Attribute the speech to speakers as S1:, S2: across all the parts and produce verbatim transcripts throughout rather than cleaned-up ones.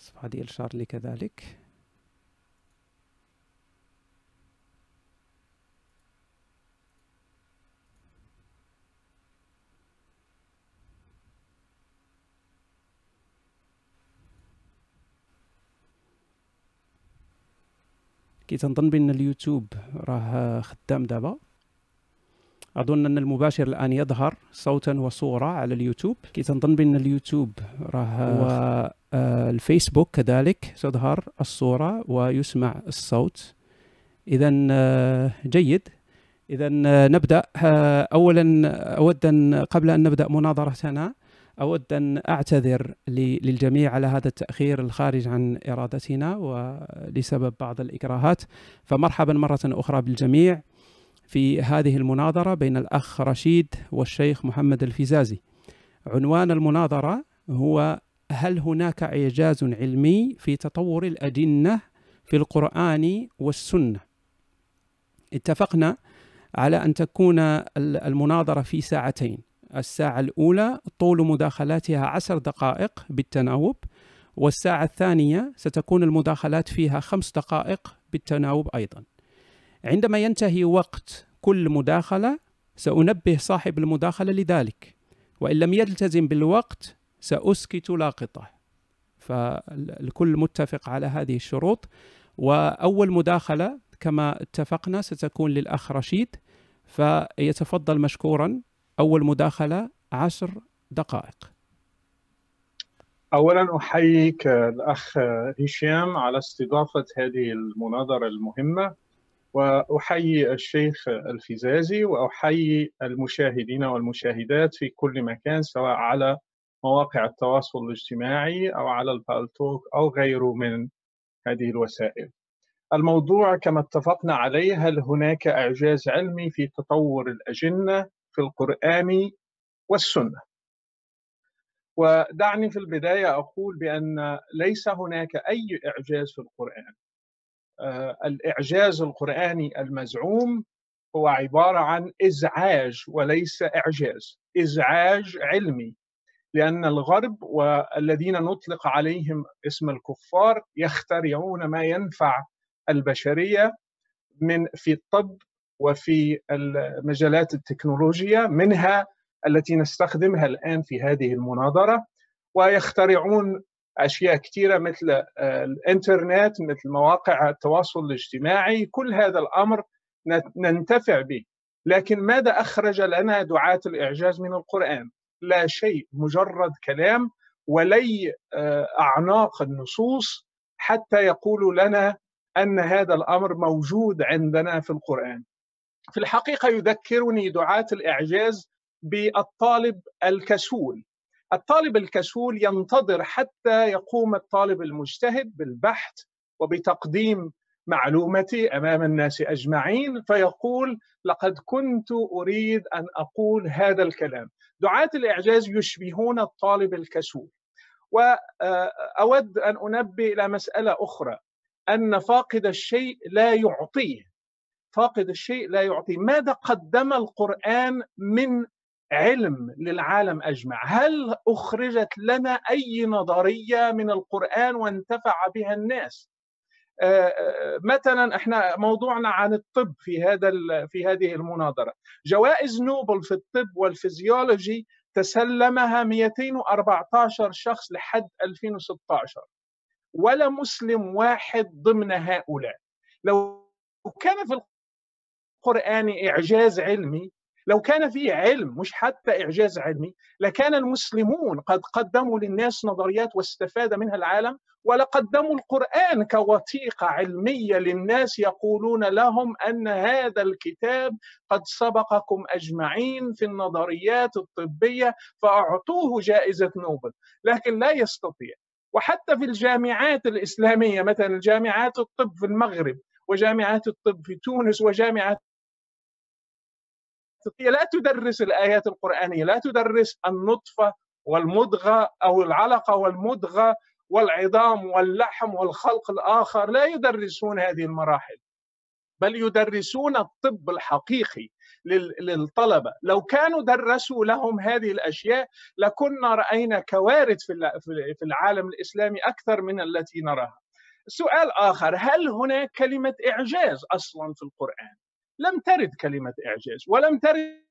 S1: الصفحة ديال شارلي كذلك. كي تنظن بان اليوتيوب راه خدام دابا. اظن ان المباشر الان يظهر صوتا وصوره على اليوتيوب. كي تنظن بان اليوتيوب راه والفيسبوك كذلك تظهر الصوره ويسمع الصوت. اذا جيد. اذا نبدا. اولا اود ان قبل ان نبدا مناظرتنا أود أن أعتذر للجميع على هذا التأخير الخارج عن إرادتنا ولسبب بعض الإكراهات. فمرحبا مرة أخرى بالجميع في هذه المناظرة بين الأخ رشيد والشيخ محمد الفزازي. عنوان المناظرة هو: هل هناك إعجاز علمي في تطور الأجنة في القرآن والسنة؟ اتفقنا على أن تكون المناظرة في ساعتين. الساعة الأولى طول مداخلاتها عشر دقائق بالتناوب، والساعة الثانية ستكون المداخلات فيها خمس دقائق بالتناوب أيضا. عندما ينتهي وقت كل مداخلة سأنبه صاحب المداخلة لذلك، وإن لم يلتزم بالوقت سأسكت لاقطه. فالكل متفق على هذه الشروط. وأول مداخلة كما اتفقنا ستكون للأخ رشيد، فيتفضل مشكورا. أول مداخلة عشر دقائق.
S2: أولا أحييك الأخ هشام على استضافة هذه المناظرة المهمة، وأحيي الشيخ الفزازي، وأحيي المشاهدين والمشاهدات في كل مكان، سواء على مواقع التواصل الاجتماعي أو على البالتوك أو غيره من هذه الوسائل. الموضوع كما اتفقنا عليه: هل هناك إعجاز علمي في تطور الأجنة في القرآن والسنة؟ ودعني في البداية أقول بأن ليس هناك أي إعجاز في القرآن. آه الإعجاز القرآني المزعوم هو عبارة عن إزعاج وليس إعجاز، إزعاج علمي، لأن الغرب والذين نطلق عليهم اسم الكفار يخترعون ما ينفع البشرية من في الطب وفي المجالات التكنولوجيا، منها التي نستخدمها الآن في هذه المناظرة، ويخترعون أشياء كثيرة مثل الإنترنت، مثل مواقع التواصل الاجتماعي. كل هذا الأمر ننتفع به، لكن ماذا أخرج لنا دعاة الإعجاز من القرآن؟ لا شيء، مجرد كلام ولي أعناق النصوص حتى يقولوا لنا أن هذا الأمر موجود عندنا في القرآن. في الحقيقة يذكرني دعاة الإعجاز بالطالب الكسول. الطالب الكسول ينتظر حتى يقوم الطالب المجتهد بالبحث وبتقديم معلومتي أمام الناس أجمعين، فيقول: لقد كنت أريد أن أقول هذا الكلام. دعاة الإعجاز يشبهون الطالب الكسول. وأود أن أنبه إلى مسألة أخرى: أن فاقد الشيء لا يعطيه. فاقد الشيء لا يعطيه. ماذا قدم القرآن من علم للعالم أجمع؟ هل أخرجت لنا أي نظرية من القرآن وانتفع بها الناس؟ مثلا احنا موضوعنا عن الطب في هذا في هذه المناظرة. جوائز نوبل في الطب والفيزيولوجي تسلمها مئتين وأربعة عشر شخص لحد ألفين وستة عشر، ولا مسلم واحد ضمن هؤلاء. لو كان في القرآن إعجاز علمي، لو كان فيه علم مش حتى إعجاز علمي، لكان المسلمون قد قدموا للناس نظريات واستفاد منها العالم، ولقدموا القرآن كوثيقة علمية للناس يقولون لهم أن هذا الكتاب قد سبقكم أجمعين في النظريات الطبية، فأعطوه جائزة نوبل. لكن لا يستطيع. وحتى في الجامعات الإسلامية، مثلا جامعات الطب في المغرب وجامعات الطب في تونس وجامعات لا تدرس الآيات القرآنية، لا تدرس النطفة والمضغة أو العلقة والمضغة والعظام واللحم والخلق الآخر، لا يدرسون هذه المراحل، بل يدرسون الطب الحقيقي. للطلبة. لو كانوا درسوا لهم هذه الأشياء لكنا رأينا كوارث في العالم الإسلامي أكثر من التي نراها. سؤال آخر، هل هناك كلمة إعجاز أصلا في القرآن؟ لم ترد كلمة إعجاز، ولم ترد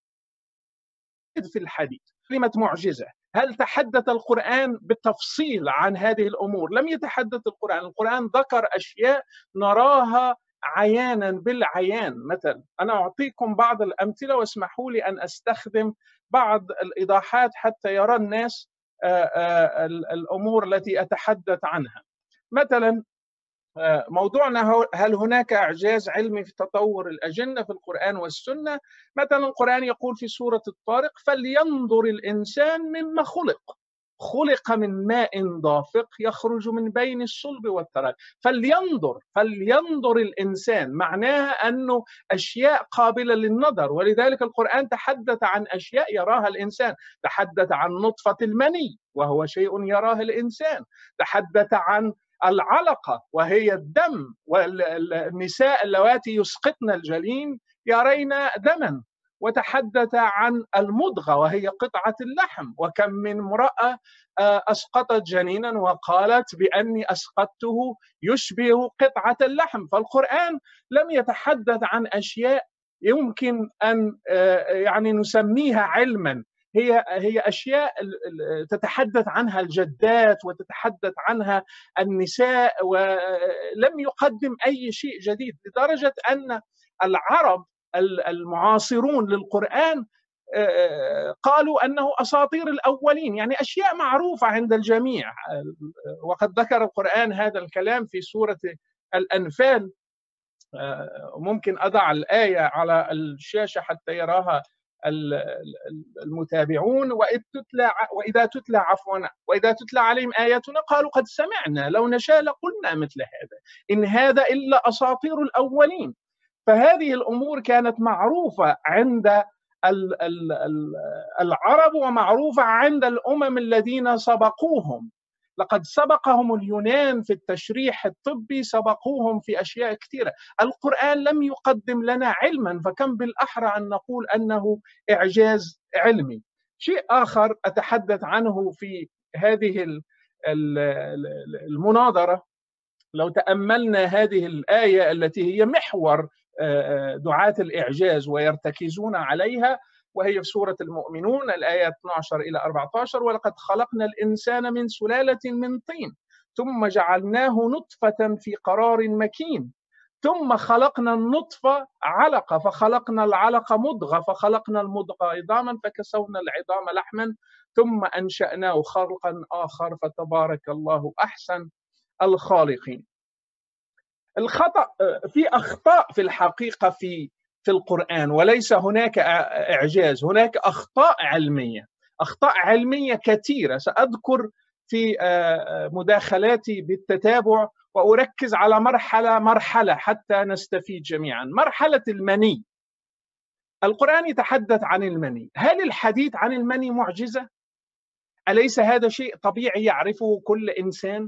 S2: في الحديث كلمة معجزة. هل تحدث القرآن بالتفصيل عن هذه الأمور؟ لم يتحدث القرآن. القرآن ذكر أشياء نراها عيانا بالعيان. مثلا أنا أعطيكم بعض الأمثلة واسمحوا لي أن أستخدم بعض الإيضاحات حتى يرى الناس الأمور التي أتحدث عنها. مثلا موضوعنا هل هناك إعجاز علمي في تطور الأجنة في القرآن والسنة؟ مثلا القرآن يقول في سورة الطارق: فلينظر الإنسان مما خلق، خلق من ماء دافق يخرج من بين الصلب والترائب. فلينظر فلينظر الإنسان معناها أنه أشياء قابلة للنظر، ولذلك القرآن تحدث عن أشياء يراها الإنسان. تحدث عن نطفة المني وهو شيء يراه الإنسان، تحدث عن العلقة وهي الدم، والنساء اللواتي يسقطن الجنين يرين دما، وتحدث عن المضغة وهي قطعة اللحم، وكم من امرأة أسقطت جنينا وقالت بأني أسقطته يشبه قطعة اللحم. فالقرآن لم يتحدث عن أشياء يمكن أن يعني نسميها علما، هي هي أشياء تتحدث عنها الجدات وتتحدث عنها النساء، ولم يقدم أي شيء جديد، لدرجة أن العرب المعاصرون للقرآن قالوا أنه أساطير الأولين، يعني أشياء معروفة عند الجميع. وقد ذكر القرآن هذا الكلام في سورة الأنفال. ممكن أضع الآية على الشاشة حتى يراها المتابعون. وإذ تتلى وإذا تتلى عفوا وإذا تتلى عليهم آياتنا قالوا قد سمعنا لو نشاء لقلنا مثل هذا إن هذا إلا أساطير الأولين. فهذه الأمور كانت معروفة عند العرب ومعروفة عند الأمم الذين سبقوهم. لقد سبقهم اليونان في التشريح الطبي، سبقوهم في أشياء كثيرة. القرآن لم يقدم لنا علما، فكم بالأحرى أن نقول أنه إعجاز علمي. شيء آخر أتحدث عنه في هذه المناظرة، لو تأملنا هذه الآية التي هي محور دعاة الإعجاز ويرتكزون عليها، وهي في سورة المؤمنون الآية اثني عشر إلى أربعة عشر: ولقد خلقنا الإنسان من سلالة من طين ثم جعلناه نطفة في قرار مكين ثم خلقنا النطفة علقة فخلقنا العلقة مضغة فخلقنا المضغة عظاما فكسونا العظام لحما ثم أنشأناه خلقا آخر فتبارك الله أحسن الخالقين. الخطأ في أخطاء في الحقيقة في في القرآن، وليس هناك إعجاز، هناك أخطاء علمية، أخطاء علمية كثيرة. سأذكر في مداخلاتي بالتتابع وأركز على مرحلة مرحلة حتى نستفيد جميعا. مرحلة المني، القرآن يتحدث عن المني. هل الحديث عن المني معجزة؟ أليس هذا شيء طبيعي يعرفه كل إنسان؟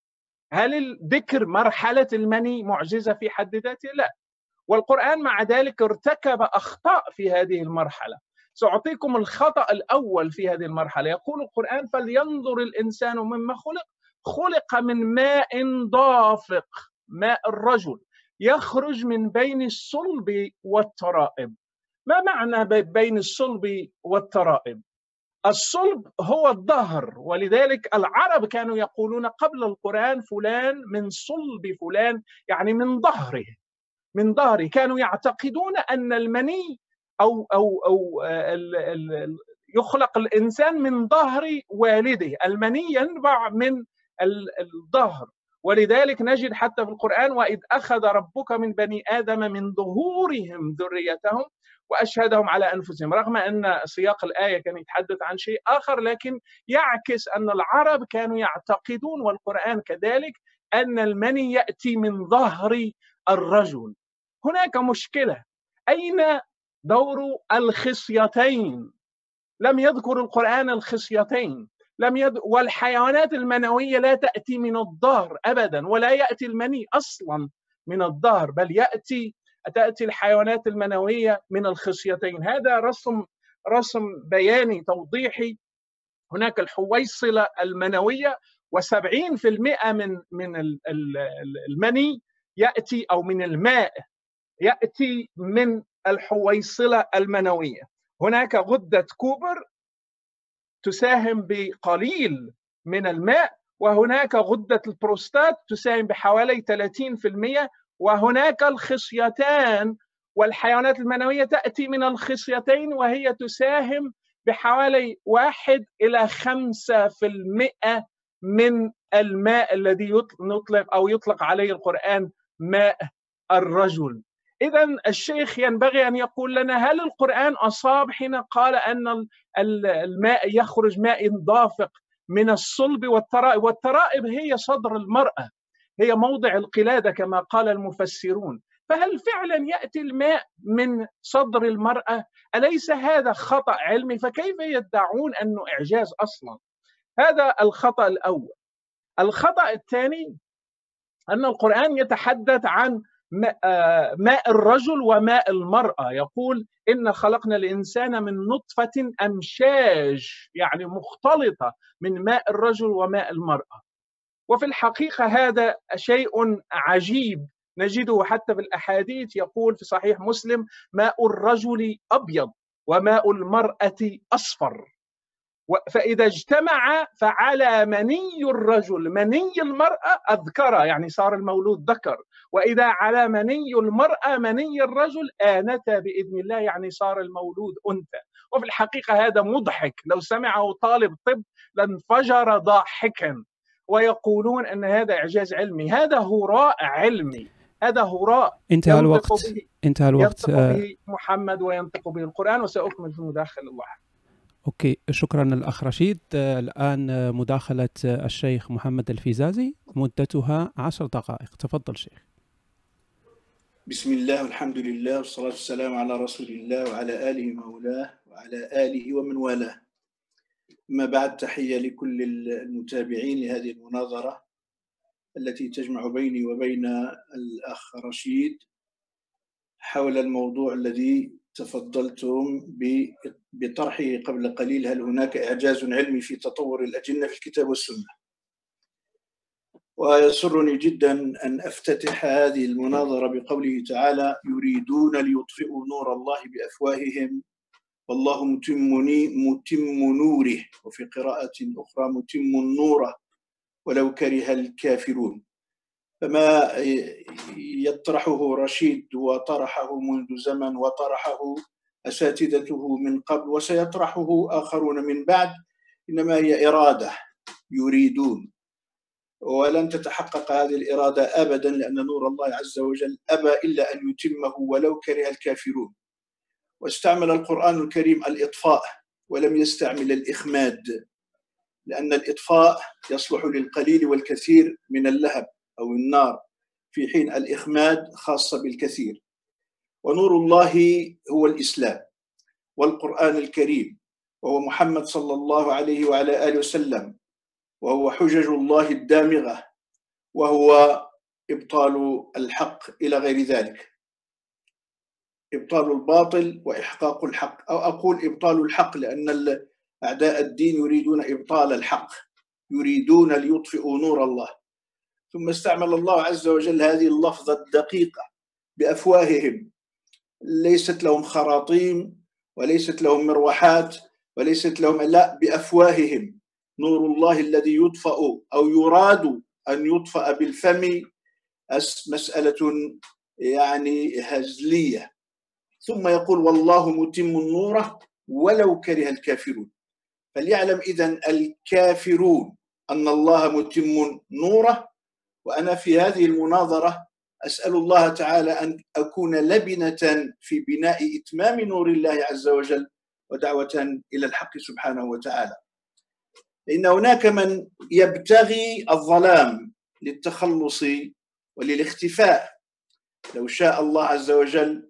S2: هل ذكر مرحلة المني معجزة في حد ذاته؟ لا. والقرآن مع ذلك ارتكب أخطاء في هذه المرحلة. سأعطيكم الخطأ الأول في هذه المرحلة. يقول القرآن: فلينظر الإنسان مما خلق، خلق من ماء دافق، ماء الرجل، يخرج من بين الصلب والترائب. ما معنى بين الصلب والترائب؟ الصلب هو الظهر، ولذلك العرب كانوا يقولون قبل القرآن فلان من صلب فلان، يعني من ظهره، من ظهره. كانوا يعتقدون أن المني أو أو أو ال ال يخلق الإنسان من ظهر والده، المني ينبع من الظهر. ولذلك نجد حتى في القرآن: وإذ أخذ ربك من بني آدم من ظهورهم ذريتهم وأشهدهم على أنفسهم، رغم أن سياق الآية كان يتحدث عن شيء آخر، لكن يعكس أن العرب كانوا يعتقدون والقرآن كذلك أن المني يأتي من ظهر الرجل. هناك مشكلة، أين دور الخصيتين؟ لم يذكر القرآن الخصيتين، لم يد... والحيوانات المنوية لا تأتي من الظهر أبدا، ولا يأتي المني أصلا من الظهر، بل يأتي تأتي الحيوانات المنوية من الخصيتين. هذا رسم رسم بياني توضيحي. هناك الحويصلة المنوية، وسبعين في المئة من من المني يأتي أو من الماء يأتي من الحويصلة المنوية. هناك غدة كوبر تساهم بقليل من الماء، وهناك غدة البروستات تساهم بحوالي ثلاثين في المئة، وهناك الخصيتان والحيوانات المنوية تأتي من الخصيتين وهي تساهم بحوالي واحد إلى خمسة في المئة من الماء الذي يطلق أو يطلق عليه القرآن ماء الرجل. إذا الشيخ ينبغي أن يقول لنا هل القرآن أصاب حين قال أن الماء يخرج ماء دافق من الصلب والترائب، والترائب هي صدر المرأة، هي موضع القلادة كما قال المفسرون. فهل فعلا يأتي الماء من صدر المرأة؟ أليس هذا خطأ علمي؟ فكيف يدعون أنه إعجاز أصلا؟ هذا الخطأ الأول. الخطأ الثاني أن القرآن يتحدث عن ماء الرجل وماء المرأة، يقول إن خلقنا الإنسان من نطفة أمشاج، يعني مختلطة من ماء الرجل وماء المرأة. وفي الحقيقة هذا شيء عجيب نجده حتى في الأحاديث، يقول في صحيح مسلم ماء الرجل أبيض وماء المرأة أصفر، فإذا اجتمع فعلى مني الرجل مني المرأة أذكر، يعني صار المولود ذكر، وإذا على مني المرأة مني الرجل آنت بإذن الله، يعني صار المولود أنثى. وفي الحقيقة هذا مضحك، لو سمعه طالب طب لانفجر ضاحكا، ويقولون أن هذا إعجاز علمي. هذا هراء علمي، هذا هراء.
S1: انتهى الوقت انتهى الوقت
S2: ينطق به محمد وينطق به القرآن. وسأكمل في المداخلة الواحد.
S1: أوكي، شكرا الأخ رشيد. الآن مداخلة الشيخ محمد الفيزازي مدتها عشر دقائق. تفضل شيخ.
S3: بسم الله والحمد لله والصلاة والسلام على رسول الله وعلى آله مولاه وعلى آله ومن والاه. أما بعد، تحية لكل المتابعين لهذه المناظرة التي تجمع بيني وبين الأخ رشيد حول الموضوع الذي تفضلتم بطرحه قبل قليل: هل هناك إعجاز علمي في تطور الأجنة في الكتاب والسنة؟ ويسرني جدا أن أفتتح هذه المناظرة بقوله تعالى: يريدون ليطفئوا نور الله بأفواههم والله متم متم نوره، وفي قراءة أخرى متم النور ولو كره الكافرون. فما يطرحه رشيد وطرحه منذ زمن وطرحه أساتذته من قبل وسيطرحه آخرون من بعد إنما هي إرادة، يريدون، ولن تتحقق هذه الإرادة أبدا، لأن نور الله عز وجل أبى إلا أن يتمه ولو كره الكافرون. واستعمل القرآن الكريم الإطفاء ولم يستعمل الإخماد، لأن الإطفاء يصلح للقليل والكثير من اللهب أو النار، في حين الإخماد خاصة بالكثير. ونور الله هو الإسلام والقرآن الكريم، وهو محمد صلى الله عليه وعلى آله وسلم، وهو حجج الله الدامغة، وهو إبطال الحق إلى غير ذلك، إبطال الباطل وإحقاق الحق، أو أقول إبطال الحق، لأن أعداء الدين يريدون إبطال الحق، يريدون ليطفئوا نور الله. ثم استعمل الله عز وجل هذه اللفظة الدقيقة بأفواههم، ليست لهم خراطيم وليست لهم مروحات وليست لهم، لا، بأفواههم. نور الله الذي يطفأ أو يراد أن يطفأ بالفم مسألة يعني هزلية. ثم يقول والله متم النور ولو كره الكافرون. فليعلم إذن الكافرون أن الله متم نوره. وأنا في هذه المناظرة أسأل الله تعالى أن أكون لبنة في بناء إتمام نور الله عز وجل ودعوة إلى الحق سبحانه وتعالى. إن هناك من يبتغي الظلام للتخلص وللاختفاء، لو شاء الله عز وجل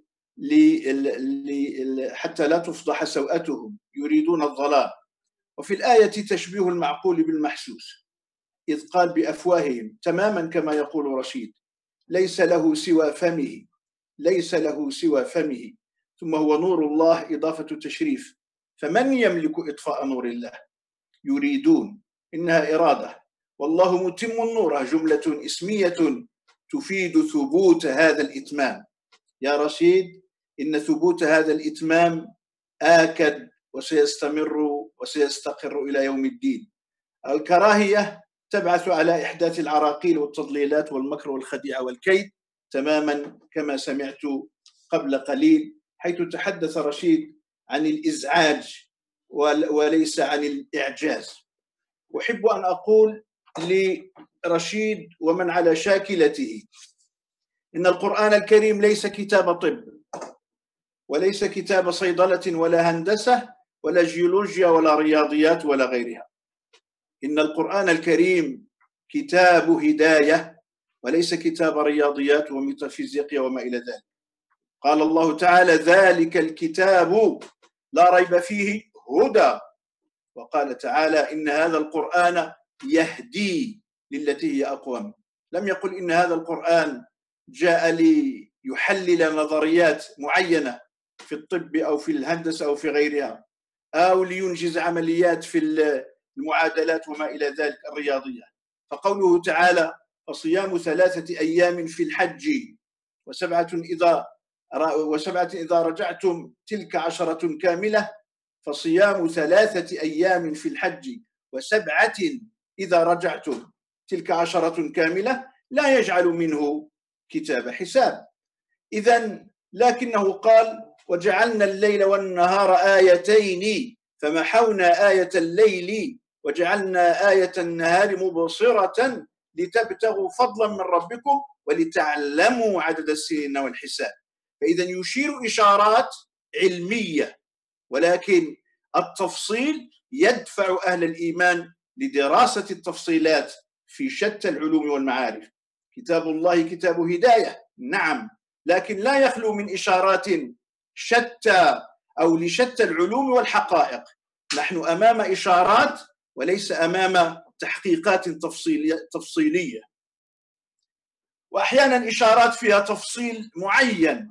S3: حتى لا تفضح سوءتهم، يريدون الظلام. وفي الآية تشبيه المعقول بالمحسوس، إذ قال بأفواههم، تماما كما يقول رشيد، ليس له سوى فمه، ليس له سوى فمه، ثم هو نور الله إضافة تشريف. فمن يملك إطفاء نور الله؟ يريدون، إنها إرادة، والله متم النور جملة اسمية تفيد ثبوت هذا الإتمام. يا رشيد، إن ثبوت هذا الإتمام آكد وسيستمر وسيستقر إلى يوم الدين. الكراهية تبعث على إحداث العراقيل والتضليلات والمكر والخديعة والكيد، تماما كما سمعت قبل قليل، حيث تحدث رشيد عن الإزعاج وليس عن الإعجاز. أحب أن أقول لرشيد ومن على شاكلته إن القرآن الكريم ليس كتاب طب، وليس كتاب صيدلة ولا هندسة ولا جيولوجيا ولا رياضيات ولا غيرها. إن القرآن الكريم كتاب هداية وليس كتاب رياضيات وميتافيزيقيا وما إلى ذلك. قال الله تعالى: ذلك الكتاب لا ريب فيه هدى. وقال تعالى: إن هذا القرآن يهدي للتي هي أقوم. لم يقل إن هذا القرآن جاء ليحلل نظريات معينة في الطب أو في الهندسة أو في غيرها، أو لينجز عمليات في المعادلات وما إلى ذلك الرياضية. فقوله تعالى: فصيام ثلاثة أيام في الحج وسبعة إذا وسبعة إذا رجعتم تلك عشرة كاملة، فصيام ثلاثة أيام في الحج وسبعة إذا رجعتم تلك عشرة كاملة لا يجعل منه كتاب حساب. إذن لكنه قال: وجعلنا الليل والنهار آيتين فمحونا آية الليل وجعلنا آية النهار مبصرة لتبتغوا فضلا من ربكم ولتعلموا عدد السنين والحساب. فإذا يشير إشارات علمية، ولكن التفصيل يدفع أهل الإيمان لدراسة التفصيلات في شتى العلوم والمعارف. كتاب الله كتاب هداية، نعم، لكن لا يخلو من إشارات شتى أو لشتى العلوم والحقائق. نحن أمام إشارات وليس أمام تحقيقات تفصيلية، وأحيانا إشارات فيها تفصيل معين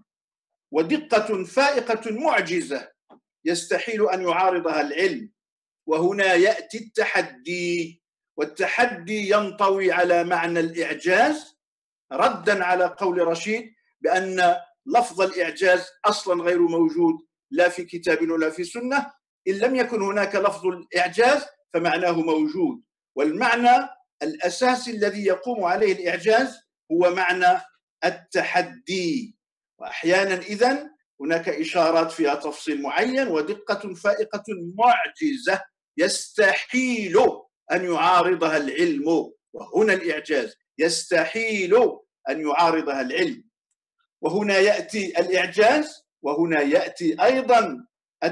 S3: ودقة فائقة معجزة يستحيل أن يعارضها العلم. وهنا يأتي التحدي، والتحدي ينطوي على معنى الإعجاز، ردا على قول رشيد بأن لفظ الإعجاز أصلا غير موجود لا في كتاب ولا في سنة. إن لم يكن هناك لفظ الإعجاز فمعناه موجود، والمعنى الأساسي الذي يقوم عليه الإعجاز هو معنى التحدي. وأحيانا إذن هناك إشارات فيها تفصيل معين ودقة فائقة معجزة يستحيل أن يعارضها العلم، وهنا الإعجاز يستحيل أن يعارضها العلم. وهنا يأتي الإعجاز، وهنا يأتي أيضا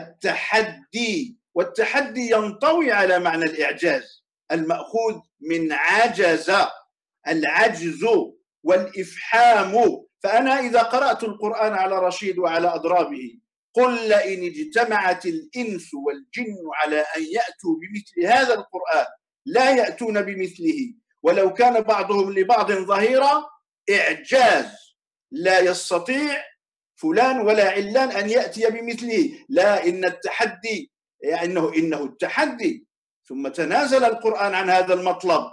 S3: التحدي، والتحدي ينطوي على معنى الإعجاز المأخوذ من عجز، العجز والإفحام. فأنا إذا قرأت القرآن على رشيد وعلى أضرابه: قل لئن اجتمعت الإنس والجن على أن يأتوا بمثل هذا القرآن لا يأتون بمثله ولو كان بعضهم لبعض ظهيرا. إعجاز، لا يستطيع فلان ولا علان أن يأتي بمثله. لا، إن التحدي يعني إنه, إنه التحدي. ثم تنازل القرآن عن هذا المطلب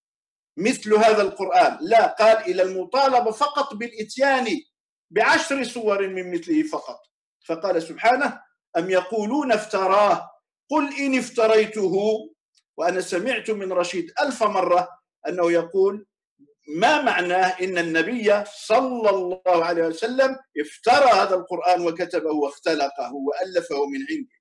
S3: مثل هذا القرآن، لا، قال إلى المطالبة فقط بالإتيان بعشر سور من مثله فقط. فقال سبحانه: أم يقولون افتراه قل إن افتريته. وأنا سمعت من رشيد ألف مرة أنه يقول ما معناه إن النبي صلى الله عليه وسلم افترى هذا القرآن وكتبه واختلقه وألفه من عنده.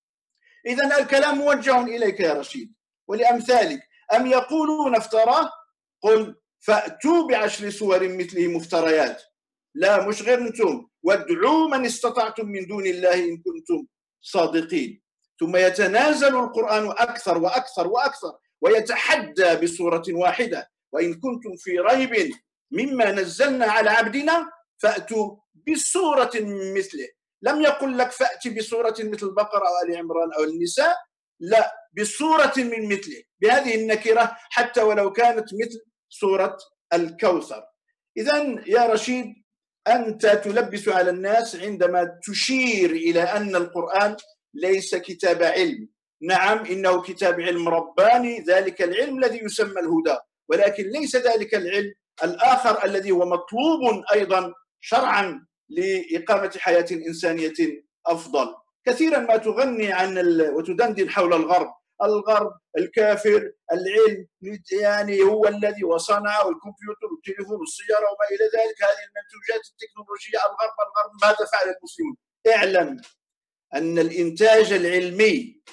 S3: إذن الكلام موجه إليك يا رشيد ولأمثالك. أم يقولون افتراه قل فأتوا بعشر سور مثله مفتريات. لا، مش غير أنتم، وادعوا من استطعتم من دون الله إن كنتم صادقين. ثم يتنازل القرآن أكثر وأكثر وأكثر ويتحدى بسورة واحدة: وإن كنتم في ريب مما نزلنا على عبدنا فأتوا بسورة مثله. لم يقل لك فأتي بسورة مثل البقرة أو آل عمران أو النساء، لا، بسورة من مثله بهذه النكرة حتى ولو كانت مثل سورة الكوثر. إذن يا رشيد، أنت تلبس على الناس عندما تشير إلى أن القرآن ليس كتاب علم. نعم، إنه كتاب علم رباني، ذلك العلم الذي يسمى الهدى، ولكن ليس ذلك العلم الآخر الذي هو مطلوب أيضا شرعا لإقامة حياة إنسانية أفضل. كثيرا ما تغني عن ال... وتدندن حول الغرب، الغرب الكافر، العلم يعني هو الذي وصنع والكمبيوتر والتليفون والسيارة وما إلى ذلك، هذه المنتوجات التكنولوجية، الغرب الغرب. ماذا فعل المسلمون؟ اعلم أن الإنتاج العلمي،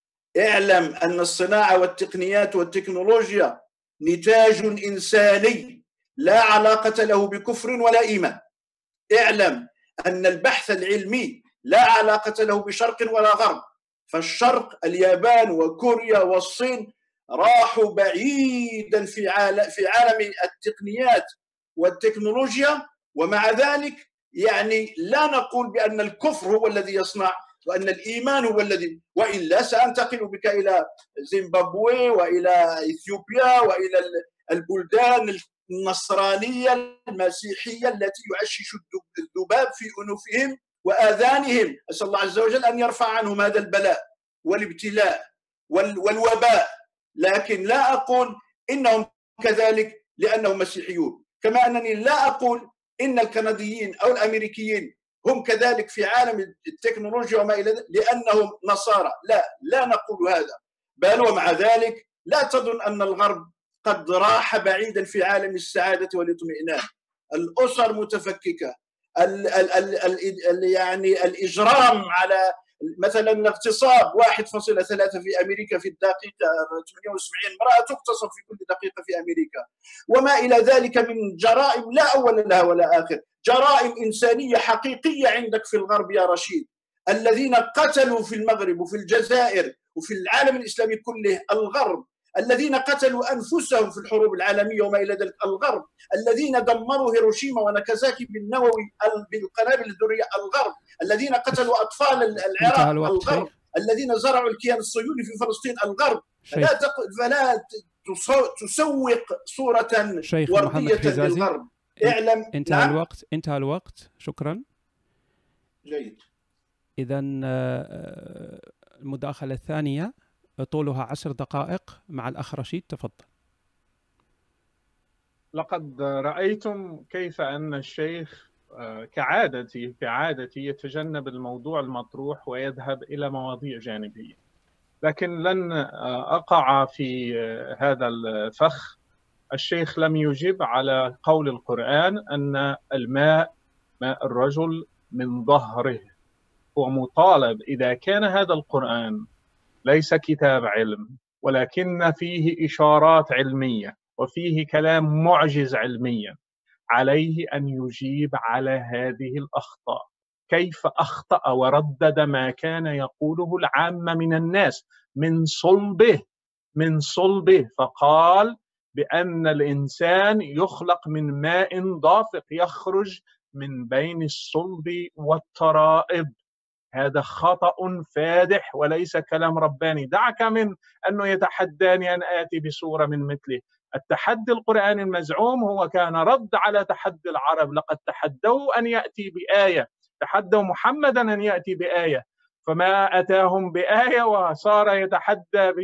S3: اعلم أن الصناعة والتقنيات والتكنولوجيا نتاج إنساني لا علاقة له بكفر ولا إيمان. اعلم أن البحث العلمي لا علاقة له بشرق ولا غرب، فالشرق اليابان وكوريا والصين راحوا بعيدا في عالم في عالم التقنيات والتكنولوجيا، ومع ذلك يعني لا نقول بأن الكفر هو الذي يصنع وأن الإيمان هو الذي، وإلا سأنتقل بك إلى زيمبابوي وإلى إثيوبيا وإلى البلدان النصرانية المسيحية التي يعشش الذباب في أنوفهم وآذانهم. أسأل الله عز وجل أن يرفع عنهم هذا البلاء والابتلاء والوباء، لكن لا أقول إنهم كذلك لأنهم مسيحيون، كما أنني لا أقول إن الكنديين أو الأمريكيين هم كذلك في عالم التكنولوجيا وما إلى ذلك لأنهم نصارى. لا، لا نقول هذا، بل ومع ذلك لا تظن أن الغرب قد راح بعيدا في عالم السعادة والاطمئنان. الأسر متفككة، ال ال ال ال ال يعني الإجرام على مثلا الاغتصاب، واحد فاصلة ثلاثة في أمريكا في الدقيقة، ثمانية وسبعين امرأة تغتصب في كل دقيقة في أمريكا، وما إلى ذلك من جرائم لا أول لها ولا آخر، جرائم إنسانية حقيقية عندك في الغرب يا رشيد. الذين قتلوا في المغرب وفي الجزائر وفي العالم الإسلامي كله الغرب، الذين قتلوا أنفسهم في الحروب العالمية وما إلى ذلك الغرب، الذين دمروا هيروشيما وناكازاكي بالنووي بالقنابل الذرية الغرب، الذين قتلوا أطفال العراق الغرب، الذين زرعوا الكيان الصهيوني في فلسطين الغرب. فلا فلا تسوق صورة وردية للغرب. اعلم.
S1: انتهى نعم؟ الوقت انتهى الوقت. شكرا.
S3: جيد.
S1: إذا المداخلة الثانية طولها عشر دقائق مع الأخ رشيد، تفضل.
S2: لقد رأيتم كيف أن الشيخ كعادتي كعادتي يتجنب الموضوع المطروح ويذهب إلى مواضيع جانبية، لكن لن أقع في هذا الفخ. الشيخ لم يجب على قول القرآن أن الماء ماء الرجل من ظهره. هو مطالب، إذا كان هذا القرآن ليس كتاب علم ولكن فيه إشارات علمية وفيه كلام معجز علميا، عليه أن يجيب على هذه الأخطاء. كيف أخطأ وردد ما كان يقوله العامة من الناس من صلبه من صلبه فقال بأن الإنسان يخلق من ماء دافق يخرج من بين الصلب والترائب. هذا خطأ فادح وليس كلام رباني. دعك من أنه يتحداني أن آتي بسورة من مثله. التحدي القرآني المزعوم هو كان رد على تحدي العرب، لقد تحدوا أن يأتي بآية، تحدوا محمدا أن يأتي بآية، فما أتاهم بآية وصار يتحدى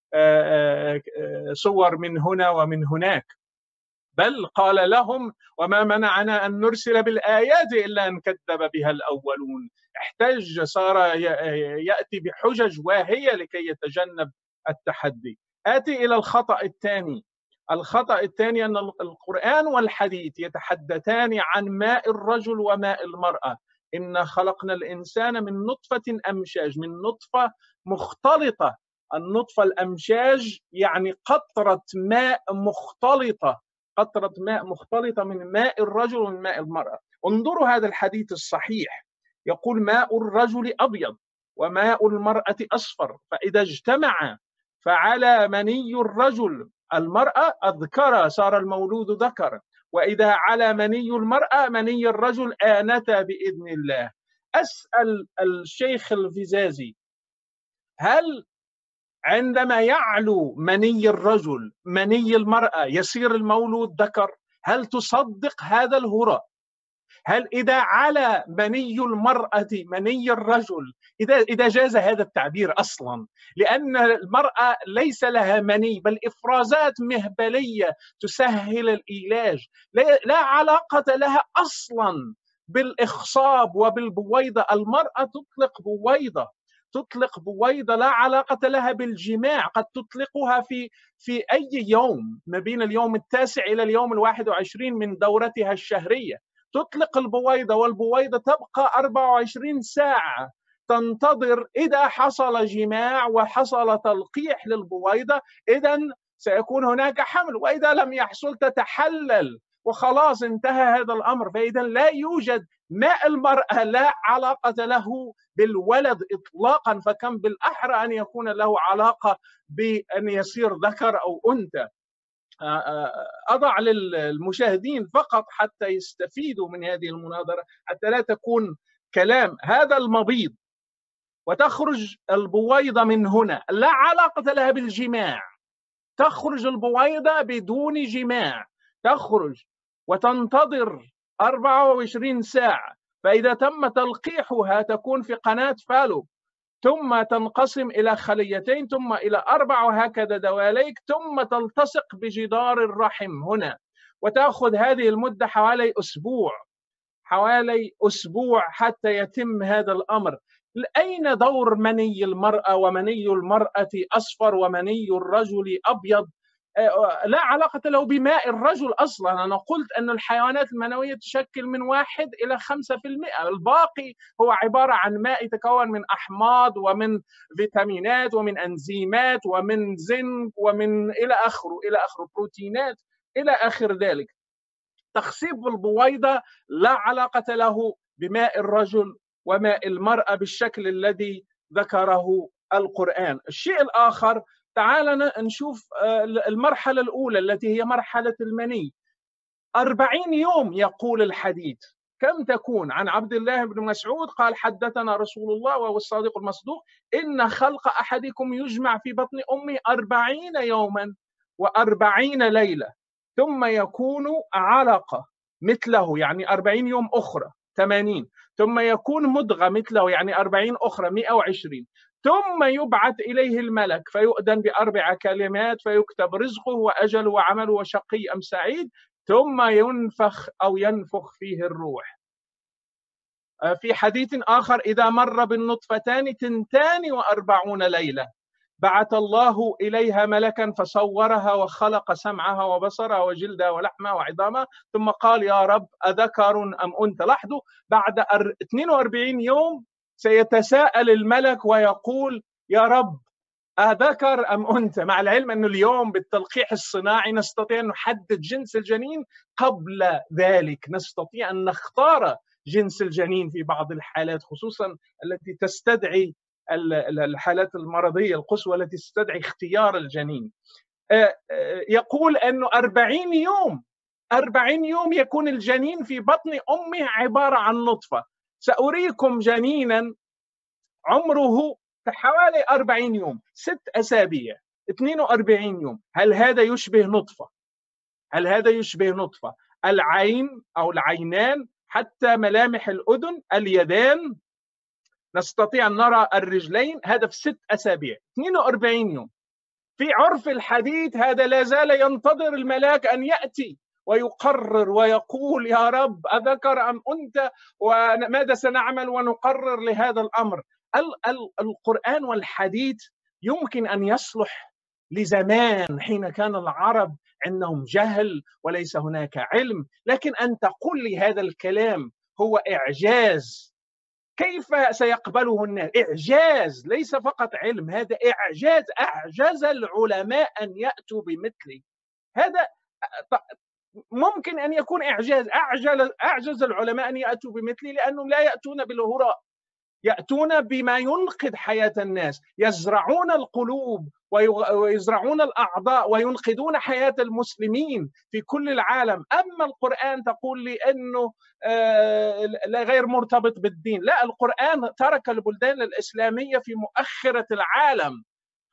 S2: بصور من هنا ومن هناك، بل قال لهم وما منعنا أن نرسل بالآيات إلا أن كذب بها الأولون. احتج، صار يأتي بحجج واهية لكي يتجنب التحدي. آتي إلى الخطأ الثاني. الخطأ الثاني أن القرآن والحديث يتحدثان عن ماء الرجل وماء المرأة. إنا خلقنا الإنسان من نطفة أمشاج، من نطفة مختلطة. النطفة الأمشاج يعني قطرة ماء مختلطة، قطرة ماء مختلطة من ماء الرجل ومن ماء المرأة. انظروا هذا الحديث الصحيح، يقول ماء الرجل أبيض وماء المرأة أصفر، فإذا اجتمع فعلى مني الرجل المرأة أذكر صار المولود ذكر، وإذا على مني المرأة مني الرجل آنت بإذن الله. أسأل الشيخ الفزازي، هل عندما يعلو مني الرجل مني المرأة يصير المولود ذكر؟ هل تصدق هذا الهراء؟ هل إذا على مني المرأة مني الرجل، إذا إذا جاز هذا التعبير أصلا، لأن المرأة ليس لها مني بل إفرازات مهبلية تسهل الإيلاج، لا, لا علاقة لها أصلا بالإخصاب وبالبويضة. المرأة تطلق بويضة، تطلق بويضة لا علاقة لها بالجماع، قد تطلقها في في أي يوم ما بين اليوم التاسع إلى اليوم الواحد وعشرين من دورتها الشهرية. تطلق البويضة، والبويضة تبقى أربع وعشرين ساعة تنتظر. إذا حصل جماع وحصل تلقيح للبويضة إذا سيكون هناك حمل، وإذا لم يحصل تتحلل وخلاص انتهى هذا الأمر. فإذا لا يوجد ماء المرأة لا علاقة له بالولد إطلاقا، فكم بالأحرى أن يكون له علاقة بأن يصير ذكر أو أنثى. أضع للمشاهدين فقط حتى يستفيدوا من هذه المناظرة، حتى لا تكون كلام هذا المبيض وتخرج البويضة من هنا لا علاقة لها بالجماع. تخرج البويضة بدون جماع، تخرج وتنتظر أربع وعشرين ساعة، فإذا تم تلقيحها تكون في قناة فالوب، ثم تنقسم إلى خليتين ثم إلى أربع وهكذا دواليك، ثم تلتصق بجدار الرحم هنا، وتأخذ هذه المدة حوالي أسبوع حوالي أسبوع حتى يتم هذا الأمر. أين دور مني المرأة ومني المرأة أصفر ومني الرجل أبيض؟ لا علاقة له بماء الرجل أصلا. أنا قلت أن الحيوانات المنوية تشكل من واحد إلى خمسة في المئة، الباقي هو عبارة عن ماء يتكون من أحماض ومن فيتامينات ومن أنزيمات ومن زنك ومن إلى آخره إلى آخره بروتينات إلى آخر ذلك. تخصيب البويضة لا علاقة له بماء الرجل وماء المرأة بالشكل الذي ذكره القرآن. الشيء الآخر، تعال نشوف المرحلة الأولى التي هي مرحلة المني. أربعين يوم يقول الحديث. كم تكون؟ عن عبد الله بن مسعود قال حدثنا رسول الله وهو الصادق المصدوق إن خلق أحدكم يجمع في بطن أمه أربعين يوما وأربعين ليلة ثم يكون علقة مثله، يعني أربعين يوم أخرى ثمانين، ثم يكون مضغة مثله يعني أربعين أخرى مئة وعشرين، ثم يبعث إليه الملك فيؤذن بأربع كلمات فيكتب رزقه وأجله وعمله وشقي أم سعيد، ثم ينفخ أو ينفخ فيه الروح. في حديث آخر إذا مر بالنطفتان تنتان وأربعون ليلة بعث الله إليها ملكا فصورها وخلق سمعها وبصرها وجلدها ولحمها وعظامها ثم قال يا رب أذكر أم أنثى. لاحظوا بعد اثنين وأربعين يوم سيتساءل الملك ويقول يا رب أذكر أم أنثى، مع العلم أنه اليوم بالتلقيح الصناعي نستطيع أن نحدد جنس الجنين. قبل ذلك نستطيع أن نختار جنس الجنين في بعض الحالات، خصوصا التي تستدعي الحالات المرضية القصوى التي تستدعي اختيار الجنين. يقول أنه أربعين يوم أربعين يوم يكون الجنين في بطن أمه عبارة عن نطفة. سأريكم جنينا عمره حوالي أربعين يوم، ست أسابيع، اثنين وأربعين يوم. هل هذا يشبه نطفة؟ هل هذا يشبه نطفة؟ العين أو العينان، حتى ملامح الأذن، اليدان، نستطيع أن نرى الرجلين، هذا في ست أسابيع، اثنين وأربعين يوم. في عرف الحديث هذا لا زال ينتظر الملاك أن يأتي ويقرر ويقول يا رب أذكر أم أنثى وماذا سنعمل ونقرر لهذا الأمر. القرآن والحديث يمكن أن يصلح لزمان حين كان العرب عندهم جهل وليس هناك علم، لكن أن تقول لي هذا الكلام هو إعجاز، كيف سيقبله الناس؟ إعجاز ليس فقط علم، هذا إعجاز. أعجز العلماء أن يأتوا بمثله. هذا ممكن أن يكون إعجاز. أعجز, أعجز العلماء أن يأتوا بمثله لأنهم لا يأتون بالهراء، يأتون بما ينقذ حياة الناس، يزرعون القلوب ويزرعون الأعضاء وينقذون حياة المسلمين في كل العالم. أما القرآن تقول لي أنه لا غير مرتبط بالدين. لا، القرآن ترك البلدان الإسلامية في مؤخرة العالم،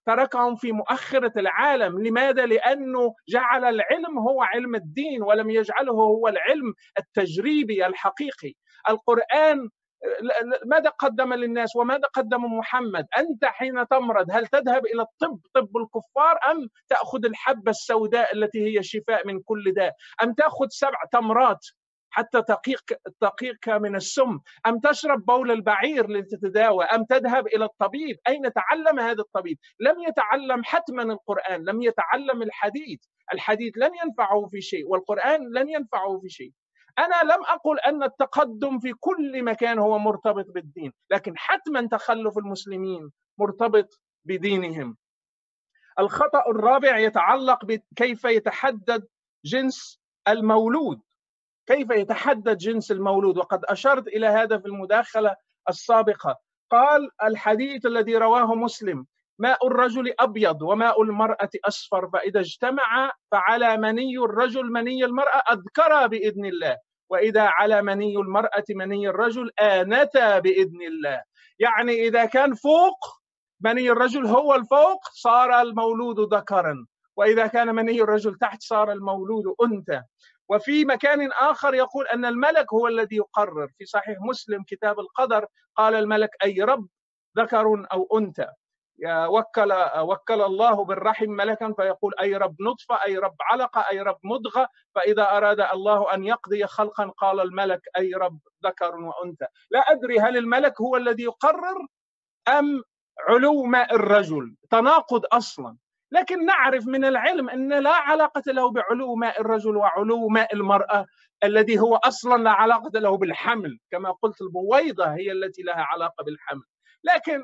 S2: تركهم في مؤخرة العالم. لماذا؟ لأنه جعل العلم هو علم الدين ولم يجعله هو العلم التجريبي الحقيقي. القرآن ماذا قدم للناس وماذا قدم محمد؟ أنت حين تمرض هل تذهب إلى الطب طب الكفار أم تأخذ الحبة السوداء التي هي شفاء من كل داء؟ أم تأخذ سبع تمرات حتى تقيك تقيك من السم؟ أم تشرب بول البعير لتتداوى؟ أم تذهب إلى الطبيب؟ أين تعلم هذا الطبيب؟ لم يتعلم حتما القرآن، لم يتعلم الحديث. الحديث لن ينفعه في شيء والقرآن لن ينفعه في شيء. أنا لم أقل أن التقدم في كل مكان هو مرتبط بالدين، لكن حتما تخلف المسلمين مرتبط بدينهم. الخطأ الرابع يتعلق بكيف يتحدد جنس المولود. كيف يتحدد جنس المولود؟ وقد أشرت إلى هذا في المداخلة السابقة. قال الحديث الذي رواه مسلم: ماء الرجل أبيض وماء المرأة أصفر، فإذا اجتمع فعلى مني الرجل مني المرأة أذكرا بإذن الله، وإذا على مني المرأة مني الرجل آنتا بإذن الله. يعني إذا كان فوق مني الرجل هو الفوق صار المولود ذكرا، وإذا كان مني الرجل تحت صار المولود أنثى. وفي مكان آخر يقول أن الملك هو الذي يقرر. في صحيح مسلم كتاب القدر قال الملك: أي رب ذكر أو أنثى؟ وكل وكل الله بالرحم ملكا فيقول: أي رب نطفة، أي رب علقة، أي رب مضغة. فإذا أراد الله أن يقضي خلقا قال الملك: أي رب ذكر وأنثى. لا أدري هل الملك هو الذي يقرر أم علو ماء الرجل؟ تناقض أصلا. لكن نعرف من العلم أن لا علاقة له بعلو ماء الرجل وعلو ماء المرأة، الذي هو أصلا لا علاقة له بالحمل. كما قلت البويضة هي التي لها علاقة بالحمل. لكن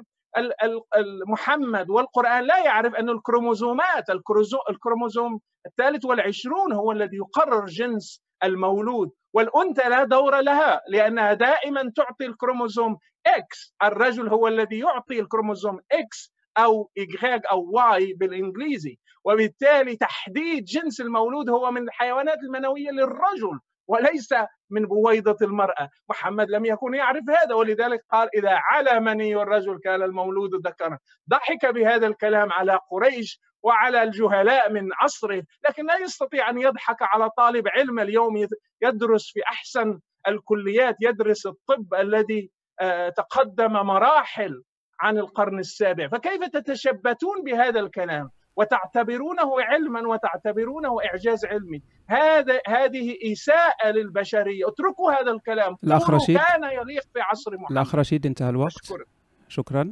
S2: محمد والقرآن لا يعرف أن الكروموزومات الكروموزوم الثالث والعشرون هو الذي يقرر جنس المولود، والأنثى لا دور لها لأنها دائما تعطي الكروموزوم إكس. الرجل هو الذي يعطي الكروموزوم إكس أو إيغريغ أو واي بالإنجليزي، وبالتالي تحديد جنس المولود هو من الحيوانات المنوية للرجل وليس من بويضة المرأة. محمد لم يكن يعرف هذا، ولذلك قال: إذا على مني الرجل كان المولود ذكرا. ضحك بهذا الكلام على قريش وعلى الجهلاء من عصره، لكن لا يستطيع أن يضحك على طالب علم اليوم يدرس في أحسن الكليات، يدرس الطب الذي تقدم مراحل عن القرن السابع. فكيف تتشبتون بهذا الكلام وتعتبرونه علما وتعتبرونه إعجاز علمي؟ هذا هذه إساءة للبشرية. اتركوا هذا الكلام.
S1: الأخ رشيد،
S2: كان يليق في عصر محمد.
S1: الأخ رشيد انتهى الوقت.
S2: أشكرك.
S1: شكرا.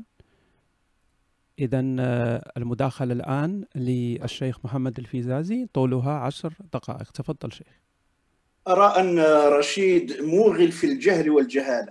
S1: إذا المداخلة الآن للشيخ محمد الفيزازي طولها عشر دقائق. تفضل شيخ.
S3: أرى أن رشيد موغل في الجهل والجهالة،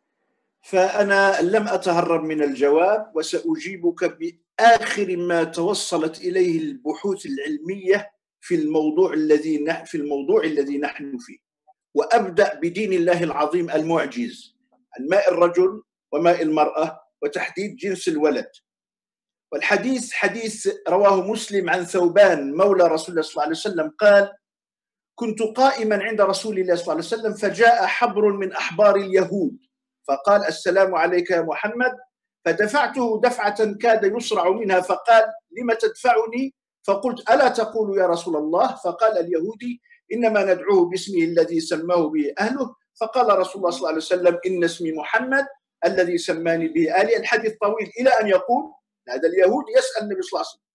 S3: فأنا لم أتهرب من الجواب وسأجيبك بآخر ما توصلت إليه البحوث العلمية في الموضوع الذي في الموضوع الذي نحن فيه، وأبدأ بدين الله العظيم المعجز عن ماء الرجل وماء المرأة وتحديد جنس الولد. والحديث حديث رواه مسلم عن ثوبان مولى رسول الله صلى الله عليه وسلم قال: كنت قائما عند رسول الله صلى الله عليه وسلم فجاء حبر من أحبار اليهود فقال: السلام عليك يا محمد. فدفعته دفعة كاد يصرع منها فقال: لم تدفعني؟ فقلت: ألا تقول يا رسول الله؟ فقال اليهودي: إنما ندعوه باسمه الذي سماه به أهله. فقال رسول الله صلى الله عليه وسلم: إن اسمي محمد الذي سماني به أهلي. الحديث طويل إلى أن يقول هذا اليهودي يسأل النبي صلى الله عليه وسلم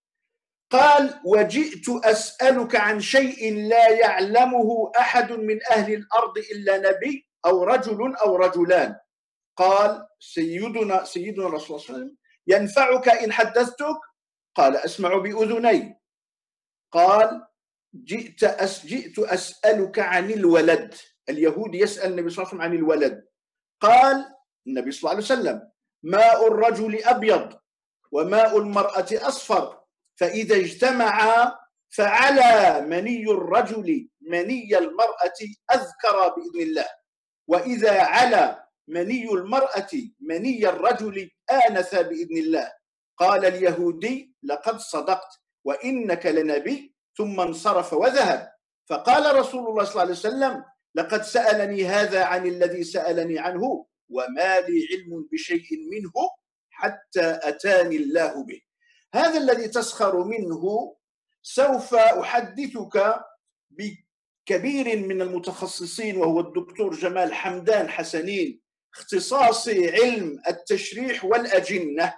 S3: قال: وجئت أسألك عن شيء لا يعلمه أحد من أهل الأرض إلا نبي أو رجل أو رجلان. قال: سيدنا سيدنا رسول الله صلى الله عليه وسلم ينفعك إن حدثتك؟ قال: أسمع بأذني. قال: جئت أس جئت أسألك عن الولد. اليهودي يسأل النبي صلى الله عليه وسلم عن الولد. قال النبي صلى الله عليه وسلم: ماء الرجل أبيض وماء المرأة أصفر، فإذا اجتمعا فعلى مني الرجل مني المرأة أذكر بإذن الله، وإذا على مني المرأة مني الرجل آنث بإذن الله. قال اليهودي: لقد صدقت وإنك لنبي. ثم انصرف وذهب. فقال رسول الله صلى الله عليه وسلم: لقد سألني هذا عن الذي سألني عنه وما لي علم بشيء منه حتى أتاني الله به. هذا الذي تسخر منه سوف أحدثك بكبير من المتخصصين، وهو الدكتور جمال حمدان حسنين، اختصاصي علم التشريح والأجنة،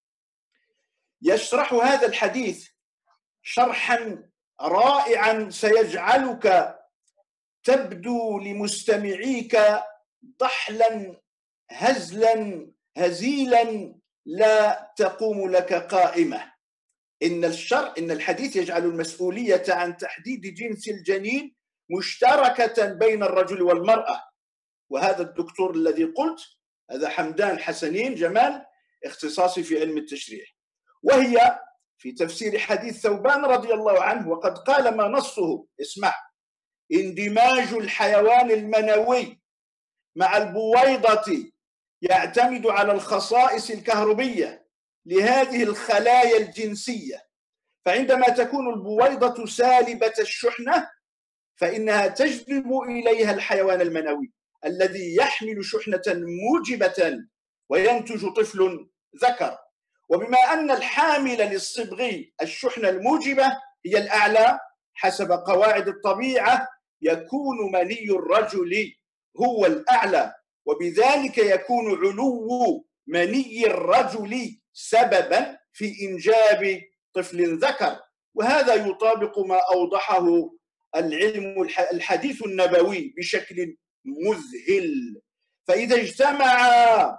S3: يشرح هذا الحديث شرحا رائعا سيجعلك تبدو لمستمعيك ضحلا هزلا هزيلا لا تقوم لك قائمة. إن الشرع إن الحديث يجعل المسؤولية عن تحديد جنس الجنين مشتركة بين الرجل والمرأة، وهذا الدكتور الذي قلت هذا حمدان حسنين جمال اختصاصي في علم التشريح، وهي في تفسير حديث ثوبان رضي الله عنه، وقد قال ما نصه، اسمع: اندماج الحيوان المنوي مع البويضة يعتمد على الخصائص الكهربية لهذه الخلايا الجنسية، فعندما تكون البويضة سالبة الشحنة فإنها تجذب إليها الحيوان المنوي الذي يحمل شحنة موجبة وينتج طفل ذكر. وبما أن الحامل للصبغ الشحنة الموجبة هي الأعلى حسب قواعد الطبيعة، يكون مني الرجل هو الأعلى، وبذلك يكون علو مني الرجل سببا في إنجاب طفل ذكر. وهذا يطابق ما أوضحه العلم الحديث النبوي بشكل مذهل. فإذا اجتمع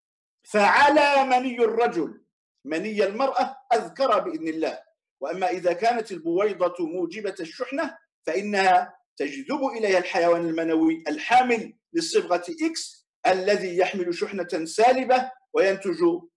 S3: فعلى مني الرجل مني المرأة أذكر بإذن الله. وأما إذا كانت البويضة موجبة الشحنة فإنها تجذب إليها الحيوان المنوي الحامل للصبغة إكس الذي يحمل شحنة سالبة وينتج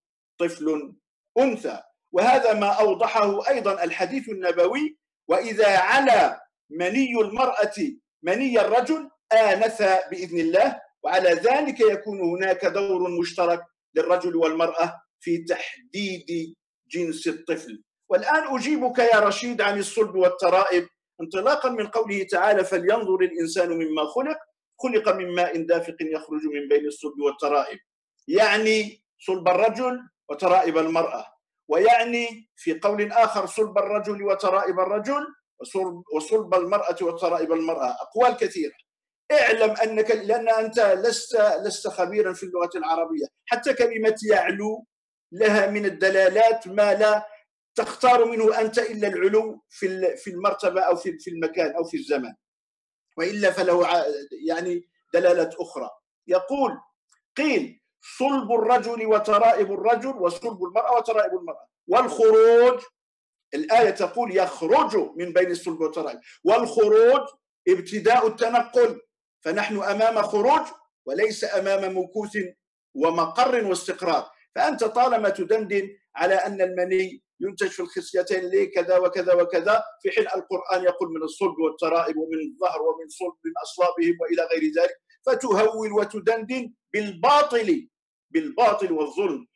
S3: طفل أنثى. وهذا ما أوضحه أيضا الحديث النبوي: وإذا على مني المرأة مني الرجل آنث بإذن الله. وعلى ذلك يكون هناك دور مشترك للرجل والمرأة في تحديد جنس الطفل. والآن أجيبك يا رشيد عن الصلب والترائب انطلاقا من قوله تعالى: فلينظر الإنسان مما خلق خلق من ماء دافق يخرج من بين الصلب والترائب، يعني صلب الرجل وترائب المرأة، ويعني في قول آخر صلب الرجل وترائب الرجل وصلب المرأة وترائب المرأة، أقوال كثيرة. اعلم أنك لأن أنت لست لست خبيرا في اللغة العربية، حتى كلمة يعلو لها من الدلالات ما لا تختار منه أنت إلا العلو في في المرتبة أو في في المكان أو في الزمان، وإلا فله يعني دلالات أخرى. يقول قيل صلب الرجل وترائب الرجل وصلب المرأة وترائب المرأة، والخروج الآية تقول يخرج من بين الصلب والترائب، والخروج ابتداء التنقل، فنحن أمام خروج وليس أمام مكوث ومقر واستقرار. فأنت طالما تدندن على أن المني ينتج في الخصيتين ليه كذا وكذا وكذا، في حين القرآن يقول من الصلب والترائب ومن الظهر ومن صلب من أصلابهم وإلى غير ذلك، فتهول وتدندن بالباطل بالباطل والظلم.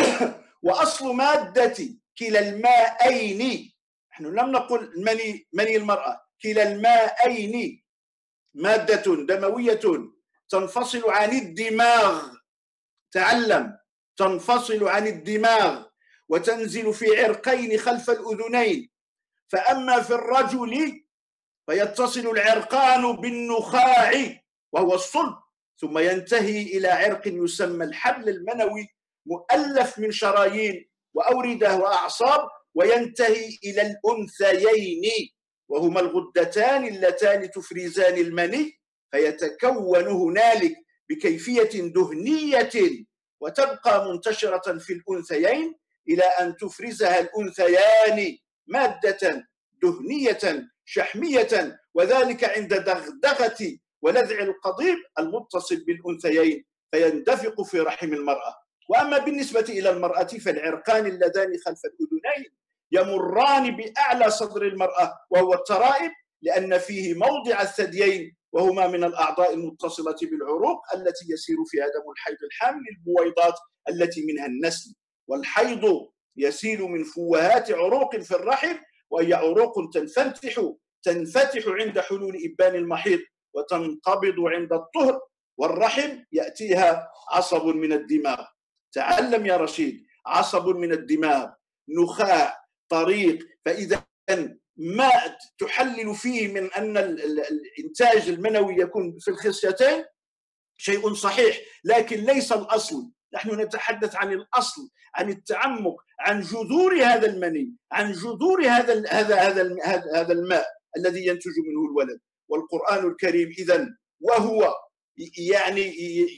S3: وأصل مادة كلا الماءين، نحن لم نقل مني مني المرأة، كلا الماءين مادة دموية تنفصل عن الدماغ، تعلم، تنفصل عن الدماغ وتنزل في عرقين خلف الأذنين. فأما في الرجل فيتصل العرقان بالنخاع وهو الصلب، ثم ينتهي إلى عرق يسمى الحبل المنوي مؤلف من شرايين وأوردة وأعصاب، وينتهي إلى الأنثيين وهما الغدتان اللتان تفرزان المني، فيتكون هنالك بكيفية دهنية وتبقى منتشرة في الأنثيين إلى أن تفرزها الأنثيان مادة دهنية شحمية، وذلك عند دغدغة ولذع القضيب المتصل بالأنثيين فيندفق في رحم المرأة. وأما بالنسبة إلى المرأة فالعرقان اللذان خلف الأذنين يمران بأعلى صدر المرأة وهو الترائب، لأن فيه موضع الثديين وهما من الأعضاء المتصلة بالعروق التي يسير فيها دم الحيض الحامل للبويضات التي منها النسل. والحيض يسيل من فوهات عروق في الرحم، وهي عروق تنفتح تنفتح عند حلول إبان المحيض وتنقبض عند الطهر، والرحم يأتيها عصب من الدماغ. تعلم يا رشيد، عصب من الدماغ نخاع، طريق. فإذا ما تحلل فيه من أن الإنتاج المنوي يكون في الخصيتين شيء صحيح، لكن ليس الأصل. نحن نتحدث عن الأصل، عن التعمق، عن جذور هذا المني، عن جذور هذا هذا هذا هذا الماء الذي ينتج منه الولد. والقرآن الكريم إذن وهو يعني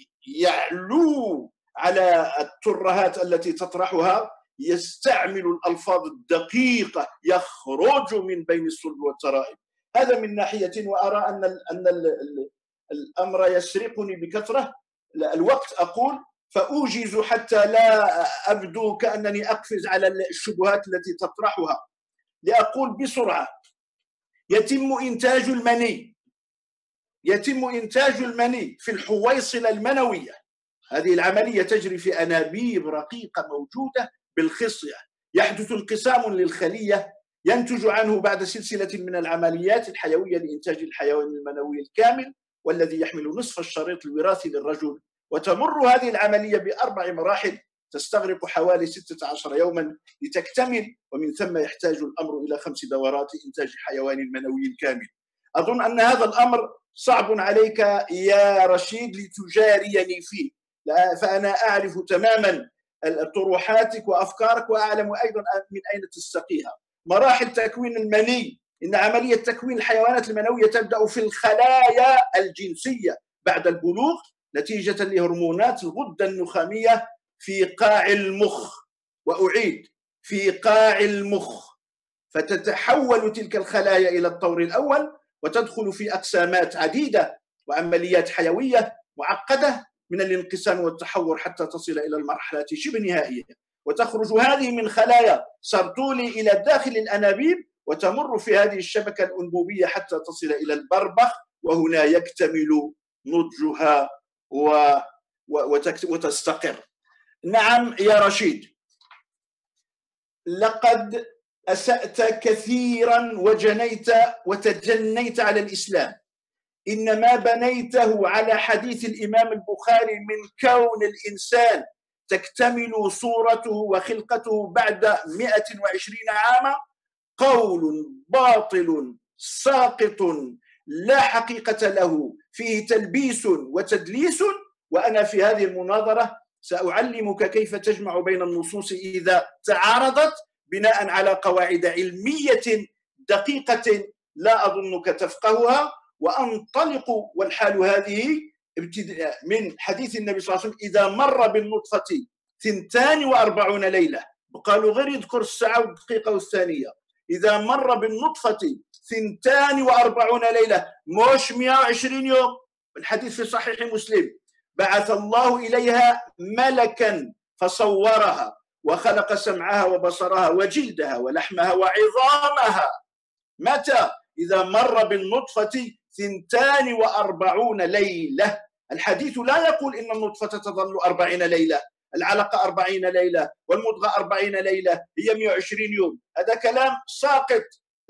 S3: يعلو على الترهات التي تطرحها يستعمل الألفاظ الدقيقة يخرج من بين الصلب والترائب. هذا من ناحية. وأرى أن أن الأمر يسرقني بكثرة الوقت، أقول فأوجز حتى لا أبدو كأنني أقفز على الشبهات التي تطرحها. لأقول بسرعة: يتم إنتاج المني يتم إنتاج المني في الحويصلة المنوية. هذه العملية تجري في أنابيب رقيقة موجودة بالخصية. يحدث انقسام للخلية ينتج عنه بعد سلسلة من العمليات الحيوية لإنتاج الحيوان المنوي الكامل والذي يحمل نصف الشريط الوراثي للرجل. وتمر هذه العملية بأربع مراحل تستغرق حوالي ستة عشر يوما لتكتمل، ومن ثم يحتاج الأمر إلى خمس دورات لإنتاج الحيوان المنوي الكامل. أظن أن هذا الأمر صعب عليك يا رشيد لتجاريني فيه، فأنا أعرف تماما طروحاتك وأفكارك، وأعلم أيضا من أين تستقيها. مراحل تكوين المني: إن عملية تكوين الحيوانات المنوية تبدأ في الخلايا الجنسية بعد البلوغ نتيجة لهرمونات الغدة النخامية في قاع المخ، وأعيد في قاع المخ. فتتحول تلك الخلايا إلى الطور الأول وتدخل في أقسامات عديدة وعمليات حيوية معقدة من الانقسام والتحور حتى تصل إلى المرحلة شبه نهائية. وتخرج هذه من خلايا سرطولي إلى داخل الأنابيب وتمر في هذه الشبكة الأنبوبية حتى تصل إلى البربخ، وهنا يكتمل نضجها و... وتستقر. نعم يا رشيد، لقد أسأت كثيرا وجنيت وتجنيت على الإسلام. إن ما بنيته على حديث الإمام البخاري من كون الإنسان تكتمل صورته وخلقته بعد مئة وعشرين عاما قول باطل ساقط لا حقيقة له، فيه تلبيس وتدليس. وأنا في هذه المناظرة سأعلمك كيف تجمع بين النصوص إذا تعارضت بناء على قواعد علمية دقيقة لا أظنك تفقهها. وأنطلق والحال هذه ابتداء من حديث النبي صلى الله عليه وسلم: إذا مر بالنطفة ثنتان وأربعون ليلة، قالوا غير يذكر الساعة والدقيقة والثانية، إذا مر بالنطفة ثنتان وأربعون ليلة مش مئة وعشرين يوم. الحديث في صحيح مسلم: بعث الله إليها ملكا فصورها وخلق سمعها وبصرها وجلدها ولحمها وعظامها. متى؟ إذا مر بالنطفة ثنتان وأربعون ليلة. الحديث لا يقول إن النطفة تظل أربعين ليلة، العلقة أربعين ليلة، والمضغة أربعين ليلة، هي مئة وعشرين يوم. هذا كلام ساقط،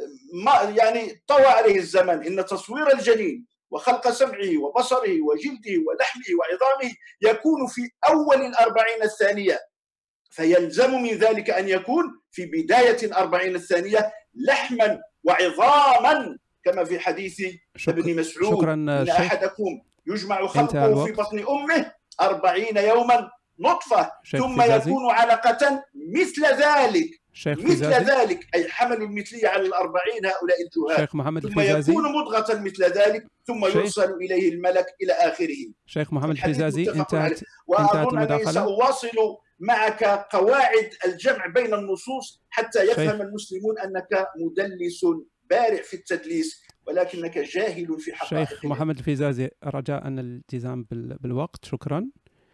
S3: ما يعني طوى عليه الزمن. إن تصوير الجنين وخلق سمعه وبصره وجلده ولحمه وعظامه يكون في أول الأربعين الثانية، فيلزم من ذلك أن يكون في بداية الأربعين الثانية لحما وعظاما، كما في حديث ابن مسعود:
S1: شكرا
S3: إن
S1: شيخ.
S3: أحدكم يجمع خلقه في بطن أمه أربعين يوما نطفة ثم فيزازي. يكون علقة مثل ذلك مثل فيزازي. ذلك أي حمل المثلية على الأربعين هؤلاء الجهال،
S1: شيخ محمد
S3: ثم
S1: الفيزازي.
S3: يكون مضغة مثل ذلك ثم شيخ. يرسل إليه الملك إلى آخره.
S1: شيخ محمد الفيزازي، انتهت
S3: وأظن أنني سأواصل معك قواعد الجمع بين النصوص حتى يفهم شيخ. المسلمون أنك مدلس بارع في التدليس ولكنك جاهل في حقائق.
S1: شيخ محمد الفيزازي، رجاء الالتزام بالوقت. شكرا.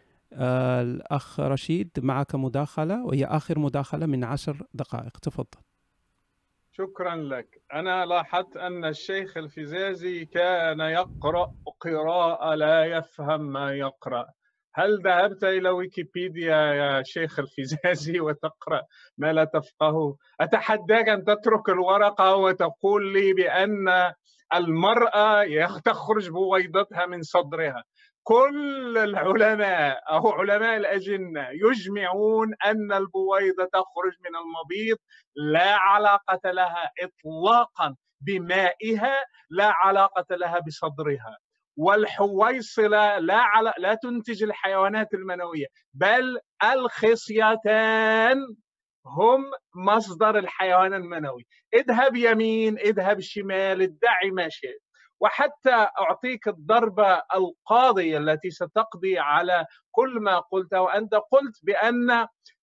S1: آه الأخ رشيد معك مداخلة، وهي آخر مداخلة من عشر دقائق، تفضل.
S2: شكرا لك. أنا لاحظت أن الشيخ الفيزازي كان يقرأ قراءة لا يفهم ما يقرأ. هل ذهبت إلى ويكيبيديا يا شيخ الفيزازي وتقرأ ما لا تفقهه؟ أتحداك أن تترك الورقة وتقول لي بأن المرأة تخرج بويضتها من صدرها. كل العلماء أو علماء الأجنة يجمعون أن البويضة تخرج من المبيض، لا علاقة لها إطلاقا بمائها، لا علاقة لها بصدرها. والحويصلة لا عل... لا تنتج الحيوانات المنوية، بل الخصيتان هم مصدر الحيوان المنوي. اذهب يمين، اذهب شمال، ادعي ما شئت. وحتى أعطيك الضربة القاضية التي ستقضي على كل ما قلته، وأنت قلت بأن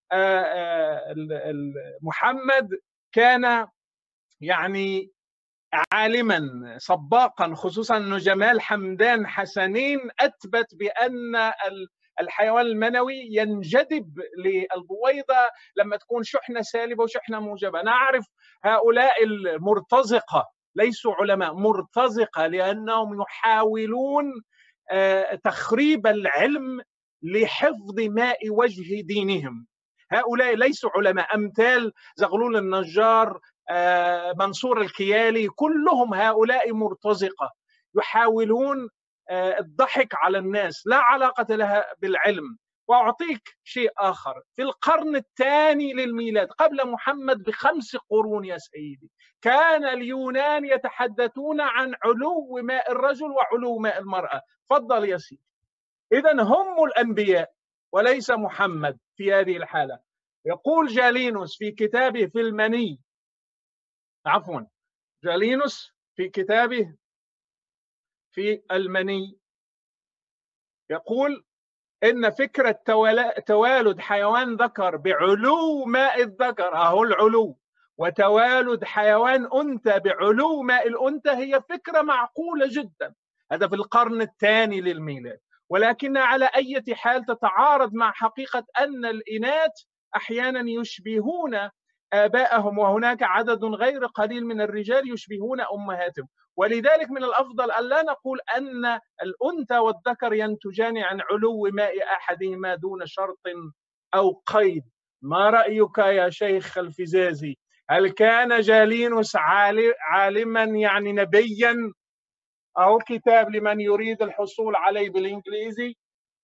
S2: محمد كان يعني عالما سباقا، خصوصا أن جمال حمدان حسنين أثبت بأن الحيوان المنوي ينجذب للبويضة لما تكون شحنة سالبة وشحنة موجبة. أنا أعرف هؤلاء المرتزقة، ليسوا علماء، مرتزقة، لأنهم يحاولون تخريب العلم لحفظ ماء وجه دينهم. هؤلاء ليسوا علماء، أمثال زغلول النجار، منصور الكيالي، كلهم هؤلاء مرتزقة يحاولون الضحك على الناس، لا علاقة لها بالعلم. وأعطيك شيء آخر، في القرن الثاني للميلاد قبل محمد بخمس قرون يا سيدي، كان اليونان يتحدثون عن علو ماء الرجل وعلو ماء المرأة. فضل يا سيدي. إذن هم الأنبياء وليس محمد في هذه الحالة. يقول جالينوس في كتابه في المني، عفوا جالينوس في كتابه في المني يقول إن فكرة توالد حيوان ذكر بعلو ماء الذكر، أهو العلو، وتوالد حيوان أنثى بعلو ماء الأنثى هي فكرة معقولة جدا. هذا في القرن الثاني للميلاد، ولكن على أي حال تتعارض مع حقيقة أن الإناث أحيانا يشبهون آبائهم، وهناك عدد غير قليل من الرجال يشبهون أمهاتهم. ولذلك من الأفضل أن لا نقول أن الأنثى والذكر ينتجان عن علو ماء أحدهما دون شرط أو قيد. ما رأيك يا شيخ الفزازي؟ هل كان جالينوس عالما يعني نبيا؟ أو كتاب لمن يريد الحصول عليه بالإنجليزي،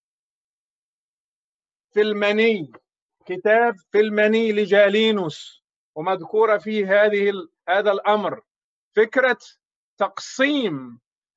S2: في المني، كتاب في المني لجالينوس، ومذكورة فيه هذه هذا الأمر، فكرة تقسيم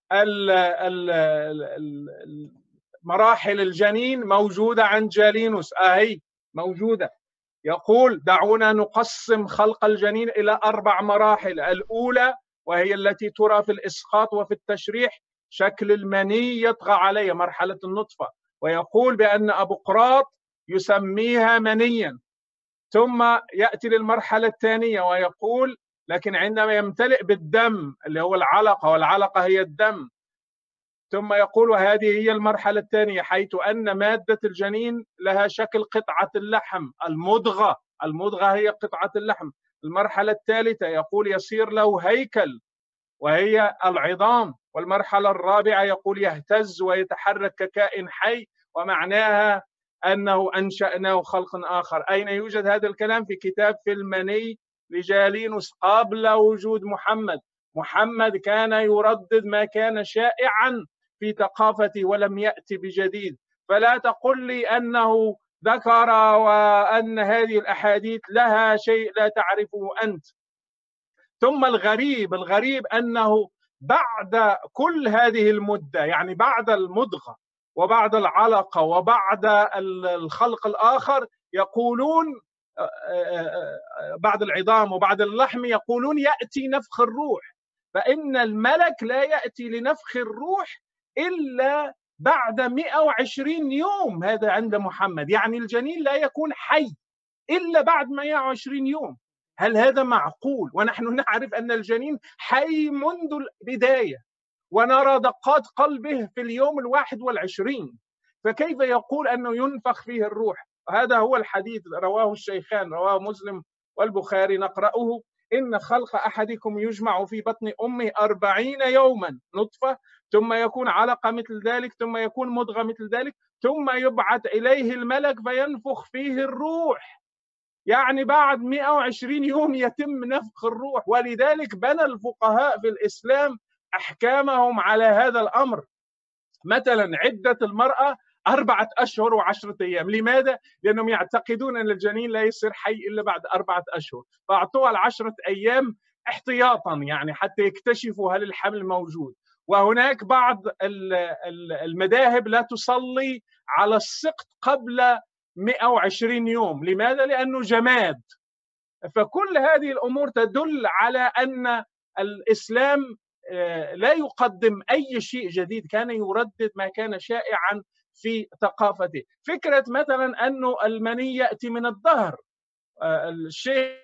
S2: مراحل الجنين موجودة عند جالينوس، أهي موجودة. يقول دعونا نقسم خلق الجنين إلى أربع مراحل. الأولى وهي التي ترى في الإسقاط وفي التشريح، شكل المني يطغى عليه، مرحلة النطفة، ويقول بأن أبوقراط يسميها منيا. ثم يأتي للمرحلة الثانية ويقول لكن عندما يمتلئ بالدم اللي هو العلقة، والعلقة هي الدم، ثم يقول وهذه هي المرحلة الثانية حيث أن مادة الجنين لها شكل قطعة اللحم، المضغة، المضغة هي قطعة اللحم. المرحلة الثالثة يقول يصير له هيكل وهي العظام. والمرحلة الرابعة يقول يهتز ويتحرك ككائن حي، ومعناها أنه أنشأناه خلق آخر. أين يوجد هذا الكلام؟ في كتاب في المني لجالينوس قبل وجود محمد. محمد كان يردد ما كان شائعا في ثقافته ولم يأتي بجديد. فلا تقل لي أنه ذكر وأن هذه الأحاديث لها شيء لا تعرفه أنت. ثم الغريب الغريب أنه بعد كل هذه المدة، يعني بعد المضغة وبعد العلقة وبعد الخلق الآخر، يقولون بعد العظام وبعد اللحم، يقولون يأتي نفخ الروح. فإن الملك لا يأتي لنفخ الروح إلا بعد مئة وعشرين يوم، هذا عند محمد، يعني الجنين لا يكون حي إلا بعد مئة وعشرين يوم. هل هذا معقول؟ ونحن نعرف أن الجنين حي منذ البداية، ونرى دقات قلبه في اليوم الواحد والعشرين، فكيف يقول أنه ينفخ فيه الروح؟ هذا هو الحديث رواه الشيخان، رواه مسلم والبخاري، نقرأه: إن خلق أحدكم يجمع في بطن أمه أربعين يوما نطفة، ثم يكون علقة مثل ذلك، ثم يكون مضغة مثل ذلك، ثم يبعث إليه الملك فينفخ فيه الروح. يعني بعد مئة وعشرين يوم يتم نفخ الروح. ولذلك بنى الفقهاء في الإسلام أحكامهم على هذا الأمر. مثلا عدة المرأة أربعة أشهر وعشرة أيام. لماذا؟ لأنهم يعتقدون أن الجنين لا يصير حي إلا بعد أربعة أشهر، فأعطوها العشرة أيام احتياطا، يعني حتى يكتشفوا هل الحمل موجود. وهناك بعض المذاهب لا تصلي على السقط قبل مئة وعشرين يوم. لماذا؟ لأنه جماد. فكل هذه الأمور تدل على أن الإسلام لا يقدم أي شيء جديد، كان يردد ما كان شائعا في ثقافته. فكرة مثلا أنه المني يأتي من الظهر، الشيخ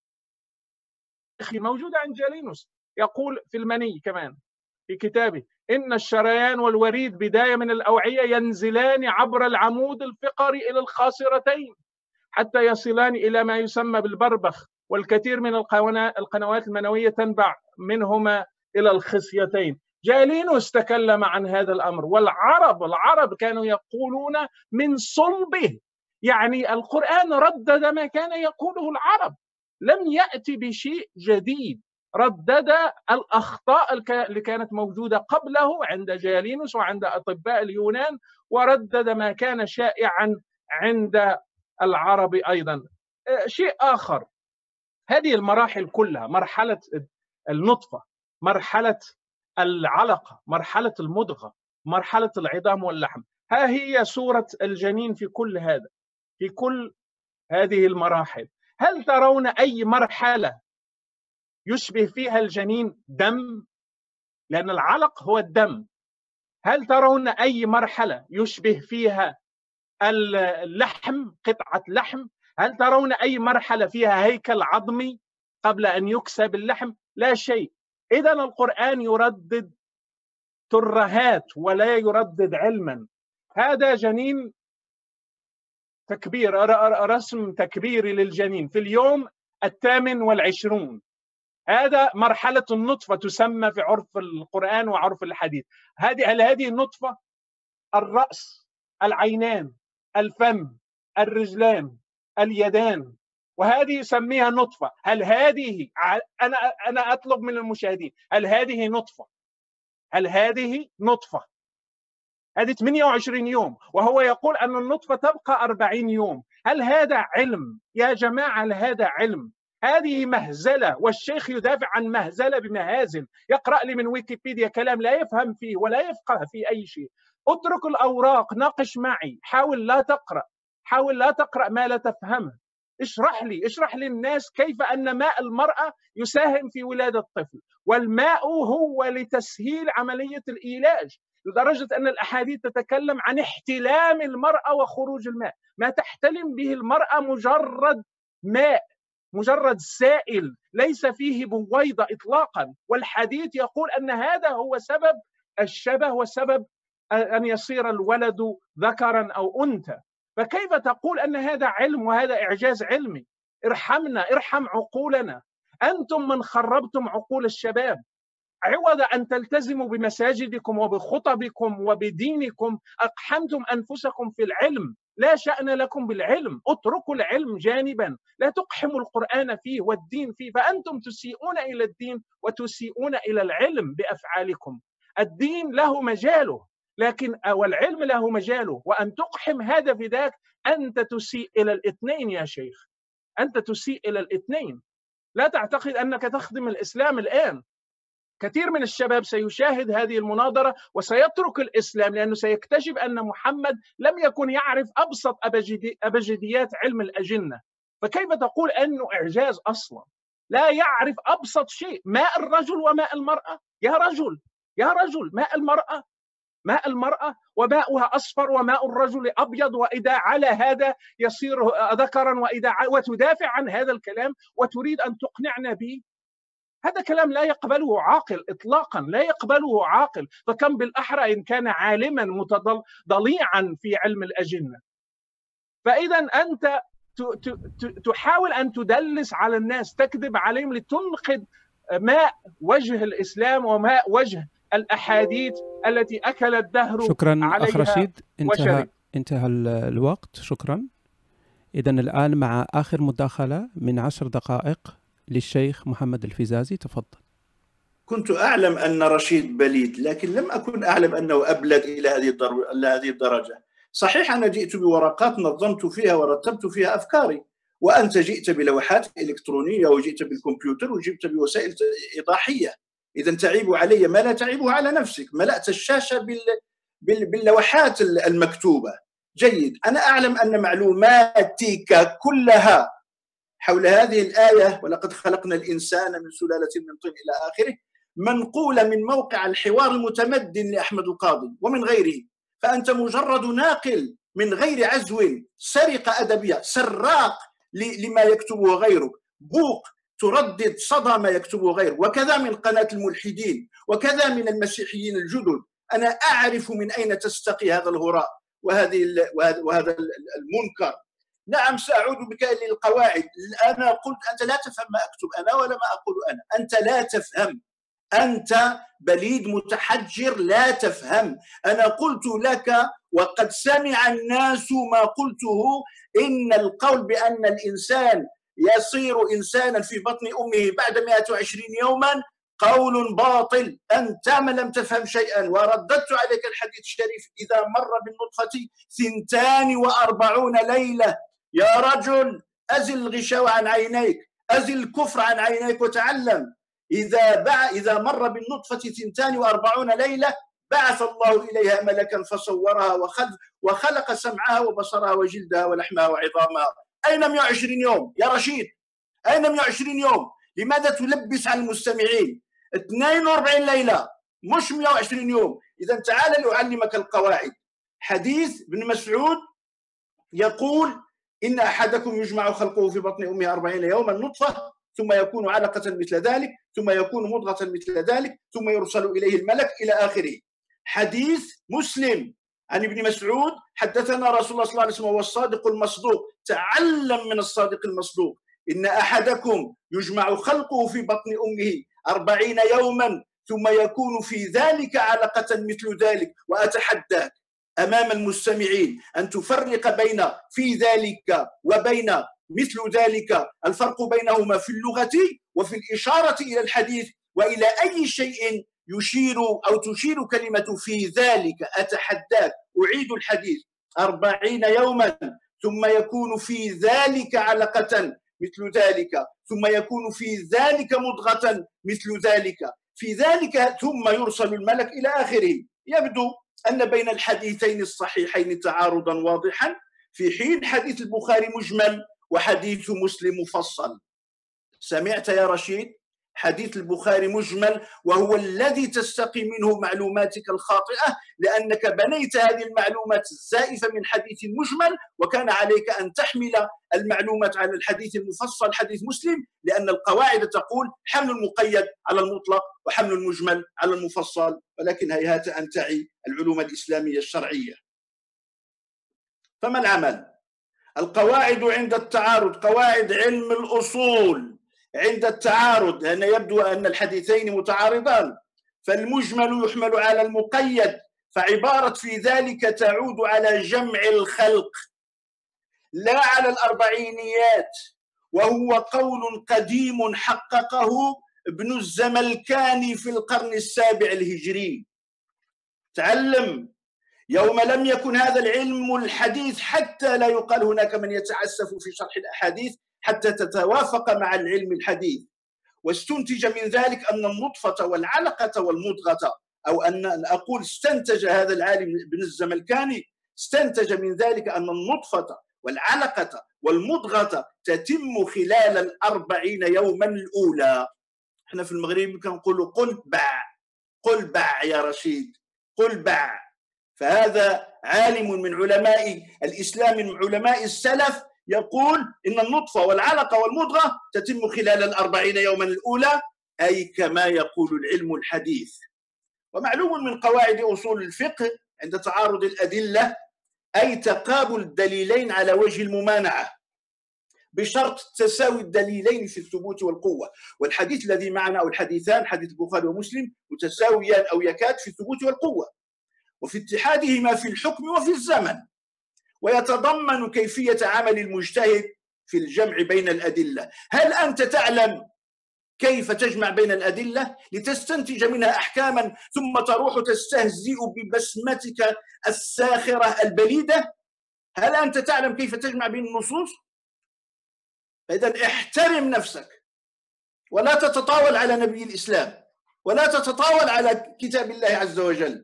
S2: موجود عند جالينوس يقول في المني كمان في كتابه إن الشريان والوريد بداية من الأوعية ينزلان عبر العمود الفقري إلى الخاصرتين حتى يصلان إلى ما يسمى بالبربخ، والكثير من القنوات المنوية تنبع منهما إلى الخصيتين. جالينوس تكلم عن هذا الأمر، والعرب العرب كانوا يقولون من صلبه. يعني القرآن ردد ما كان يقوله العرب، لم يأتي بشيء جديد، ردد الأخطاء اللي كانت موجودة قبله عند جالينوس وعند أطباء اليونان، وردد ما كان شائعا عند العرب أيضا. شيء آخر، هذه المراحل كلها، مرحلة النطفة، مرحلة العلقة، مرحلة المضغة، مرحلة العظام واللحم، ها هي صورة الجنين في كل هذا، في كل هذه المراحل. هل ترون أي مرحلة يشبه فيها الجنين دم؟ لأن العلق هو الدم. هل ترون أي مرحلة يشبه فيها اللحم، قطعة لحم؟ هل ترون أي مرحلة فيها هيكل عظمي قبل أن يكسب اللحم؟ لا شيء. إذن القرآن يردد ترهات ولا يردد علما. هذا جنين تكبير، رسم تكبيري للجنين في اليوم الثامن والعشرون. هذا مرحلة النطفة تسمى في عرف القرآن وعرف الحديث. هذه هل هذه النطفة؟ الرأس، العينان، الفم، الرجلان، اليدان، وهذه يسميها نطفة. هل هذه، أنا أنا أطلب من المشاهدين، هل هذه نطفة؟ هل هذه نطفة؟ هذه ثمانية وعشرين يوم، وهو يقول أن النطفة تبقى أربعين يوم. هل هذا علم يا جماعة؟ هل هذا علم؟ هذه مهزلة، والشيخ يدافع عن مهزلة بمهازل. يقرأ لي من ويكيبيديا كلام لا يفهم فيه ولا يفقه فيه أي شيء. اترك الأوراق، ناقش معي، حاول لا تقرأ، حاول لا تقرأ ما لا تفهمه. اشرح لي، اشرح للناس كيف أن ماء المرأة يساهم في ولادة الطفل، والماء هو لتسهيل عملية الإيلاج، لدرجة أن الأحاديث تتكلم عن احتلام المرأة وخروج الماء. ما تحتلم به المرأة مجرد ماء، مجرد سائل ليس فيه بويضة إطلاقا، والحديث يقول أن هذا هو سبب الشبه وسبب أن يصير الولد ذكرا أو أنثى. فكيف تقول أن هذا علم وهذا إعجاز علمي؟ ارحمنا، ارحم عقولنا. أنتم من خربتم عقول الشباب. عوض أن تلتزموا بمساجدكم وبخطبكم وبدينكم أقحمتم أنفسكم في العلم. لا شأن لكم بالعلم، اتركوا العلم جانبا، لا تقحموا القرآن فيه والدين فيه، فأنتم تسيئون إلى الدين وتسيئون إلى العلم بأفعالكم. الدين له مجاله، لكن والعلم له مجاله، وأن تقحم هذا في ذاك أنت تسيء إلى الاثنين يا شيخ، أنت تسيء إلى الاثنين. لا تعتقد أنك تخدم الإسلام الآن. كثير من الشباب سيشاهد هذه المناظرة وسيترك الإسلام، لأنه سيكتشف أن محمد لم يكن يعرف أبسط أبجدي أبجديات علم الأجنة. فكيف تقول أنه إعجاز أصلا؟ لا يعرف أبسط شيء، ماء الرجل وماء المرأة. يا رجل يا رجل ماء المرأة، ماء المرأة وماؤها أصفر وماء الرجل أبيض، وإذا على هذا يصير ذكرا، وإذا وتدافع عن هذا الكلام وتريد أن تقنعنا به. هذا كلام لا يقبله عاقل إطلاقا، لا يقبله عاقل. فكم بالأحرى إن كان عالما متضليعا في علم الأجنة. فإذا أنت تحاول أن تدلس على الناس، تكذب عليهم لتنقذ ماء وجه الإسلام وماء وجه الأحاديث التي أكل الدهر
S1: شكرا
S2: عليها.
S1: أخ رشيد، انتهى,
S2: وشرب.
S1: انتهى الوقت. شكرا. إذن الآن مع آخر مداخلة من عشر دقائق للشيخ محمد الفزازي، تفضل.
S3: كنت أعلم أن رشيد بليد، لكن لم أكن أعلم أنه أبلد إلى هذه الدرجة. صحيح أنا جئت بورقات نظمت فيها ورتبت فيها أفكاري، وأنت جئت بلوحات إلكترونية وجئت بالكمبيوتر وجئت بوسائل إيضاحية. إذا تعيب علي ما لا تعيبه على نفسك. ملأت الشاشة باللوحات المكتوبة. جيد، أنا أعلم أن معلوماتك كلها حول هذه الآية ولقد خلقنا الإنسان من سلالة من طين إلى آخره منقولة من موقع الحوار المتمدن لأحمد القاضي ومن غيره. فأنت مجرد ناقل من غير عزو، سرقة أدبية، سراق لما يكتبه غيرك، بوق تردد صدى ما يكتبه غيرك، وكذا من قناة الملحدين وكذا من المسيحيين الجدد. أنا أعرف من أين تستقي هذا الهراء وهذه وهذا المنكر. نعم سأعود بك للقواعد. أنا قلت أنت لا تفهم ما أكتب أنا ولا ما أقول أنا. أنت لا تفهم، أنت بليد متحجر لا تفهم. أنا قلت لك وقد سمع الناس ما قلته، إن القول بأن الإنسان يصير إنسانا في بطن أمه بعد مئة وعشرين يوما قول باطل. أنت ما لم تفهم شيئا. ورددت عليك الحديث الشريف: إذا مر بالنطفة ثنتان وأربعون ليلة. يا رجل أزل الغشاوة عن عينيك، أزل الكفر عن عينيك وتعلم. إذا بع... إذا مر بالنطفة ثنتان وأربعون ليلة بعث الله إليها ملكا فصورها وخلق, وخلق سمعها وبصرها وجلدها ولحمها وعظامها. أين مئة وعشرين يوم يا رشيد؟ أين مئة وعشرين يوم؟ لماذا تلبس على المستمعين؟ اثنين وأربعين ليلة مش مئة وعشرين يوم. إذا تعال لأعلمك القواعد. حديث ابن مسعود يقول: إن أحدكم يجمع خلقه في بطن أمه أربعين يوما نطفة ثم يكون علقة مثل ذلك ثم يكون مضغة مثل ذلك ثم يرسل إليه الملك إلى آخره. حديث مسلم عن ابن مسعود: حدثنا رسول الله صلى الله عليه وسلم والصادق المصدوق. تعلم من الصادق المصدوق: إن أحدكم يجمع خلقه في بطن أمه أربعين يوما ثم يكون في ذلك علقة مثل ذلك. وأتحداك أمام المستمعين أن تفرق بين في ذلك وبين مثل ذلك. الفرق بينهما في اللغة وفي الإشارة إلى الحديث وإلى أي شيء يشير أو تشير كلمة في ذلك. أتحداك، أعيد الحديث: أربعين يوما ثم يكون في ذلك علقة مثل ذلك ثم يكون في ذلك مضغة مثل ذلك في ذلك ثم يرسل الملك إلى آخره. يبدو أن بين الحديثين الصحيحين تعارضا واضحا، في حين حديث البخاري مجمل وحديث مسلم مفصل. سمعت يا رشيد؟ حديث البخاري مجمل، وهو الذي تستقي منه معلوماتك الخاطئة، لأنك بنيت هذه المعلومات الزائفة من حديث مجمل، وكان عليك أن تحمل المعلومات على الحديث المفصل حديث مسلم، لأن القواعد تقول حمل المقيد على المطلق وحمل المجمل على المفصل، ولكن هيهات أن تعي العلوم الإسلامية الشرعية. فما العمل؟ القواعد عند التعارض، قواعد علم الأصول عند التعارض، لأن يبدو أن الحديثين متعارضان، فالمجمل يحمل على المقيد، فعبارة في ذلك تعود على جمع الخلق لا على الأربعينيات، وهو قول قديم حققه ابن الزملكاني في القرن السابع الهجري. تعلم، يوم لم يكن هذا العلم الحديث حتى لا يقال هناك من يتعسف في شرح الأحاديث حتى تتوافق مع العلم الحديث. واستنتج من ذلك أن النطفة والعلقة والمضغة، أو أن أقول استنتج هذا العالم ابن الزملكاني، استنتج من ذلك أن النطفة والعلقة والمضغة تتم خلال الأربعين يوما الأولى. احنا في المغرب كنقولوا قل باع، قل باع يا رشيد، قل باع. فهذا عالم من علماء الإسلام من علماء السلف يقول إن النطفة والعلقة والمضغة تتم خلال الأربعين يوما الأولى، أي كما يقول العلم الحديث. ومعلوم من قواعد أصول الفقه عند تعارض الأدلة أي تقابل الدليلين على وجه الممانعة بشرط تساوي الدليلين في الثبوت والقوة. والحديث الذي معنا أو الحديثان حديث البخاري ومسلم متساويان أو يكاد في الثبوت والقوة وفي اتحادهما في الحكم وفي الزمن، ويتضمن كيفية عمل المجتهد في الجمع بين الأدلة. هل أنت تعلم كيف تجمع بين الأدلة لتستنتج منها أحكاما ثم تروح تستهزئ ببسمتك الساخرة البليدة؟ هل أنت تعلم كيف تجمع بين النصوص؟ إذن احترم نفسك ولا تتطاول على نبي الإسلام ولا تتطاول على كتاب الله عز وجل.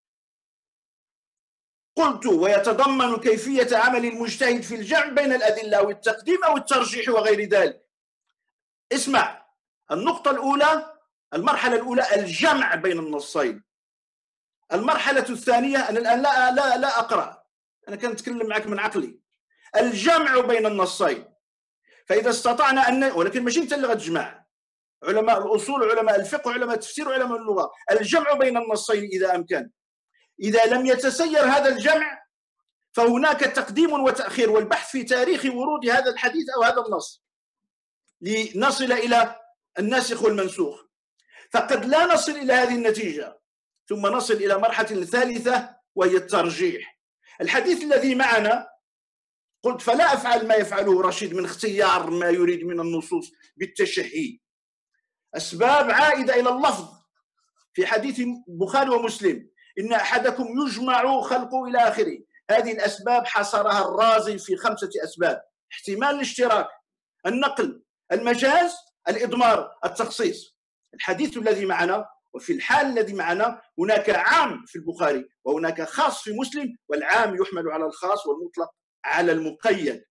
S3: قلت ويتضمن كيفية عمل المجتهد في الجمع بين الأدلة أو التقديم أو الترجيح وغير ذلك. اسمع، النقطة الأولى، المرحلة الأولى الجمع بين النصين. المرحلة الثانية، أنا الآن لا لا لا أقرأ، أنا كنت أتكلم معك من عقلي. الجمع بين النصين، فإذا استطعنا أن، ولكن ماشي أنت اللي غتجمع، علماء الأصول علماء الفقه علماء التفسير علماء اللغة، الجمع بين النصين إذا أمكن. إذا لم يتسير هذا الجمع فهناك تقديم وتأخير والبحث في تاريخ ورود هذا الحديث أو هذا النص لنصل إلى الناسخ والمنسوخ. فقد لا نصل إلى هذه النتيجة ثم نصل إلى مرحلة ثالثة وهي الترجيح. الحديث الذي معنا قلت فلا أفعل ما يفعله رشيد من اختيار ما يريد من النصوص بالتشهي. أسباب عائدة إلى اللفظ في حديث البخاري ومسلم إن أحدكم يجمع خلقه إلى آخره. هذه الأسباب حصرها الرازي في خمسة أسباب: احتمال الاشتراك، النقل، المجاز، الإضمار، التخصيص. الحديث الذي معنا وفي الحال الذي معنا هناك عام في البخاري وهناك خاص في مسلم، والعام يحمل على الخاص والمطلق على المقيد.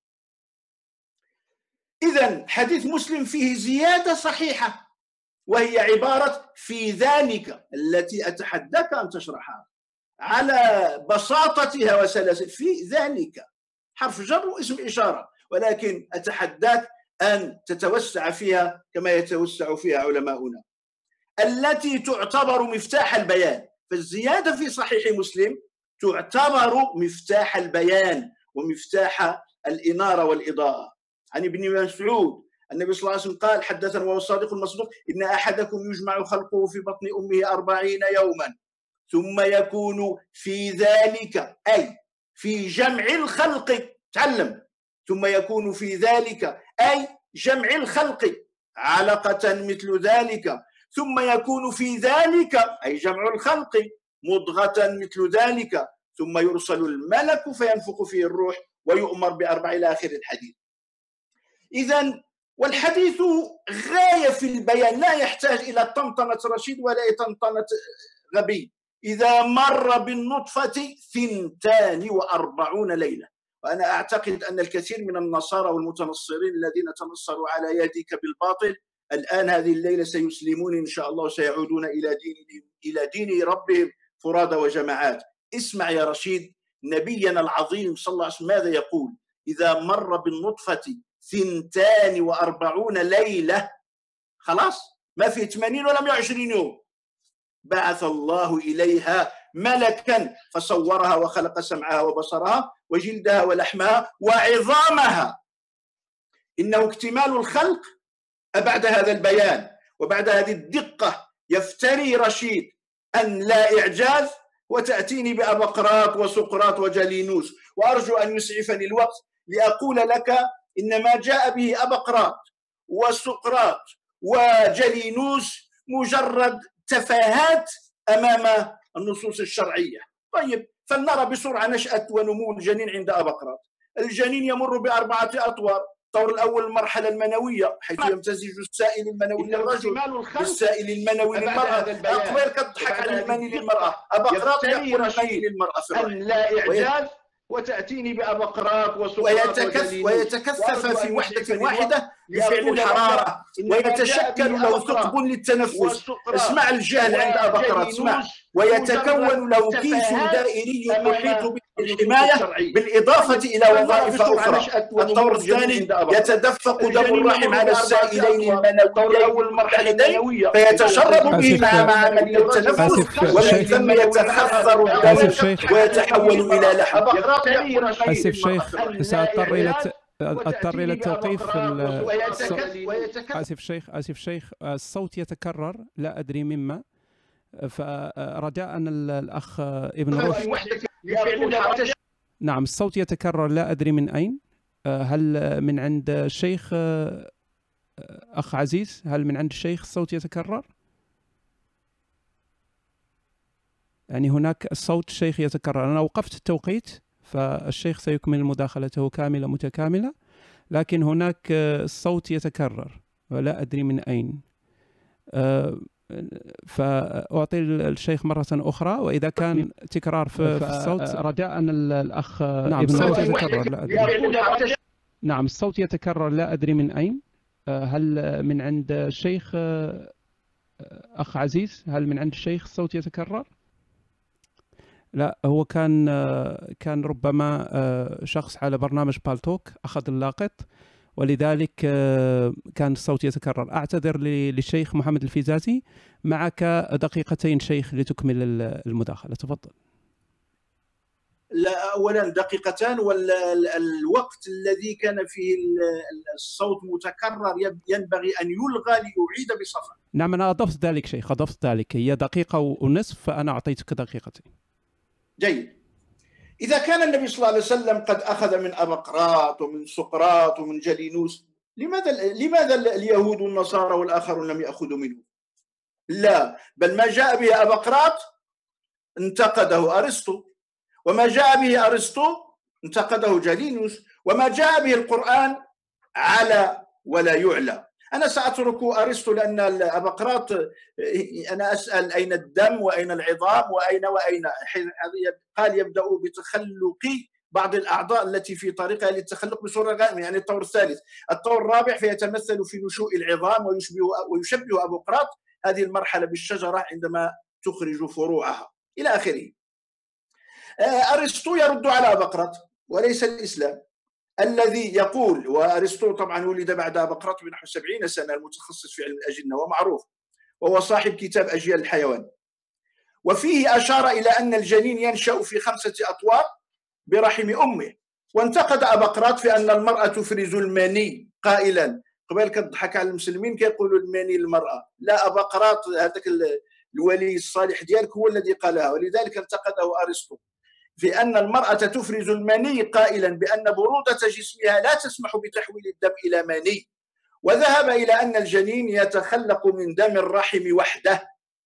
S3: إذن حديث مسلم فيه زيادة صحيحة وهي عبارة في ذلك التي أتحداك أن تشرحها على بساطتها وسلاسة. في ذلك حرف جر واسم إشارة، ولكن أتحداك أن تتوسع فيها كما يتوسع فيها علماؤنا، التي تعتبر مفتاح البيان. فالزيادة في صحيح مسلم تعتبر مفتاح البيان ومفتاح الإنارة والإضاءة. عن ابن مسعود النبي صلى الله عليه وسلم قال حدثنا وهو الصادق المصدوق إن أحدكم يجمع خلقه في بطن أمه أربعين يوما ثم يكون في ذلك، أي في جمع الخلق، تعلم، ثم يكون في ذلك أي جمع الخلق علقة مثل ذلك، ثم يكون في ذلك أي جمع الخلق مضغة مثل ذلك، ثم يرسل الملك فينفخ فيه الروح ويؤمر بأربع إلى آخر الحديث. إذن والحديث غاية في البيان، لا يحتاج إلى طنطنة رشيد ولا طنطنة غبي. إذا مر بالنطفة ثنتان وأربعون ليلة، وأنا أعتقد أن الكثير من النصارى والمتنصرين الذين تنصروا على يدك بالباطل الآن هذه الليلة سيسلمون إن شاء الله وسيعودون إلى دين إلى دين ربهم فرادى وجماعات. اسمع يا رشيد، نبينا العظيم صلى الله عليه وسلم ماذا يقول؟ إذا مر بالنطفة ثنتان وأربعون ليلة، خلاص ما في ثمانين ولا مئة وعشرين يوم، بعث الله إليها ملكا فصورها وخلق سمعها وبصرها وجلدها ولحمها وعظامها. إنه اكتمال الخلق. بعد هذا البيان وبعد هذه الدقة يفتري رشيد أن لا إعجاز وتأتيني بأبقراط وسقراط وجلينوس. وأرجو أن يسعفني الوقت لأقول لك إن ما جاء به أبقراط وسقراط وجلينوس مجرد تفاهات أمام النصوص الشرعية. طيب فلنرى بسرعة نشأة ونمو الجنين عند أبقراط. الجنين يمر بأربعة أطوار. الطور الأول المرحلة المنوية حيث يمتزج السائل المنوي للرجل بالسائل المنوي للمرأة. أطوير كتضحك على المني للمرأة، أبقراط يأكل المني للمرأة في الرحم.
S4: لا إعجاز وتأتيني بأبقراط وسقراط
S3: ويتكث ويتكثف في وحدة واحدة بفعل الحرارة ويتشكل له ثقب للتنفس. اسمع الجهل عند أبقراط، اسمع. ويتكون له كيس دائري يحيط بالحماية بالإضافة إلى وظائف أخرى. الطور الثاني يتدفق دم الرحم على السائلين المنويين المرحلتين فيتشرب به مع عملية التنفس، ومن ثم يتخثر الدم ويتحول إلى لحم.
S1: آسف شيخ، سأضطر إلى أضطر إلى التوقيف. آسف شيخ آسف شيخ الصوت يتكرر لا أدري مما، فرجاء أن الأخ ابن رشد. نعم الصوت يتكرر لا أدري من أين، هل من عند الشيخ أخ عزيز، هل من عند الشيخ الصوت يتكرر؟ يعني هناك الصوت الشيخ يتكرر. أنا وقفت التوقيت فالشيخ سيكمل مداخلته كاملة متكاملة، لكن هناك الصوت يتكرر ولا أدري من أين. فأعطي الشيخ مرة أخرى، وإذا كان تكرار في, في الصوت رجاء أن الأخ نعم الصوت يتكرر لا أدري. نعم الصوت يتكرر لا أدري من أين. هل من عند الشيخ أخ عزيز؟ هل من عند الشيخ الصوت يتكرر؟ لا، هو كان كان ربما شخص على برنامج بالتوك أخذ اللاقط، ولذلك كان الصوت يتكرر. أعتذر للشيخ محمد الفيزازي. معك دقيقتين شيخ لتكمل المداخلة، تفضل.
S3: لا، أولا دقيقتان، والوقت الذي كان فيه الصوت متكرر ينبغي أن يلغى ليعيد بصفة.
S1: نعم أنا أضفت ذلك شيخ، أضفت ذلك، هي دقيقة ونصف فأنا أعطيتك دقيقتين.
S3: جيد. إذا كان النبي صلى الله عليه وسلم قد أخذ من أبقراط ومن سقراط ومن جالينوس، لماذا لماذا اليهود والنصارى والآخرون لم يأخذوا منه؟ لا، بل ما جاء به أبقراط انتقده أرسطو، وما جاء به أرسطو انتقده جالينوس، وما جاء به القرآن على ولا يعلى. أنا سأترك أرسطو لأن أبقراط أنا أسأل أين الدم وأين العظام وأين وأين، قال يبدأ بتخلق بعض الأعضاء التي في طريقها للتخلق بصورة غائمة، يعني الطور الثالث. الطور الرابع فيتمثل في نشوء العظام ويشبه ويشبه أبقراط هذه المرحلة بالشجرة عندما تخرج فروعها إلى آخره. أرسطو يرد على أبقراط وليس الإسلام الذي يقول، وأرسطو طبعا ولد بعد أبقراط بنحو سبعين سنة، المتخصص في علم الأجنة ومعروف، وهو صاحب كتاب أجيال الحيوان، وفيه أشار إلى أن الجنين ينشأ في خمسة أطوار برحم أمه. وانتقد أبقراط في أن المرأة تفرز المني قائلا، قبل كضحك على المسلمين كيقولوا المني للمرأة، لا، أبقراط هذاك الولي الصالح ديالك هو الذي قالها، ولذلك انتقده أرسطو في أن المرأة تفرز المني قائلا بأن برودة جسمها لا تسمح بتحويل الدم إلى مني. وذهب إلى أن الجنين يتخلق من دم الرحم وحده.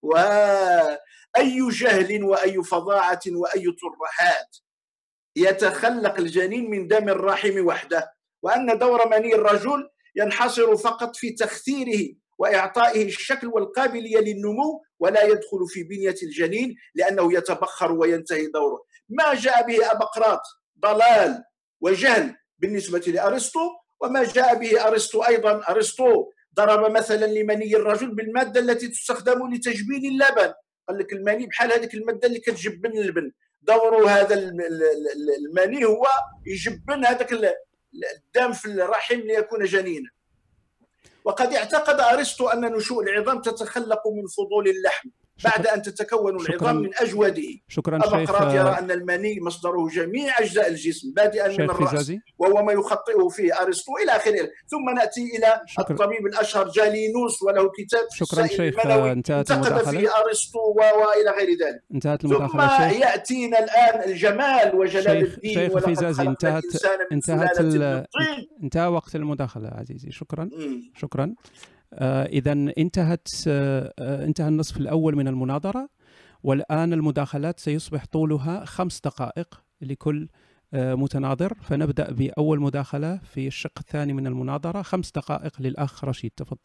S3: وأي جهل وأي فظاعة وأي ترحات، يتخلق الجنين من دم الرحم وحده، وأن دور مني الرجل ينحصر فقط في تخثيره وإعطائه الشكل والقابلية للنمو، ولا يدخل في بنية الجنين لأنه يتبخر وينتهي دوره. ما جاء به أبقراط ضلال وجهل بالنسبة لأرسطو، وما جاء به أرسطو أيضا. أرسطو ضرب مثلا لمني الرجل بالمادة التي تستخدم لتجبين اللبن، قال لك المني بحال هذيك المادة اللي كتجبن اللبن، دور هذا المني هو يجبن هذاك الدم في الرحم ليكون جنينا. وقد اعتقد أرسطو أن نشوء العظام تتخلق من فضول اللحم بعد أن تتكون العظام من أجوده.
S1: شكرا
S3: أبقراط يرى أن المني مصدره جميع أجزاء الجسم بادئا من الرأس، وهو ما يخطئه فيه أرسطو إلى آخره. ثم نأتي إلى شكرا. الطبيب الأشهر جالينوس وله كتاب
S1: شكرا شيخ، انتهت
S3: انتقد فيه أرسطو وإلى غير ذلك.
S1: انتهت المداخلة
S3: ثم
S1: شيخ.
S3: يأتينا الآن الجمال وجلال
S1: شيخ
S3: الدين.
S1: شيخ الفيزازي، انتهت انتهت ال... انتهى وقت المداخلة عزيزي. شكرا م. شكرا. آه إذا انتهت آه انتهى النصف الأول من المناظرة، والآن المداخلات سيصبح طولها خمس دقائق لكل آه متناظر. فنبدأ بأول مداخلة في الشق الثاني من المناظرة، خمس دقائق للأخ رشيد، تفضل.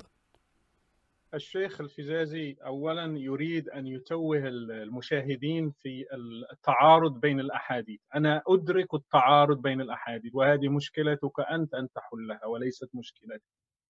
S2: الشيخ الفيزازي أولا يريد أن يتوه المشاهدين في التعارض بين الأحاديث. أنا أدرك التعارض بين الأحاديث، وهذه مشكلتك أنت أن تحلها وليست مشكلتي.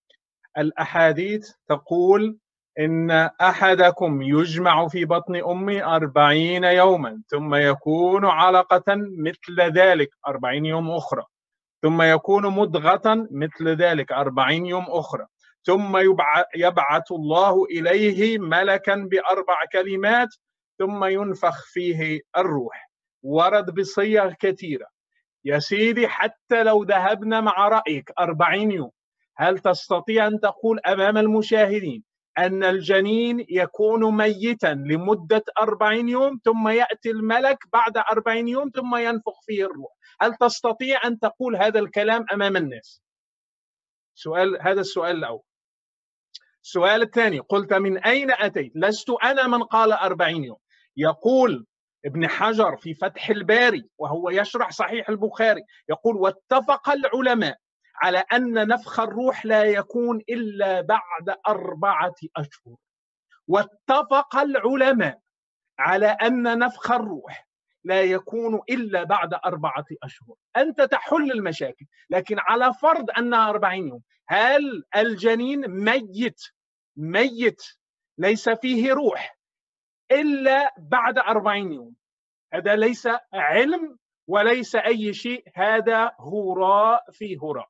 S2: الأحاديث تقول إن أحدكم يجمع في بطن أمه أربعين يوما ثم يكون علقة مثل ذلك أربعين يوم أخرى، ثم يكون مضغة مثل ذلك أربعين يوم أخرى، ثم يبعث الله إليه ملكا بأربع كلمات ثم ينفخ فيه الروح. ورد بصيغ كثيرة. يا سيدي حتى لو ذهبنا مع رأيك أربعين يوم، هل تستطيع أن تقول أمام المشاهدين أن الجنين يكون ميتا لمدة أربعين يوم ثم يأتي الملك بعد أربعين يوم ثم ينفخ فيه الروح؟ هل تستطيع أن تقول هذا الكلام أمام الناس؟ سؤال، هذا السؤال الأول. السؤال الثاني، قلت من أين أتيت؟ لست أنا من قال أربعين يوم. يقول ابن حجر في فتح الباري وهو يشرح صحيح البخاري، يقول واتفق العلماء على أن نفخ الروح لا يكون إلا بعد أربعة أشهر. واتفق العلماء على أن نفخ الروح لا يكون إلا بعد أربعة أشهر. أنت تحل المشاكل، لكن على فرض أنها أربعين يوم، هل الجنين ميت ميت ليس فيه روح إلا بعد أربعين يوم؟ هذا ليس علم وليس أي شيء، هذا هراء في هراء.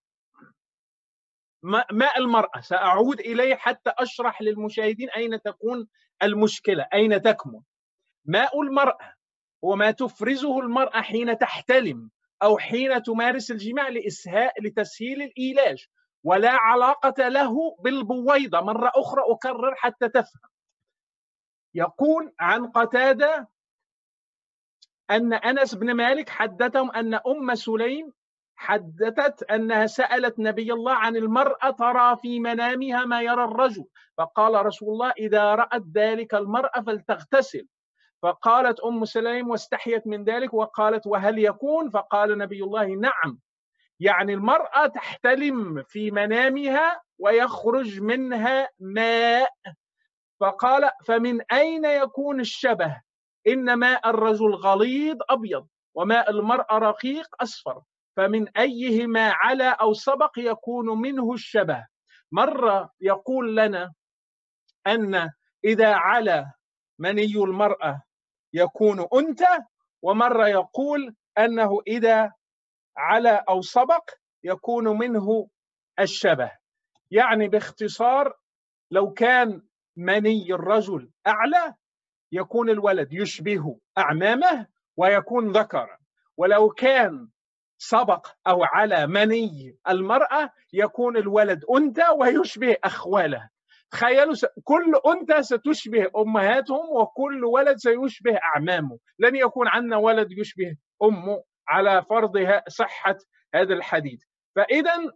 S2: ماء المرأة سأعود إليه حتى أشرح للمشاهدين أين تكون المشكلة، أين تكمن. ماء المرأة هو ما تفرزه المرأة حين تحتلم أو حين تمارس الجماع لإسهاء لتسهيل الإيلاج، ولا علاقة له بالبويضة. مرة أخرى أكرر حتى تفهم. يقول عن قتادة أن أنس بن مالك حدثهم أن أم سليم حدثت أنها سألت نبي الله عن المرأة ترى في منامها ما يرى الرجل، فقال رسول الله إذا رأت ذلك المرأة فلتغتسل. فقالت أم سليم واستحيت من ذلك وقالت وهل يكون؟ فقال نبي الله نعم، يعني المرأة تحتلم في منامها ويخرج منها ماء. فقال فمن أين يكون الشبه؟ إن ماء الرجل غليظ أبيض وماء المرأة رقيق أصفر، فمن أيهما على أو سبق يكون منه الشبه. مرة يقول لنا أن إذا على مني المرأة يكون أنثى، ومرة يقول أنه إذا على أو سبق يكون منه الشبه. يعني باختصار لو كان مني الرجل أعلى يكون الولد يشبه أعمامه ويكون ذكرا، ولو كان سبق أو على مني المرأة يكون الولد أنثى ويشبه أخواله. تخيلوا كل أنثى ستشبه أمهاتهم وكل ولد سيشبه أعمامه، لن يكون عندنا ولد يشبه أمه على فرض صحة هذا الحديث. فإذا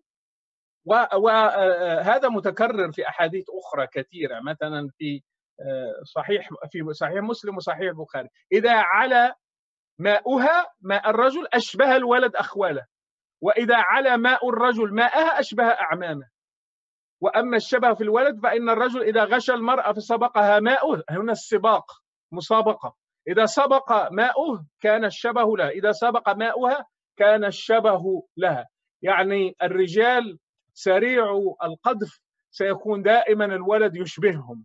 S2: وهذا متكرر في أحاديث أخرى كثيرة، مثلا في صحيح في صحيح مسلم وصحيح البخاري، إذا على ماؤها ماء الرجل أشبه الولد أخواله، وإذا على ماء الرجل ماءها أشبه أعمامه. وأما الشبه في الولد فإن الرجل إذا غشى المرأة فسبقها ماؤه، هنا السباق مسابقة، إذا سبق ماؤه كان الشبه لها، إذا سبق ماؤها كان الشبه لها. يعني الرجال سريع القذف سيكون دائما الولد يشبههم،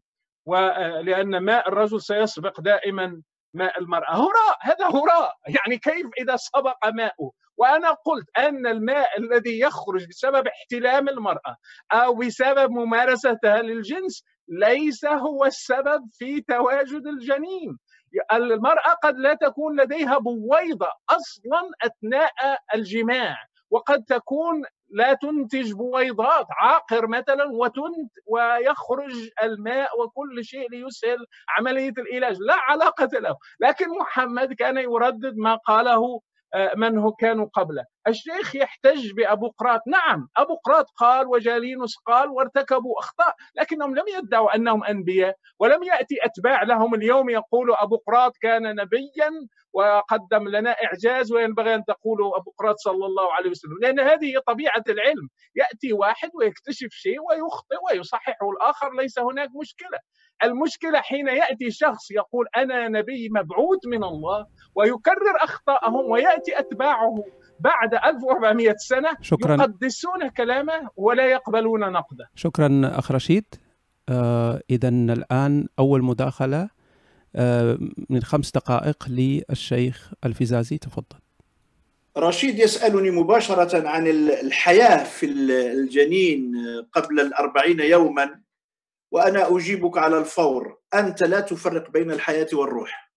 S2: ولأن ماء الرجل سيسبق دائما ماء المرأة. هراء، هذا هراء. يعني كيف إذا سبق ماؤه؟ وأنا قلت أن الماء الذي يخرج بسبب احتلام المرأة أو بسبب ممارستها للجنس ليس هو السبب في تواجد الجنين. المرأة قد لا تكون لديها بويضة أصلا أثناء الجماع، وقد تكون لا تنتج بويضات، عاقر مثلا، وتنت ويخرج الماء وكل شيء ليسهل عملية العلاج، لا علاقة له. لكن محمد كان يردد ما قاله من هو كانوا قبله. الشيخ يحتج بأبو قراط، نعم أبو قراط قال وجالينوس قال وارتكبوا أخطاء، لكنهم لم يدعوا أنهم أنبياء، ولم يأتي أتباع لهم اليوم يقولوا أبو قراط كان نبيا وقدم لنا إعجاز وينبغي أن تقولوا أبو قراط صلى الله عليه وسلم، لأن هذه هي طبيعة العلم. يأتي واحد ويكتشف شيء ويخطئ ويصححه الآخر، ليس هناك مشكلة. المشكلة حين يأتي شخص يقول أنا نبي مبعوث من الله ويكرر أخطاءهم، ويأتي أتباعه بعد ألف وأربعمائة سنة شكراً. يقدسون كلامه ولا يقبلون نقده.
S1: شكرا أخ رشيد. آه إذا الآن أول مداخلة آه من خمس دقائق للشيخ الفزازي، تفضل.
S3: رشيد يسألني مباشرة عن الحياة في الجنين قبل الأربعين يوما، وأنا أجيبك على الفور. أنت لا تفرق بين الحياة والروح.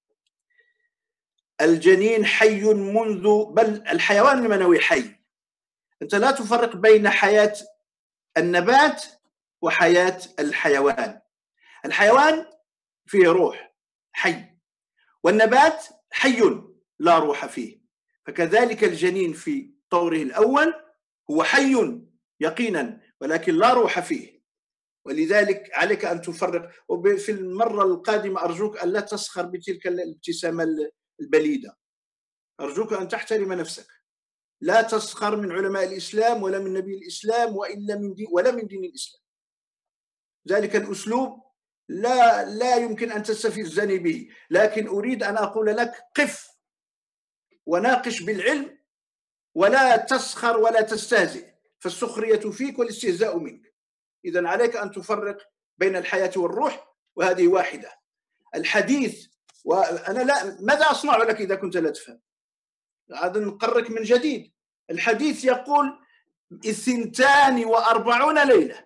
S3: الجنين حي منذ، بل الحيوان المنوي حي. أنت لا تفرق بين حياة النبات وحياة الحيوان. الحيوان فيه روح حي، والنبات حي لا روح فيه. فكذلك الجنين في طوره الأول هو حي يقينا ولكن لا روح فيه. ولذلك عليك أن تفرق. وفي المرة القادمة أرجوك أن لا تسخر بتلك الابتسامة البليدة، أرجوك أن تحترم نفسك. لا تسخر من علماء الإسلام ولا من نبي الإسلام وإلا من دين ولا من دين الإسلام. ذلك الأسلوب لا لا يمكن أن تستفزني به، لكن أريد أن أقول لك قف وناقش بالعلم ولا تسخر ولا تستهزئ، فالسخرية فيك والاستهزاء منك. إذن عليك أن تفرق بين الحياة والروح، وهذه واحدة. الحديث، وأنا لا ماذا أصنع لك إذا كنت لا تفهم؟ عاد نقرك من جديد. الحديث يقول اثنتان وأربعون ليلة،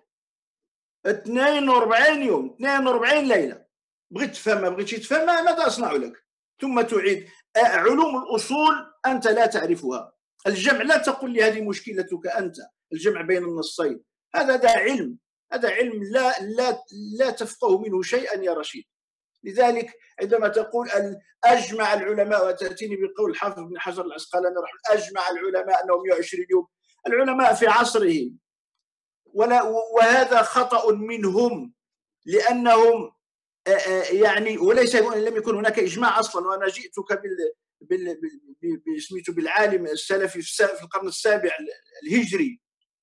S3: اثنين وأربعين يوم، اثنين وأربعين ليلة. بغيت تفهم ما بغيتش تفهم ماذا أصنع لك؟ ثم تعيد. علوم الأصول أنت لا تعرفها. الجمع لا تقل لي هذه مشكلتك أنت، الجمع بين النصين، هذا ده علم، هذا علم لا لا لا تفقه منه شيئا يا رشيد. لذلك عندما تقول أجمع العلماء، وتأتيني بقول الحافظ بن حجر العسقلاني رحمه أجمع العلماء أنهم مئة وعشرين يوم، العلماء في عصرهم، ولا وهذا خطأ منهم، لأنهم يعني وليس لم يكن هناك إجماع أصلا. وأنا جئتك بال بال باسميته بالعالم السلفي في القرن السابع الهجري.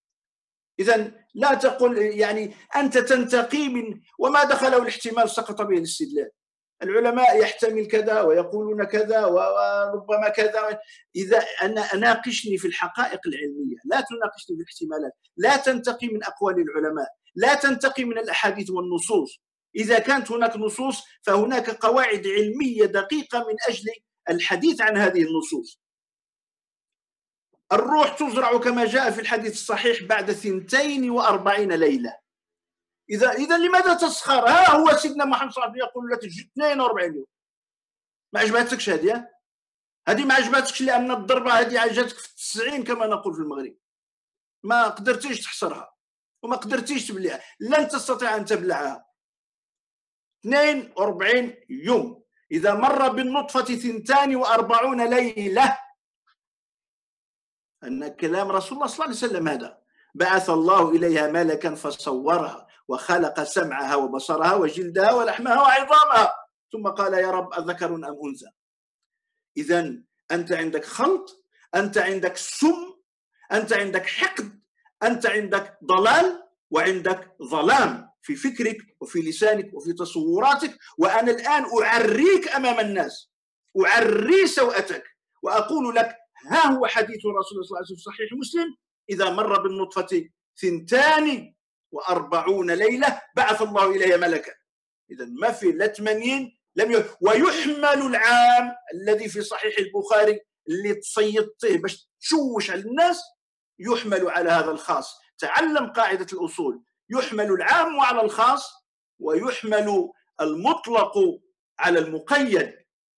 S3: إذن لا تقل يعني أنت تنتقي من وما دخله الاحتمال سقط به الاستدلال. العلماء يحتمل كذا ويقولون كذا وربما كذا. إذا أنا أناقشني في الحقائق العلمية، لا تناقشني في الاحتمالات. لا تنتقي من أقوال العلماء، لا تنتقي من الأحاديث والنصوص. إذا كانت هناك نصوص فهناك قواعد علمية دقيقة من أجل الحديث عن هذه النصوص. الروح تزرع كما جاء في الحديث الصحيح بعد ثنتين وأربعين ليلة. إذا إذا لماذا تسخر؟ ها هو سيدنا محمد صلى الله عليه وسلم يقول لك اثنين وأربعين يوم. ما عجبتكش هذه؟ هذه ما عجبتكش لأن الضربة هذه عجبتك في التسعين كما نقول في المغرب. ما قدرتيش تحصرها وما قدرتيش تبلعها، لن تستطيع أن تبلعها. اثنين وأربعين يوم. إذا مر بالنطفة ثنتان وأربعون ليلة، أن كلام رسول الله صلى الله عليه وسلم هذا. بعث الله إليها ملكا فصورها وخلق سمعها وبصرها وجلدها ولحمها وعظامها، ثم قال يا رب أذكر أم أنثى. إذن أنت عندك خلط، أنت عندك سم، أنت عندك حقد، أنت عندك ضلال وعندك ظلام في فكرك وفي لسانك وفي تصوراتك. وأنا الآن أعريك أمام الناس، أعري سوءتك وأقول لك ها هو حديث رسول الله صلى الله عليه وسلم في صحيح مسلم: إذا مر بالنطفة ثنتان وأربعون ليلة بعث الله إليها ملكا. إذا ما في لا ثمانين لم ي... ويحمل العام الذي في صحيح البخاري اللي تصيدته باش تشوش على الناس، يحمل على هذا الخاص. تعلم قاعدة الأصول: يحمل العام على الخاص ويحمل المطلق على المقيد.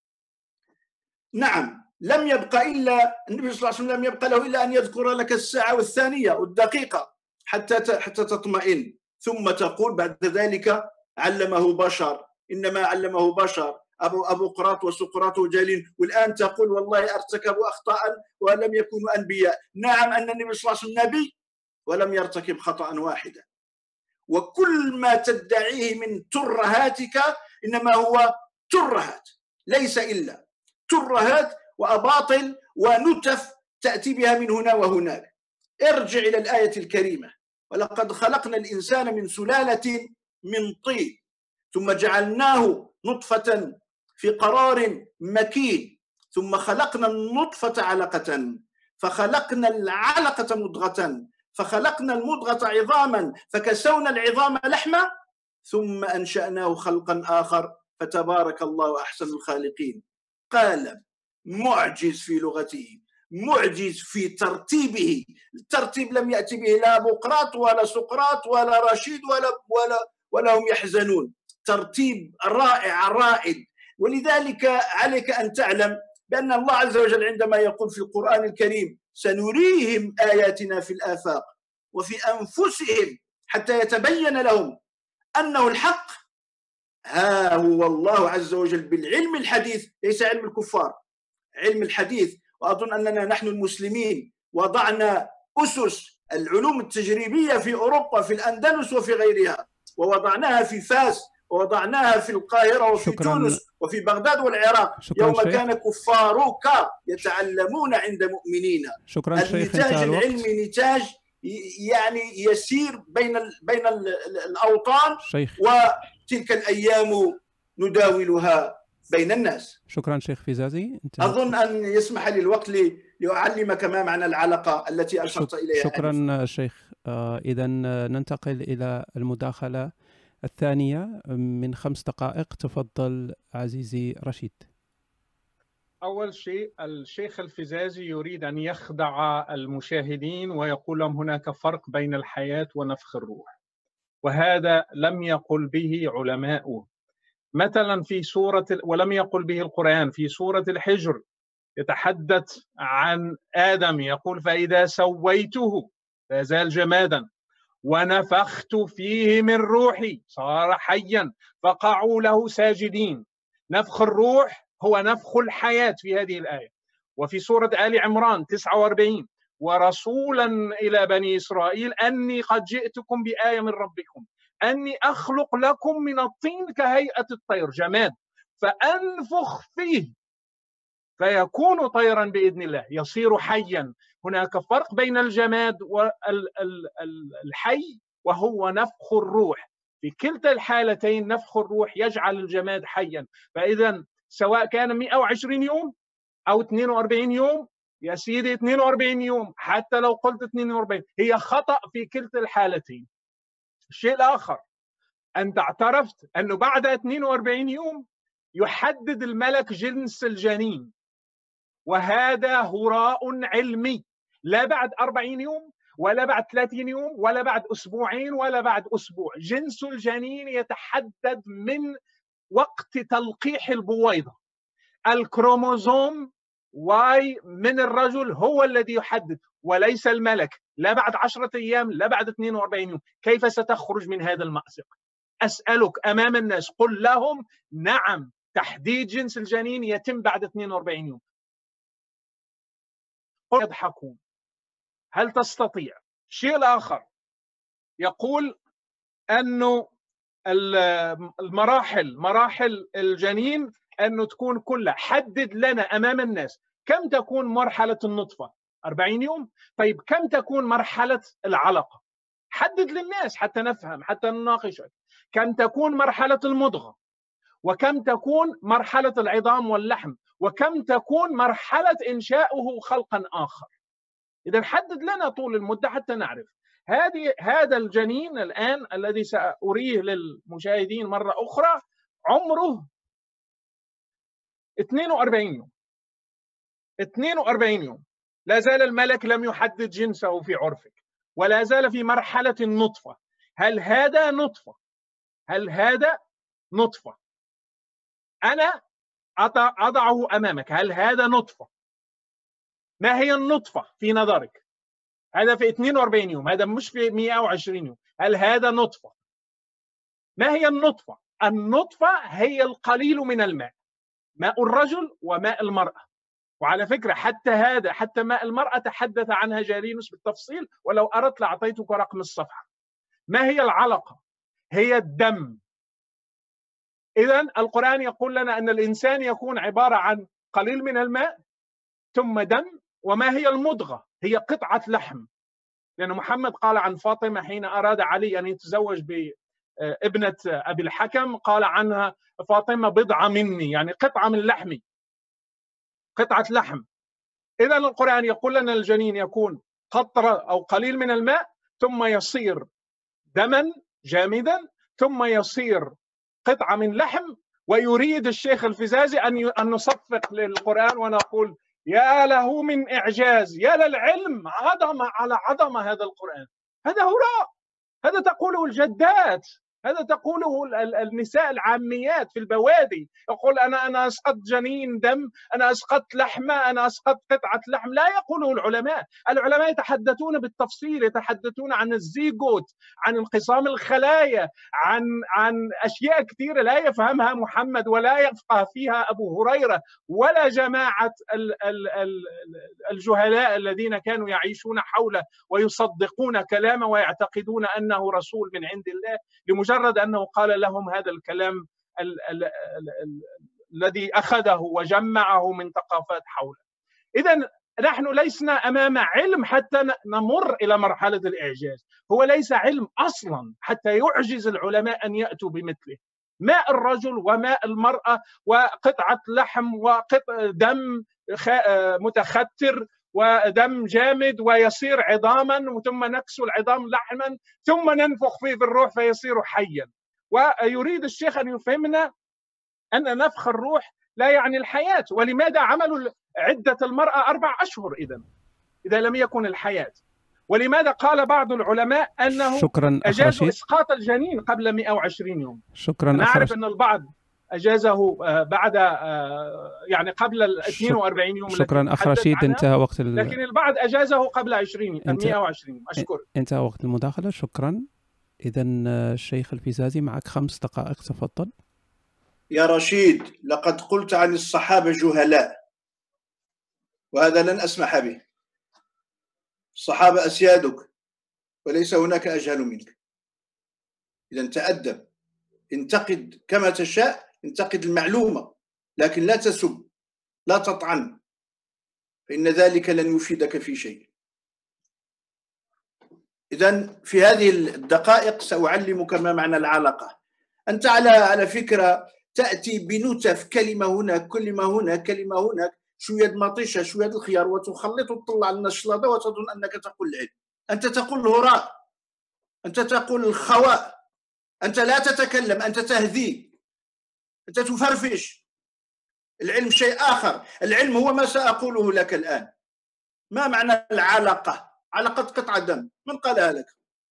S3: نعم، لم يبقى إلا النبي صلى الله عليه وسلم لم يبقى له إلا أن يذكر لك الساعة والثانية والدقيقة حتى حتى تطمئن، ثم تقول بعد ذلك علمه بشر، إنما علمه بشر، أبو أبو قراط وسقراط وجالين، والآن تقول والله ارتكبوا أخطاء ولم يكونوا أنبياء. نعم، أن النبي صلى الله عليه وسلم نبي ولم يرتكب خطأ واحدا. وكل ما تدعيه من ترهاتك إنما هو ترهات، ليس إلا ترهات وأباطل ونتف تأتي بها من هنا وهناك. ارجع إلى الآية الكريمة: ولقد خلقنا الإنسان من سلالة من طين ثم جعلناه نطفة في قرار مكين ثم خلقنا النطفة علقة فخلقنا العلقة مضغة فخلقنا المضغة عظاما فكسونا العظام لحما ثم أنشأناه خلقا آخر فتبارك الله أحسن الخالقين. قال معجز في لغته، معجز في ترتيبه. الترتيب لم يأتي به لا أبو قراط ولا سقراط ولا رشيد ولا ولا ولا هم يحزنون. ترتيب رائع رائد. ولذلك عليك أن تعلم بأن الله عز وجل عندما يقول في القرآن الكريم: سنريهم آياتنا في الآفاق وفي أنفسهم حتى يتبين لهم أنه الحق، ها هو الله عز وجل بالعلم الحديث، ليس علم الكفار، علم الحديث. وأظن أننا نحن المسلمين وضعنا أسس العلوم التجريبية في أوروبا في الأندلس وفي غيرها، ووضعناها في فاس ووضعناها في القاهرة وفي
S1: شكراً.
S3: تونس وفي بغداد والعراق يوم شيخ. كان كفاروك يتعلمون عند مؤمنين.
S1: شكرا شيخ.
S3: النتاج العلمي نتاج يعني يسير بين ال بين ال الأوطان
S1: شيخ.
S3: وتلك الأيام نداولها بين الناس.
S1: شكرا شيخ فزازي.
S3: أظن أن يسمح لي الوقت لي لأعلمك ما معنى العلاقة التي أشرت إليها.
S1: شكرا أنف. شيخ. آه إذا ننتقل إلى المداخلة الثانية من خمس دقائق. تفضل عزيزي رشيد.
S2: أول شيء الشيخ الفزازي يريد أن يخدع المشاهدين ويقول لهم هناك فرق بين الحياة ونفخ الروح، وهذا لم يقل به علماؤه. مثلا في سورة، ولم يقل به القرآن، في سورة الحجر يتحدث عن آدم يقول فإذا سويته فزال جمادا ونفخت فيه من روحي صار حيا فقعوا له ساجدين. نفخ الروح هو نفخ الحياة في هذه الآية. وفي سورة آل عمران تسعة وأربعين ورسولا إلى بني إسرائيل أني قد جئتكم بآية من ربكم أني أخلق لكم من الطين كهيئة الطير جماد فأنفخ فيه فيكون طيرا بإذن الله يصير حيا. هناك فرق بين الجماد والحي وهو نفخ الروح. في كلتا الحالتين نفخ الروح يجعل الجماد حيا. فإذا سواء كان مئة وعشرين يوم أو اثنين وأربعين يوم يا سيدي اثنين وأربعين يوم، حتى لو قلت اثنين وأربعين هي خطأ في كلتا الحالتين. الشيء الآخر أنت اعترفت أنه بعد اثنين وأربعين يوم يحدد الملك جنس الجنين، وهذا هراء علمي. لا بعد أربعين يوم ولا بعد ثلاثين يوم ولا بعد أسبوعين ولا بعد أسبوع. جنس الجنين يتحدد من وقت تلقيح البويضة. الكروموزوم واي من الرجل هو الذي يحدد وليس الملك. لا بعد عشرة أيام لا بعد اثنين وأربعين يوم. كيف ستخرج من هذا المأزق؟ أسألك أمام الناس قل لهم نعم تحديد جنس الجنين يتم بعد اثنين وأربعين يوم. يضحكون. هل تستطيع؟ الشيء الآخر يقول أنه المراحل مراحل الجنين أنه تكون كلها. حدد لنا أمام الناس كم تكون مرحلة النطفة؟ أربعين يوم. طيب كم تكون مرحلة العلقة؟ حدد للناس حتى نفهم حتى نناقشك. كم تكون مرحلة المضغة؟ وكم تكون مرحلة العظام واللحم؟ وكم تكون مرحلة إنشاؤه خلقا آخر؟ إذا حدد لنا طول المدة حتى نعرف. هذه هذا الجنين الآن الذي سأريه للمشاهدين مرة أخرى عمره اثنين وأربعين يوم. اثنين وأربعين يوم. لا زال الملك لم يحدد جنسه في عرفك ولا زال في مرحلة النطفة. هل هذا نطفة؟ هل هذا نطفة؟ أنا أضعه أمامك. هل هذا نطفة؟ ما هي النطفة في نظرك؟ هذا في اثنين وأربعين يوم، هذا مش في مئة وعشرين يوم. هل هذا نطفة؟ ما هي النطفة؟ النطفة هي القليل من الماء، ماء الرجل وماء المرأة. وعلى فكرة حتى هذا حتى ماء المرأة تحدث عنها جالينوس بالتفصيل، ولو أردت لأعطيتك رقم الصفحة. ما هي العلقة؟ هي الدم. إذا القرآن يقول لنا أن الإنسان يكون عبارة عن قليل من الماء ثم دم. وما هي المضغة؟ هي قطعة لحم. لأن محمد قال عن فاطمة حين أراد علي أن يتزوج بابنة أبي الحكم قال عنها فاطمة بضعة مني، يعني قطعة من لحمي، قطعة لحم. إذا القرآن يقول لنا الجنين يكون قطرة أو قليل من الماء ثم يصير دما جامدا ثم يصير قطعة من لحم. ويريد الشيخ الفزازي أن أن نصفق للقرآن ونقول يا له من إعجاز، يا للعلم، عظمة على عظمة هذا القرآن. هذا هراء، هذا تقوله الجدات، هذا تقوله النساء العاميات في البوادي. يقول أنا أنا أسقط جنين دم، أنا أسقط لحمة، أنا أسقط قطعة لحم. لا يقوله العلماء. العلماء يتحدثون بالتفصيل، يتحدثون عن الزيغوت، عن انقسام الخلايا، عن عن أشياء كثيرة لا يفهمها محمد ولا يفقه فيها أبو هريرة ولا جماعة الجهلاء الذين كانوا يعيشون حوله ويصدقون كلامه ويعتقدون أنه رسول من عند الله لمجرد بمجرد أنه قال لهم هذا الكلام ال ال ال ال الذي أخذه وجمعه من ثقافات حوله. إذن نحن لسنا أمام علم حتى نمر إلى مرحلة الإعجاز، هو ليس علم أصلا حتى يعجز العلماء أن يأتوا بمثله. ماء الرجل وماء المرأة وقطعة لحم وقطع دم متختر ودم جامد ويصير عظاما، ثم نكسو العظام لحما، ثم ننفخ فيه بالروح فيصير حيا. ويريد الشيخ أن يفهمنا أن نفخ الروح لا يعني الحياة. ولماذا عملوا عدة المرأة أربع أشهر إذن إذا لم يكن الحياة؟ ولماذا قال بعض العلماء أنه
S1: شكرا
S2: أجازوا إسقاط الجنين قبل مئة وعشرين يوم؟
S1: شكرا.
S2: أنا أعرف أن البعض أجازه بعد يعني قبل ال اثنين وأربعين يوم.
S1: شكرا أخ رشيد، انتهى وقت ال...
S2: لكن البعض أجازه قبل عشرين مئة وعشرين. أشكر.
S1: انتهى وقت المداخلة. شكرا. إذن الشيخ الفيزازي معك خمس دقائق، تفضل.
S3: يا رشيد، لقد قلت عن الصحابة جهلاء، وهذا لن أسمح به. الصحابة أسيادك وليس هناك أجهل منك. إذا تأدب، انتقد كما تشاء، انتقد المعلومة، لكن لا تسب، لا تطعن، فإن ذلك لن يفيدك في شيء. إذا في هذه الدقائق سأعلمك ما معنى العلاقة. أنت على على فكرة تأتي بنتف، كلمة هنا كلمة هنا كلمة هناك، شوية مطيشة شوية الخيار، وتخلط وتطلع لنا الشلاضة وتظن أنك تقول العلم. أنت تقول الهراء، أنت تقول الخواء، أنت لا تتكلم، أنت تهذيب، أنت تفرفش. العلم شيء آخر. العلم هو ما سأقوله لك الآن. ما معنى العلاقة؟ علاقة قطعة دم، من قالها لك؟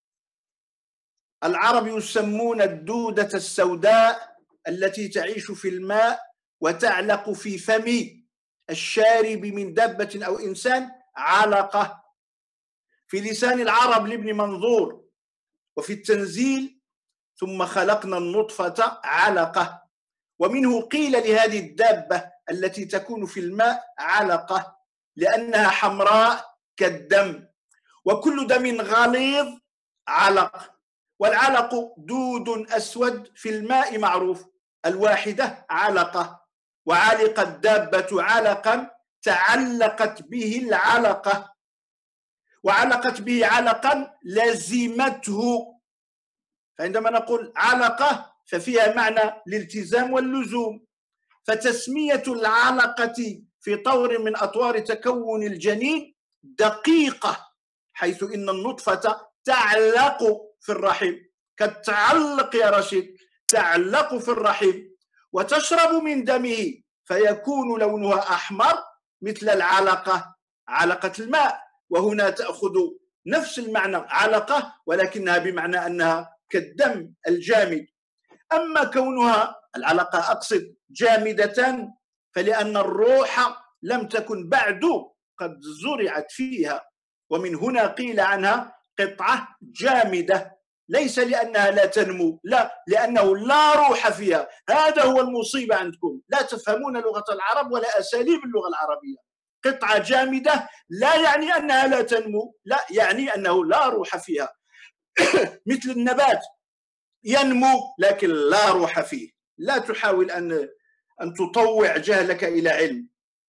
S3: العرب يسمون الدودة السوداء التي تعيش في الماء وتعلق في فم الشارب من دابة أو إنسان علقة. في لسان العرب لابن منظور وفي التنزيل ثم خلقنا النطفة علقة، ومنه قيل لهذه الدابة التي تكون في الماء علقة لأنها حمراء كالدم، وكل دم غليظ علق. والعلق دود أسود في الماء معروف، الواحدة علقة. وعلق الدابة علقا تعلقت به العلقة، وعلقت به علقا لزمته. فعندما نقول علقة ففيها معنى الالتزام واللزوم. فتسمية العلقة في طور من أطوار تكون الجنين دقيقة، حيث إن النطفة تعلق في الرحم، كالتعلق يا رشيد، تعلق في الرحم وتشرب من دمه فيكون لونها أحمر مثل العلقة، علقة الماء. وهنا تأخذ نفس المعنى علقة، ولكنها بمعنى أنها كالدم الجامد. أما كونها العلقة أقصد جامدة فلأن الروح لم تكن بعد قد زرعت فيها، ومن هنا قيل عنها قطعة جامدة، ليس لأنها لا تنمو، لا، لأنه لا روح فيها. هذا هو المصيبة عندكم، لا تفهمون لغة العرب ولا أساليب اللغة العربية. قطعة جامدة لا يعني أنها لا تنمو، لا، يعني أنه لا روح فيها. مثل النبات ينمو لكن لا روح فيه. لا تحاول أن أن تطوع جهلك إلى علم.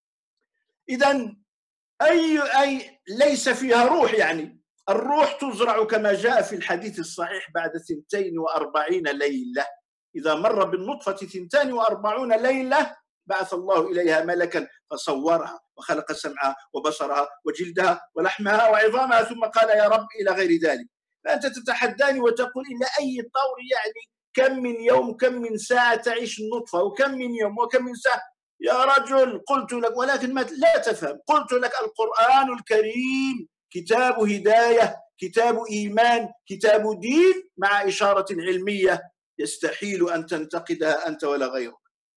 S3: إذن أي أي ليس فيها روح، يعني الروح تزرع كما جاء في الحديث الصحيح بعد ثنتين وأربعين ليلة. إذا مر بالنطفة ثنتان وأربعون ليلة بعث الله إليها ملكا فصورها وخلق سمعها وبصرها وجلدها ولحمها وعظامها، ثم قال يا رب إلى غير ذلك. فأنت تتحداني وتقول إلى أي طور، يعني كم من يوم كم من ساعة تعيش النطفة، وكم من يوم وكم من ساعة. يا رجل قلت لك، ولكن ما لا تفهم، قلت لك القرآن الكريم كتاب هداية، كتاب إيمان، كتاب دين، مع إشارة علمية يستحيل أن تنتقدها أنت ولا غيرك.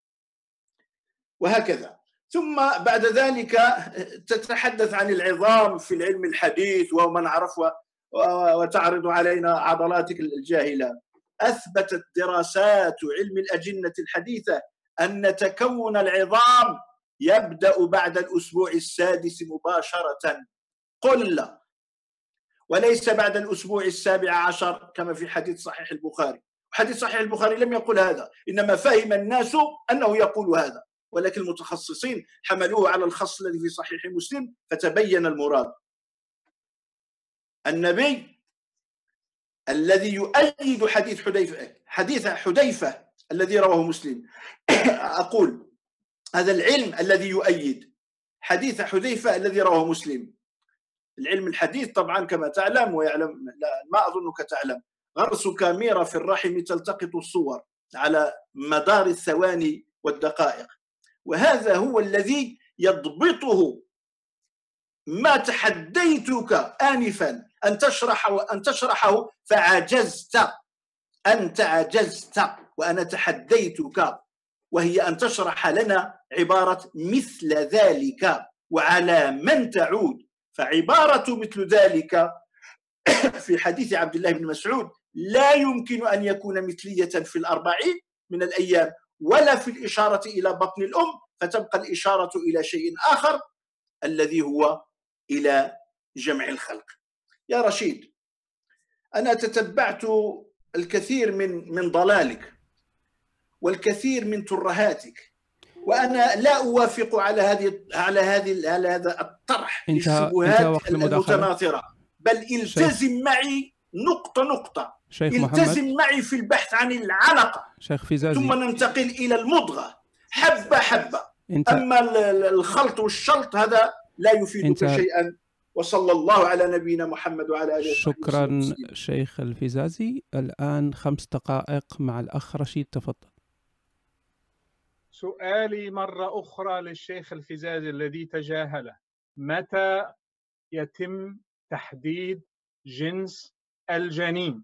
S3: وهكذا. ثم بعد ذلك تتحدث عن العظام في العلم الحديث ومن عرف، وتعرض علينا عضلاتك الجاهلة. أثبتت دراسات علم الأجنة الحديثة أن تكون العظام يبدأ بعد الأسبوع السادس مباشرة، قل وليس بعد الأسبوع السابع عشر كما في حديث صحيح البخاري. حديث صحيح البخاري لم يقل هذا، إنما فهم الناس أنه يقول هذا، ولكن المتخصصين حملوه على الخص الذي في صحيح مسلم فتبين المراد. النبي الذي يؤيد حديث حذيفة حديث حذيفة الذي رواه مسلم أقول هذا العلم الذي يؤيد حديث حذيفة الذي رواه مسلم. العلم الحديث طبعا كما تعلم ويعلم، لا ما أظنك تعلم، غرس كاميرا في الرحم تلتقط الصور على مدار الثواني والدقائق، وهذا هو الذي يضبطه ما تحديتك آنفا أن تشرح وأن تشرحه فعجزت. أنت عجزت وأنا تحديتك، وهي أن تشرح لنا عبارة مثل ذلك وعلى من تعود. فعبارة مثل ذلك في حديث عبد الله بن مسعود لا يمكن أن يكون مثلية في الأربعين من الأيام ولا في الإشارة إلى بطن الأم، فتبقى الإشارة إلى شيء آخر الذي هو إلى جمع الخلق. يا رشيد، أنا تتبعت الكثير من من ضلالك والكثير من ترهاتك، وأنا لا أوافق على هذه على هذه على هذا الطرح للشبهات المتناثرة، بل التزم معي نقطة نقطة،
S1: شيخ
S3: التزم
S1: محمد.
S3: معي في البحث عن العلقة
S1: شيخ فزازي.
S3: ثم ننتقل إلى المضغة حبة حبة.
S1: انت...
S3: أما الخلط والشلط هذا لا يفيدك انت... شيئا. وصلى الله على نبينا محمد وعلى آله وصحبه
S1: شكرا شيخ الفزازي. الآن خمس دقائق مع الأخ رشيد، تفضل.
S2: سؤالي مرة أخرى للشيخ الفزازي الذي تجاهله: متى يتم تحديد جنس الجنين؟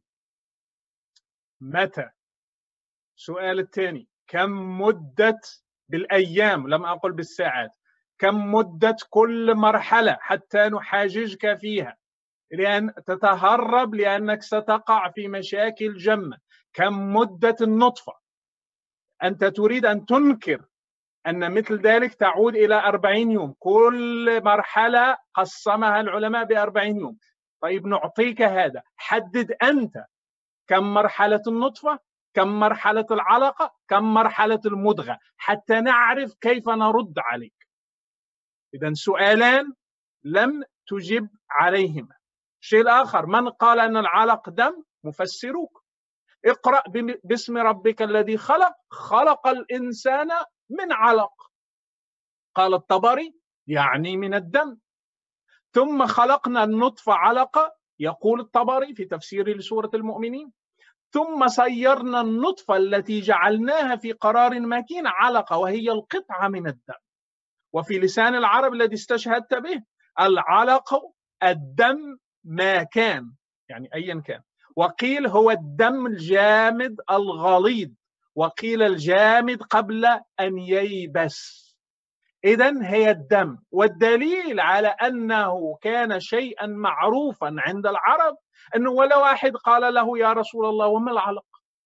S2: متى؟ السؤال الثاني: كم مدة بالأيام، لم أقل بالساعات، كم مدة كل مرحلة حتى نحاججك فيها، لأن تتهرب لأنك ستقع في مشاكل جمة. كم مدة النطفة؟ أنت تريد أن تنكر أن مثل ذلك تعود إلى أربعين يوم، كل مرحلة قسمها العلماء بأربعين يوم. طيب نعطيك هذا، حدد أنت كم مرحلة النطفة، كم مرحلة العلقة، كم مرحلة المضغة، حتى نعرف كيف نرد عليك. إذن سؤالان لم تجب عليهما. الشيء الآخر: من قال أن العلق دم؟ مفسروك. اقرأ باسم ربك الذي خلق، خلق الإنسان من علق. قال الطبري: يعني من الدم. ثم خلقنا النطفة علقة، يقول الطبري في تفسيره لسورة المؤمنين. ثم صيرنا النطفة التي جعلناها في قرار مكين علقة، وهي القطعة من الدم. وفي لسان العرب الذي استشهدت به: العلق الدم ما كان، يعني أيا كان. وقيل هو الدم الجامد الغليظ، وقيل الجامد قبل أن ييبس. إذن هي الدم. والدليل على أنه كان شيئا معروفا عند العرب أنه ولا واحد قال له: يا رسول الله وما العلق؟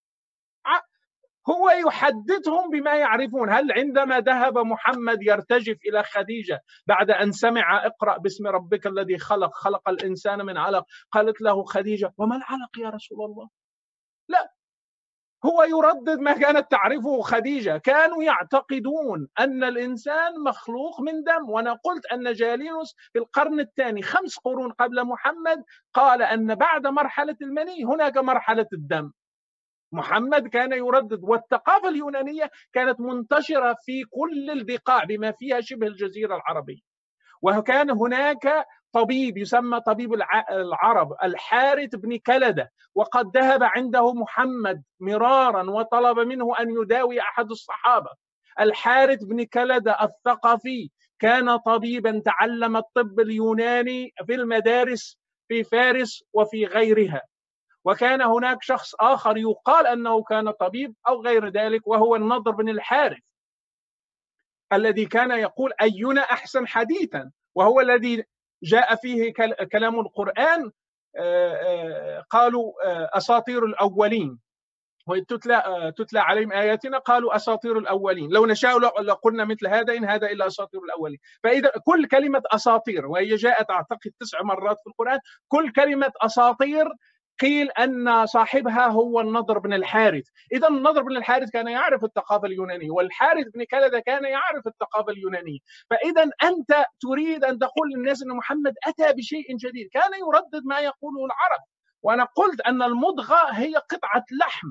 S2: هو يحدثهم بما يعرفون. هل عندما ذهب محمد يرتجف إلى خديجة بعد أن سمع اقرأ باسم ربك الذي خلق خلق الإنسان من علق، قالت له خديجة: وما العلق يا رسول الله؟ لا، هو يردد ما كانت تعرفه خديجة. كانوا يعتقدون أن الإنسان مخلوق من دم. وأنا قلت أن جالينوس في القرن الثاني، خمس قرون قبل محمد، قال أن بعد مرحلة المني هناك مرحلة الدم. محمد كان يردد. والثقافة اليونانية كانت منتشرة في كل البقاع بما فيها شبه الجزيرة العربية. وكان هناك طبيب يسمى طبيب العرب الحارث بن كلدة، وقد ذهب عنده محمد مرارا وطلب منه أن يداوي أحد الصحابة. الحارث بن كلدة الثقفي كان طبيبا تعلم الطب اليوناني في المدارس في فارس وفي غيرها. وكان هناك شخص آخر يقال أنه كان طبيب أو غير ذلك، وهو النضر بن الحارث الذي كان يقول: أينا أحسن حديثا، وهو الذي جاء فيه كلام القرآن. قالوا أساطير الأولين، وتتلى تتلى عليهم آياتنا قالوا أساطير الأولين، لو نشاء لقلنا مثل هذا إن هذا إلا أساطير الأولين. فإذا كل كلمة أساطير، وهي جاءت أعتقد تسع مرات في القرآن، كل كلمة أساطير قيل أن صاحبها هو النضر بن الحارث. إذا النضر بن الحارث كان يعرف الثقافة اليونانية، والحارث بن كلدة كان يعرف الثقافة اليونانية. فإذا أنت تريد أن تقول للناس أن محمد أتى بشيء جديد، كان يردد ما يقوله العرب. وأنا قلت أن المضغة هي قطعة لحم.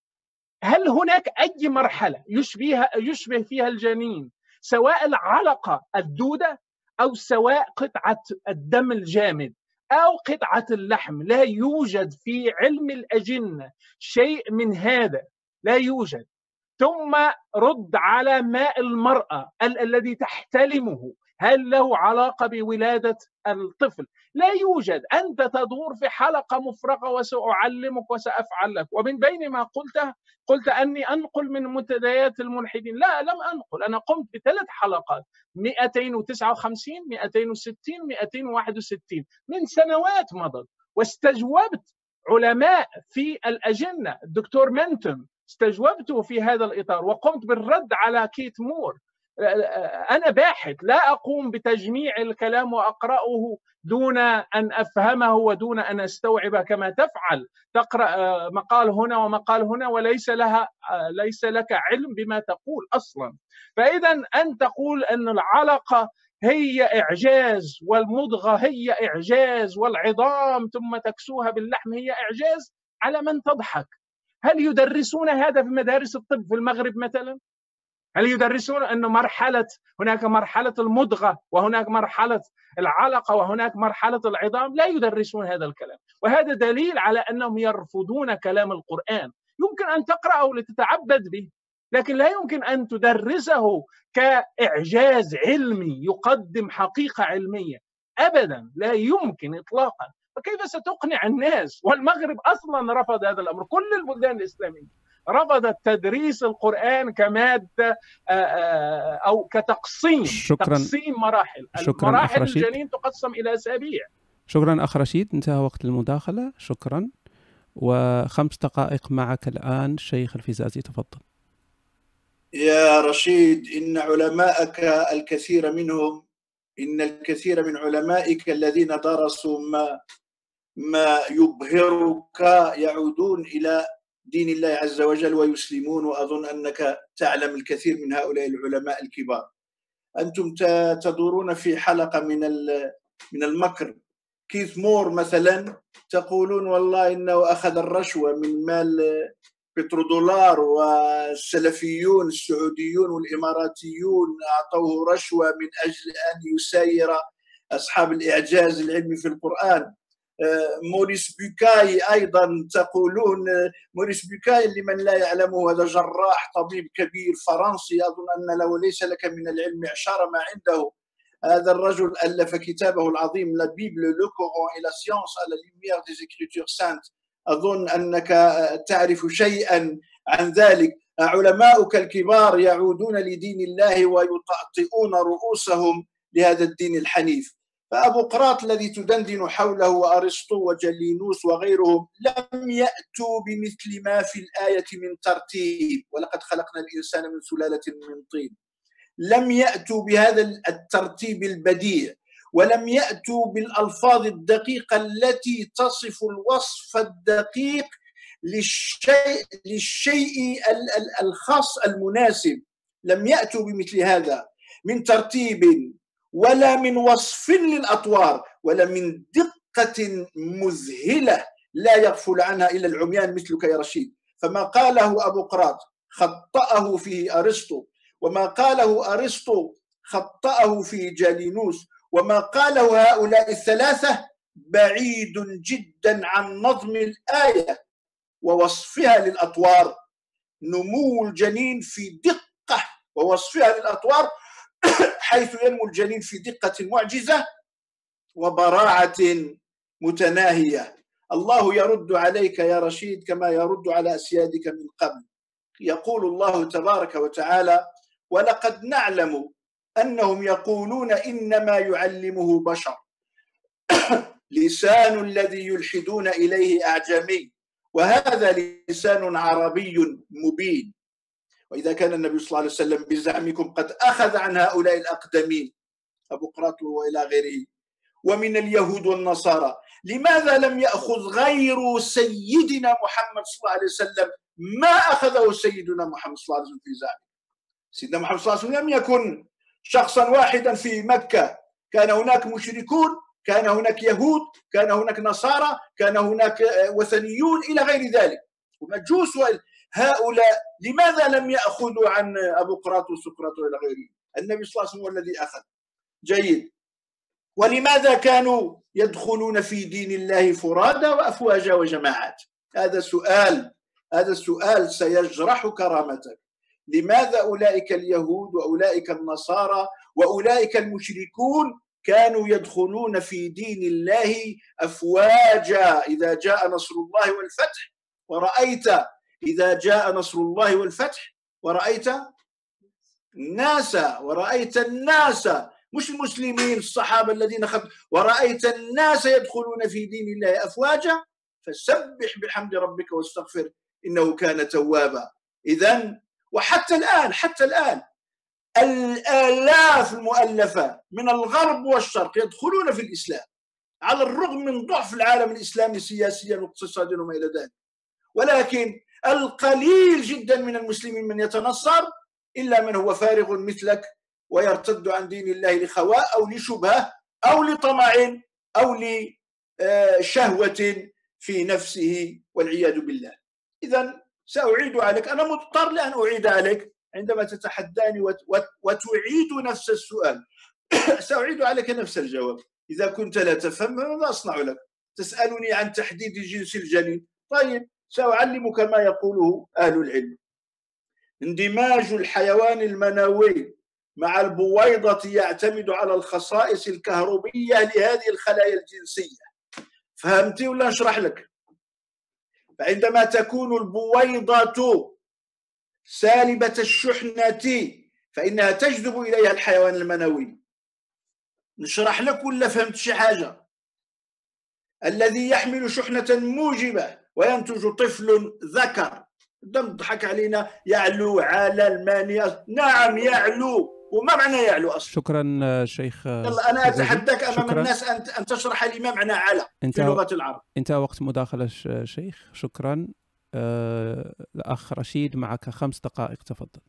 S2: هل هناك أي مرحلة يشبه يشبه فيها الجنين، سواء العلقة الدودة أو سواء قطعة الدم الجامد أو قطعة اللحم؟ لا يوجد في علم الأجنة شيء من هذا، لا يوجد. ثم رد على ماء المرأة ال الذي تحتلمه، هل له علاقة بولادة الطفل؟ لا يوجد. أنت تدور في حلقة مفرغة وسأعلمك وسأفعل لك. ومن بين ما قلته قلت أني أنقل من منتديات الملحدين. لا، لم أنقل. أنا قمت بثلاث حلقات، مئتين وتسعة وخمسين، مئتين وستين، مئتين وواحد وستين، من سنوات مضت، واستجوبت علماء في الأجنة. الدكتور منتم استجوبته في هذا الإطار، وقمت بالرد على كيت مور. أنا باحث، لا أقوم بتجميع الكلام وأقرأه دون أن أفهمه ودون أن أستوعب كما تفعل. تقرأ مقال هنا ومقال هنا وليس لها ليس لك علم بما تقول أصلا. فإذا أن تقول أن العلقة هي إعجاز والمضغة هي إعجاز والعظام ثم تكسوها باللحم هي إعجاز، على من تضحك؟ هل يدرسون هذا في مدارس الطب في المغرب مثلا؟ هل يدرسون أن مرحلة هناك مرحلة المضغة وهناك مرحلة العلقة وهناك مرحلة العظام؟ لا يدرسون هذا الكلام. وهذا دليل على أنهم يرفضون كلام القرآن. يمكن أن تقرأه لتتعبد به، لكن لا يمكن أن تدرسه كإعجاز علمي يقدم حقيقة علمية أبدا، لا يمكن إطلاقا. فكيف ستقنع الناس؟ والمغرب أصلا رفض هذا الأمر. كل البلدان الإسلامية رفضت تدريس القرآن كمادة أو كتقسيم.
S1: شكرا.
S2: تقسيم مراحل.
S1: شكرا
S2: مراحل الجنين تقسم إلى أسابيع.
S1: شكرا أخ رشيد، انتهى وقت المداخلة. شكرا. وخمس دقائق معك الآن شيخ الفزازي، تفضل.
S3: يا رشيد، إن علماءك الكثير منهم إن الكثير من علمائك الذين درسوا ما ما يبهرك يعودون إلى دين الله عز وجل ويسلمون، وأظن أنك تعلم الكثير من هؤلاء العلماء الكبار. أنتم تدورون في حلقة من من المكر. كيث مور مثلا تقولون والله إنه أخذ الرشوة من مال بترودولار، والسلفيون السعوديون والإماراتيون أعطوه رشوة من أجل أن يساير أصحاب الإعجاز العلمي في القرآن. موريس بوكاي أيضا تقولون، موريس بوكاي لمن لا يعلمه هذا جراح طبيب كبير فرنسي، أظن أن له ليس لك من العلم إعشار ما عنده. هذا الرجل ألف كتابه العظيم لا بيبل لو كوران إلى سيونس على لوميير دي زيكريتور سانت. أظن أنك تعرف شيئا عن ذلك. علماؤك الكبار يعودون لدين الله ويطأطئون رؤوسهم لهذا الدين الحنيف. فأبو قراط الذي تدندن حوله وأرسطو وجلينوس وغيرهم لم يأتوا بمثل ما في الآية من ترتيب، ولقد خلقنا الإنسان من سلالة من طين. لم يأتوا بهذا الترتيب البديع، ولم يأتوا بالألفاظ الدقيقة التي تصف الوصف الدقيق للشيء, للشيء الخاص المناسب. لم يأتوا بمثل هذا من ترتيب ولا من وصف للأطوار ولا من دقة مذهلة لا يغفل عنها إلا العميان مثلك يا رشيد. فما قاله أبو قراط خطأه فيه أرسطو، وما قاله أرسطو خطأه فيه جالينوس، وما قاله هؤلاء الثلاثة بعيد جدا عن نظم الآية ووصفها للأطوار. نمو الجنين في دقة ووصفها للأطوار حيث ينمو الجنين في دقة معجزة وبراعة متناهية. الله يرد عليك يا رشيد كما يرد على أسيادك من قبل. يقول الله تبارك وتعالى: ولقد نعلم أنهم يقولون إنما يعلمه بشر لسان الذي يلحدون إليه أعجمي وهذا لسان عربي مبين. وإذا كان النبي صلى الله عليه وسلم بزعمكم قد أخذ عن هؤلاء الأقدمين أبو قراط وإلى غيره ومن اليهود والنصارى لماذا لم يأخذ غير سيدنا محمد صلى الله عليه وسلم ما أخذه سيدنا محمد صلى الله عليه وسلم في ذلك؟ سيدنا محمد صلى الله عليه وسلم لم يكن شخصا واحدا في مكة، كان هناك مشركون، كان هناك يهود، كان هناك نصارى، كان هناك وثنيون إلى غير ذلك ومجوس. هؤلاء لماذا لم يأخذوا عن أبو قراط وسقراط وإلى غيره؟ النبي صلى الله عليه وسلم هو الذي أخذ. جيد. ولماذا كانوا يدخلون في دين الله فرادى وأفواجا وجماعات؟ هذا سؤال، هذا السؤال سيجرح كرامتك. لماذا أولئك اليهود وأولئك النصارى وأولئك المشركون كانوا يدخلون في دين الله أفواجا إذا جاء نصر الله والفتح؟ ورأيت إذا جاء نصر الله والفتح ورأيت الناس ورأيت الناس مش المسلمين الصحابة الذين خذوا، ورأيت الناس يدخلون في دين الله أفواجا فسبح بحمد ربك واستغفر إنه كان توابا. إذن وحتى الآن حتى الآن الآلاف المؤلفة من الغرب والشرق يدخلون في الإسلام على الرغم من ضعف العالم الإسلامي سياسيا واقتصاديا وما إلى ذلك، ولكن القليل جدا من المسلمين من يتنصر إلا من هو فارغ مثلك ويرتد عن دين الله لخواء أو لشبهة أو لطمع أو لشهوة في نفسه والعياذ بالله. إذن سأعيد عليك، أنا مضطر لأن أعيد عليك عندما تتحداني وتعيد نفس السؤال سأعيد عليك نفس الجواب. إذا كنت لا تفهم ماذا أصنع لك؟ تسألني عن تحديد جنس الجنين، طيب سأعلمك ما يقوله أهل العلم. اندماج الحيوان المنوي مع البويضة يعتمد على الخصائص الكهربية لهذه الخلايا الجنسية. فهمتي ولا أشرح لك؟ فعندما تكون البويضة سالبة الشحنة فإنها تجذب إليها الحيوان المنوي. نشرح لك ولا فهمت شي حاجة؟ الذي يحمل شحنة موجبة وينتج طفل ذكر، دم ضحك علينا، يعلو على المانية. نعم يعلو، وما معنى يعلو أصلا؟
S1: شكرا شيخ.
S3: يلا أنا أتحداك أمام شكرا. الناس أن أن تشرح لي ما معنى على في لغة العرب.
S1: انتهى وقت مداخلة شيخ، شكرا. أه الأخ رشيد معك خمس دقائق، تفضل.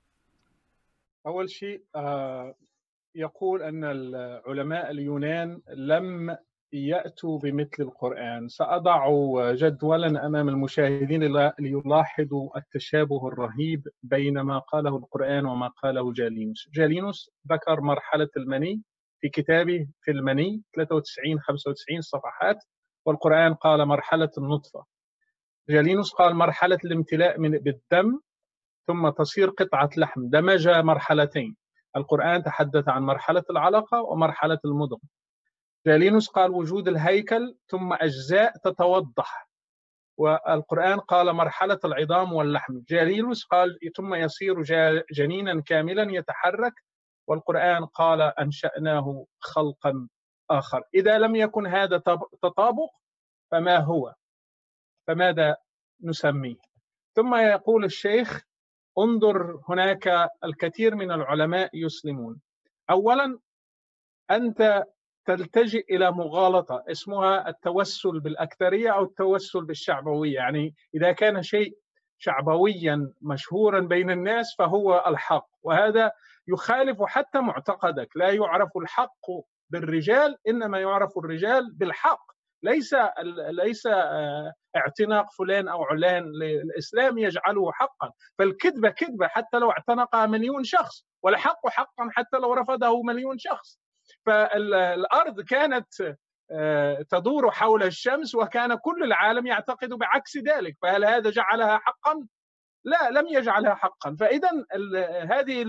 S2: أول شيء أه يقول أن العلماء اليونان لم يأتوا بمثل القرآن. سأضع جدولا أمام المشاهدين ليلاحظوا التشابه الرهيب بين ما قاله القرآن وما قاله جالينوس. جالينوس ذكر مرحلة المني في كتابه في المني ثلاثة وتسعين خمسة وتسعين صفحات، والقرآن قال مرحلة النطفة. جالينوس قال مرحلة الامتلاء من بالدم ثم تصير قطعة لحم، دمج مرحلتين. القرآن تحدث عن مرحلة العلقة ومرحلة المضغة. جالينوس قال وجود الهيكل ثم أجزاء تتوضح، والقرآن قال مرحلة العظام واللحم. جالينوس قال ثم يصير جنينا كاملا يتحرك، والقرآن قال أنشأناه خلقا آخر. إذا لم يكن هذا تطابق فما هو؟ فماذا نسميه؟ ثم يقول الشيخ انظر هناك الكثير من العلماء يسلمون. أولا أنت تلتجئ إلى مغالطة اسمها التوسل بالأكثرية أو التوسل بالشعبوية، يعني إذا كان شيء شعبويا مشهورا بين الناس فهو الحق، وهذا يخالف حتى معتقدك. لا يعرف الحق بالرجال، إنما يعرف الرجال بالحق. ليس ليس اعتناق فلان أو علان للإسلام يجعله حقا، فالكذبة كذبة حتى لو اعتنقها مليون شخص، والحق حقا حتى لو رفضه مليون شخص. فالأرض كانت تدور حول الشمس وكان كل العالم يعتقد بعكس ذلك، فهل هذا جعلها حقا؟ لا، لم يجعلها حقا. فإذا هذه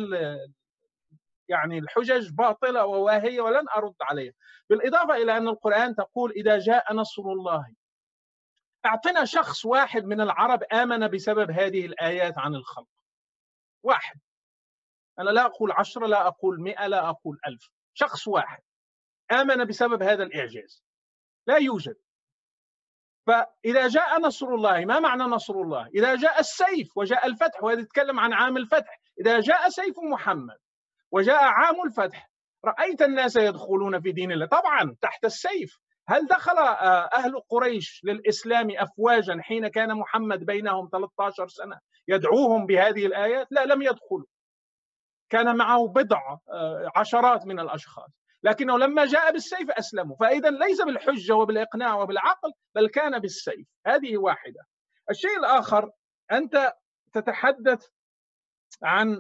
S2: يعني الحجج باطلة وواهية ولن أرد عليها. بالإضافة إلى أن القرآن تقول إذا جاء نصر الله. أعطنا شخص واحد من العرب آمن بسبب هذه الآيات عن الخلق، واحد. أنا لا أقول عشرة، لا أقول مئة، لا أقول ألف، شخص واحد آمن بسبب هذا الإعجاز، لا يوجد. فإذا جاء نصر الله، ما معنى نصر الله؟ إذا جاء السيف وجاء الفتح، وهذا يتكلم عن عام الفتح. إذا جاء سيف محمد وجاء عام الفتح رأيت الناس يدخلون في دين الله، طبعا تحت السيف، هل دخل أهل قريش للإسلام أفواجا حين كان محمد بينهم ثلاثة عشر سنة يدعوهم بهذه الآيات؟ لا، لم يدخلوا. كان معه بضع عشرات من الأشخاص، لكنه لما جاء بالسيف أسلموا. فإذا ليس بالحجة وبالإقناع وبالعقل، بل كان بالسيف. هذه واحدة. الشيء الآخر، أنت تتحدث عن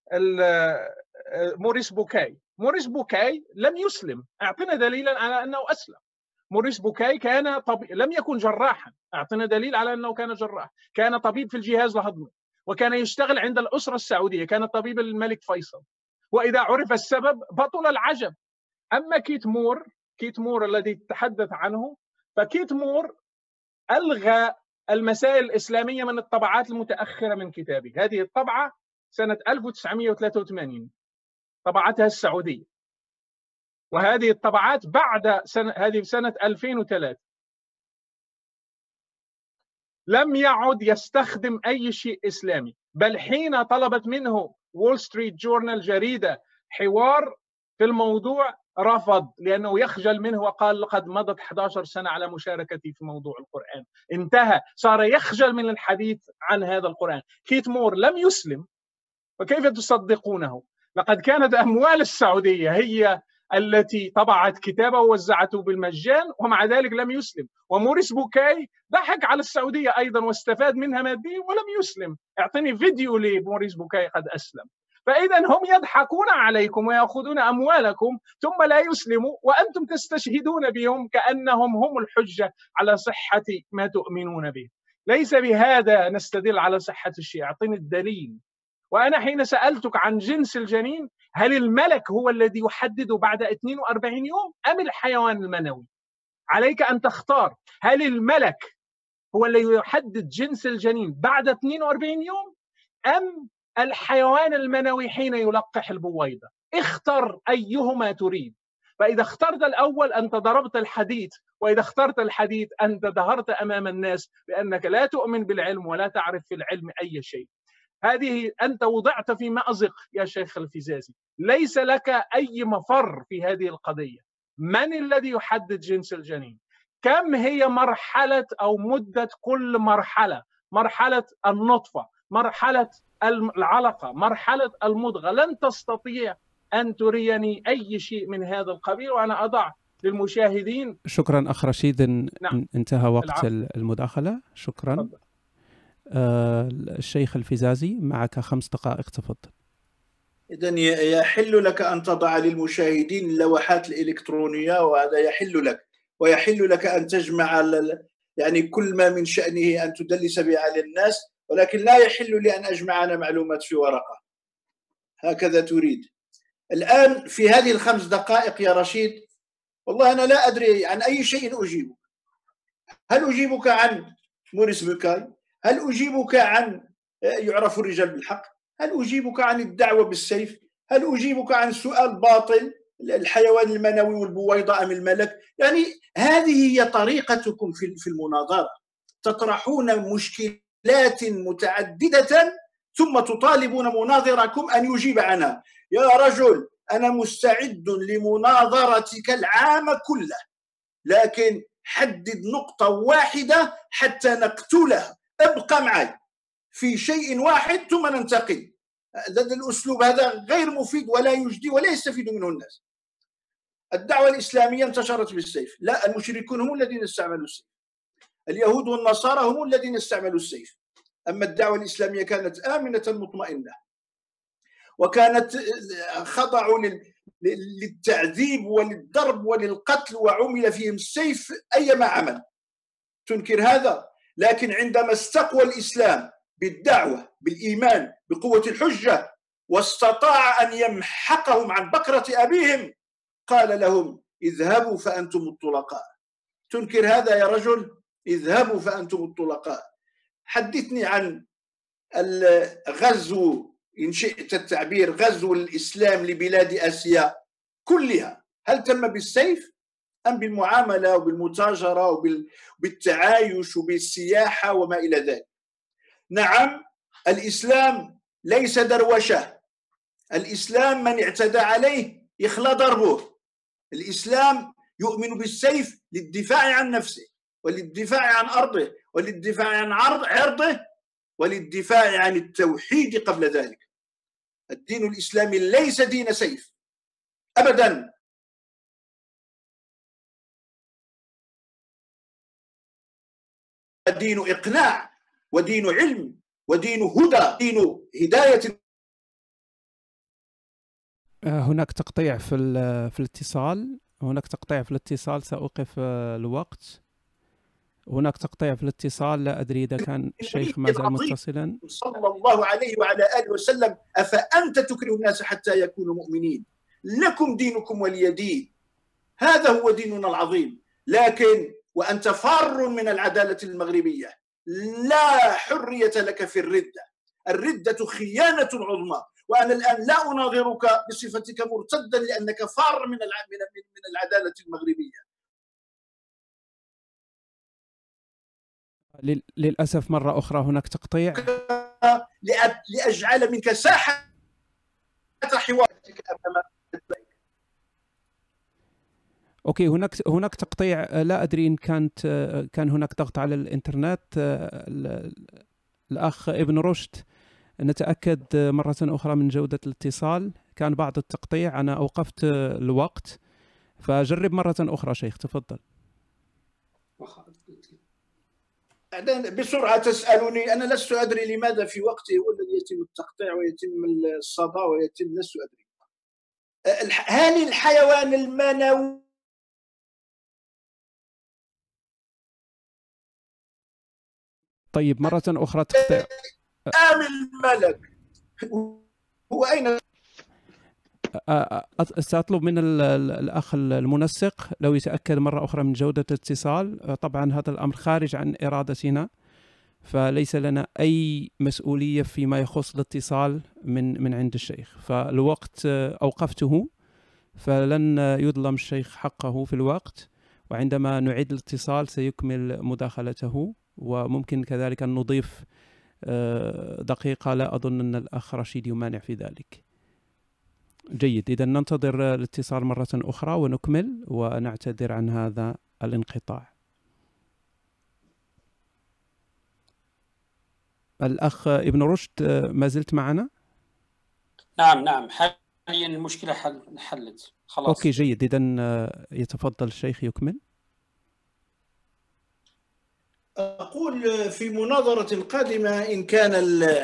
S2: موريس بوكاي. موريس بوكاي لم يسلم. أعطنا دليلا على أنه أسلم. موريس بوكاي كان طبيب، لم يكن جراحا. أعطنا دليل على أنه كان جراح. كان طبيب في الجهاز الهضمي، وكان يشتغل عند الأسرة السعودية، كان طبيب الملك فيصل. وإذا عرف السبب بطل العجب. أما كيت مور، كيت مور الذي تتحدث عنه، فكيت مور ألغى المسائل الإسلامية من الطبعات المتأخرة من كتابه. هذه الطبعة سنة ألف وتسعمئة وثلاثة وثمانين طبعتها السعودية، وهذه الطبعات بعد سنة، هذه سنة ألفين وثلاثة. لم يعد يستخدم أي شيء إسلامي، بل حين طلبت منه وول ستريت جورنال جريدة حوار في الموضوع رفض، لأنه يخجل منه، وقال لقد مضت أحد عشر سنة على مشاركتي في موضوع القرآن. انتهى، صار يخجل من الحديث عن هذا القرآن. كيت مور لم يسلم، فكيف تصدقونه؟ لقد كانت أموال السعودية هي التي طبعت كتابه ووزعته بالمجان، ومع ذلك لم يسلم. وموريس بوكاي ضحك على السعودية أيضا واستفاد منها ماديا ولم يسلم. اعطني فيديو لموريس بوكاي قد أسلم. فإذا هم يضحكون عليكم ويأخذون أموالكم ثم لا يسلموا، وأنتم تستشهدون بهم كأنهم هم الحجة على صحة ما تؤمنون به. ليس بهذا نستدل على صحة الشيء. اعطني الدليل. وأنا حين سألتك عن جنس الجنين، هل الملك هو الذي يحدد بعد اثنين وأربعين يوم أم الحيوان المنوي؟ عليك أن تختار. هل الملك هو الذي يحدد جنس الجنين بعد اثنين وأربعين يوم أم الحيوان المنوي حين يلقح البويضة؟ اختر أيهما تريد. فإذا اخترت الأول أنت ضربت الحديث، وإذا اخترت الحديث أنت ظهرت أمام الناس بأنك لا تؤمن بالعلم ولا تعرف في العلم أي شيء. هذه أنت وضعت في مأزق يا شيخ الفزازي، ليس لك أي مفر في هذه القضية. من الذي يحدد جنس الجنين؟ كم هي مرحلة أو مدة كل مرحلة؟ مرحلة النطفة، مرحلة العلقة، مرحلة المضغة. لن تستطيع أن تريني أي شيء من هذا القبيل. وأنا أضع للمشاهدين.
S1: شكرا أخ رشيد.
S2: نعم.
S1: انتهى وقت
S2: العفو.
S1: المداخلة. شكرا.
S2: تفضل.
S1: آه الشيخ الفزازي معك خمس دقائق، تفضل.
S3: إذن يحل لك أن تضع للمشاهدين اللوحات الإلكترونية، وهذا يحل لك، ويحل لك أن تجمع يعني كل ما من شأنه أن تدلس به على الناس، ولكن لا يحل لي أن أجمع أنا معلومات في ورقة هكذا تريد. الآن في هذه الخمس دقائق يا رشيد، والله أنا لا أدري عن أي شيء أجيبك. هل أجيبك عن موريس بوكاي؟ هل أجيبك عن يعرف الرجال بالحق؟ هل أجيبك عن الدعوة بالسيف؟ هل أجيبك عن سؤال باطل، الحيوان المنوي والبويضة أم الملك؟ يعني هذه هي طريقتكم في المناظرة، تطرحون مشكلات متعددة ثم تطالبون مناظركم أن يجيب عنها. يا رجل، أنا مستعد لمناظرتك العامة كلها، لكن حدد نقطة واحدة حتى نقتلها. ابقى معي في شيء واحد ثم ننتقل. هذا الأسلوب هذا غير مفيد ولا يجدي ولا يستفيد منه الناس. الدعوة الإسلامية انتشرت بالسيف؟ لا، المشركون هم الذين استعملوا السيف، اليهود والنصارى هم الذين استعملوا السيف. أما الدعوة الإسلامية كانت آمنة مطمئنة، وكانت خضعوا للتعذيب وللضرب وللقتل، وعمل فيهم السيف أيما عمل. تنكر هذا؟ لكن عندما استقوى الإسلام بالدعوة بالإيمان بقوة الحجة واستطاع أن يمحقهم عن بكرة أبيهم، قال لهم اذهبوا فأنتم الطلقاء. تنكر هذا يا رجل؟ اذهبوا فأنتم الطلقاء. حدثني عن الغزو، إن شئت التعبير، غزو الإسلام لبلاد آسيا كلها، هل تم بالسيف أم بالمعاملة وبالمتاجرة وبالتعايش وبالسياحة وما إلى ذلك؟ نعم، الإسلام ليس دروشة. الإسلام من اعتدى عليه يخلى ضربه. الإسلام يؤمن بالسيف للدفاع عن نفسه وللدفاع عن أرضه وللدفاع عن عرض عرضه وللدفاع عن التوحيد قبل ذلك. الدين الإسلامي ليس دين سيف أبدا. دين إقناع ودين علم ودين هدى، دين هداية.
S1: هناك تقطيع في في الاتصال، هناك تقطيع في الاتصال، سأوقف الوقت. هناك تقطيع في الاتصال، لا أدري إذا كان الشيخ ما زال متصلا.
S3: صلى الله عليه وعلى آله وسلم: أفأنت تكره الناس حتى يكونوا مؤمنين، لكم دينكم ولي دين. هذا هو ديننا العظيم. لكن وأنت فار من العدالة المغربية، لا حرية لك في الردة. الردة خيانة عظمى، وأنا الآن لا أناظرك بصفتك مرتدا لأنك فار من من العدالة المغربية.
S1: للأسف مرة أخرى هناك تقطيع.
S3: لأجعل منك ساحة حوارك أمام.
S1: اوكي، هناك هناك تقطيع، لا ادري ان كانت كان هناك ضغط على الانترنت. الاخ ابن رشد، نتاكد مره اخرى من جوده الاتصال. كان بعض التقطيع، انا اوقفت الوقت، فجرب مره اخرى شيخ، تفضل.
S3: بسرعه تسالني، انا لست ادري لماذا في وقته هو الذي يتم التقطيع ويتم الصدى ويتم، لست ادري. هل الحيوان المنوي
S1: طيب مرة أخرى تقطيع.
S3: أم الملك هو أين؟
S1: سأطلب من الأخ المنسق لو يتأكد مرة أخرى من جودة الاتصال. طبعا هذا الأمر خارج عن إرادتنا، فليس لنا أي مسؤولية فيما يخص الاتصال من من عند الشيخ. فالوقت أوقفته، فلن يظلم الشيخ حقه في الوقت، وعندما نعيد الاتصال سيكمل مداخلته. وممكن كذلك أن نضيف دقيقة، لا أظن أن الأخ رشيد يمانع في ذلك. جيد، إذا ننتظر الاتصال مرة أخرى ونكمل، ونعتذر عن هذا الانقطاع. الأخ ابن رشد، ما زلت معنا؟
S5: نعم نعم، حاليا المشكلة حلت خلاص.
S1: أوكي جيد، إذا يتفضل الشيخ يكمل.
S3: أقول في مناظرة قادمة إن كان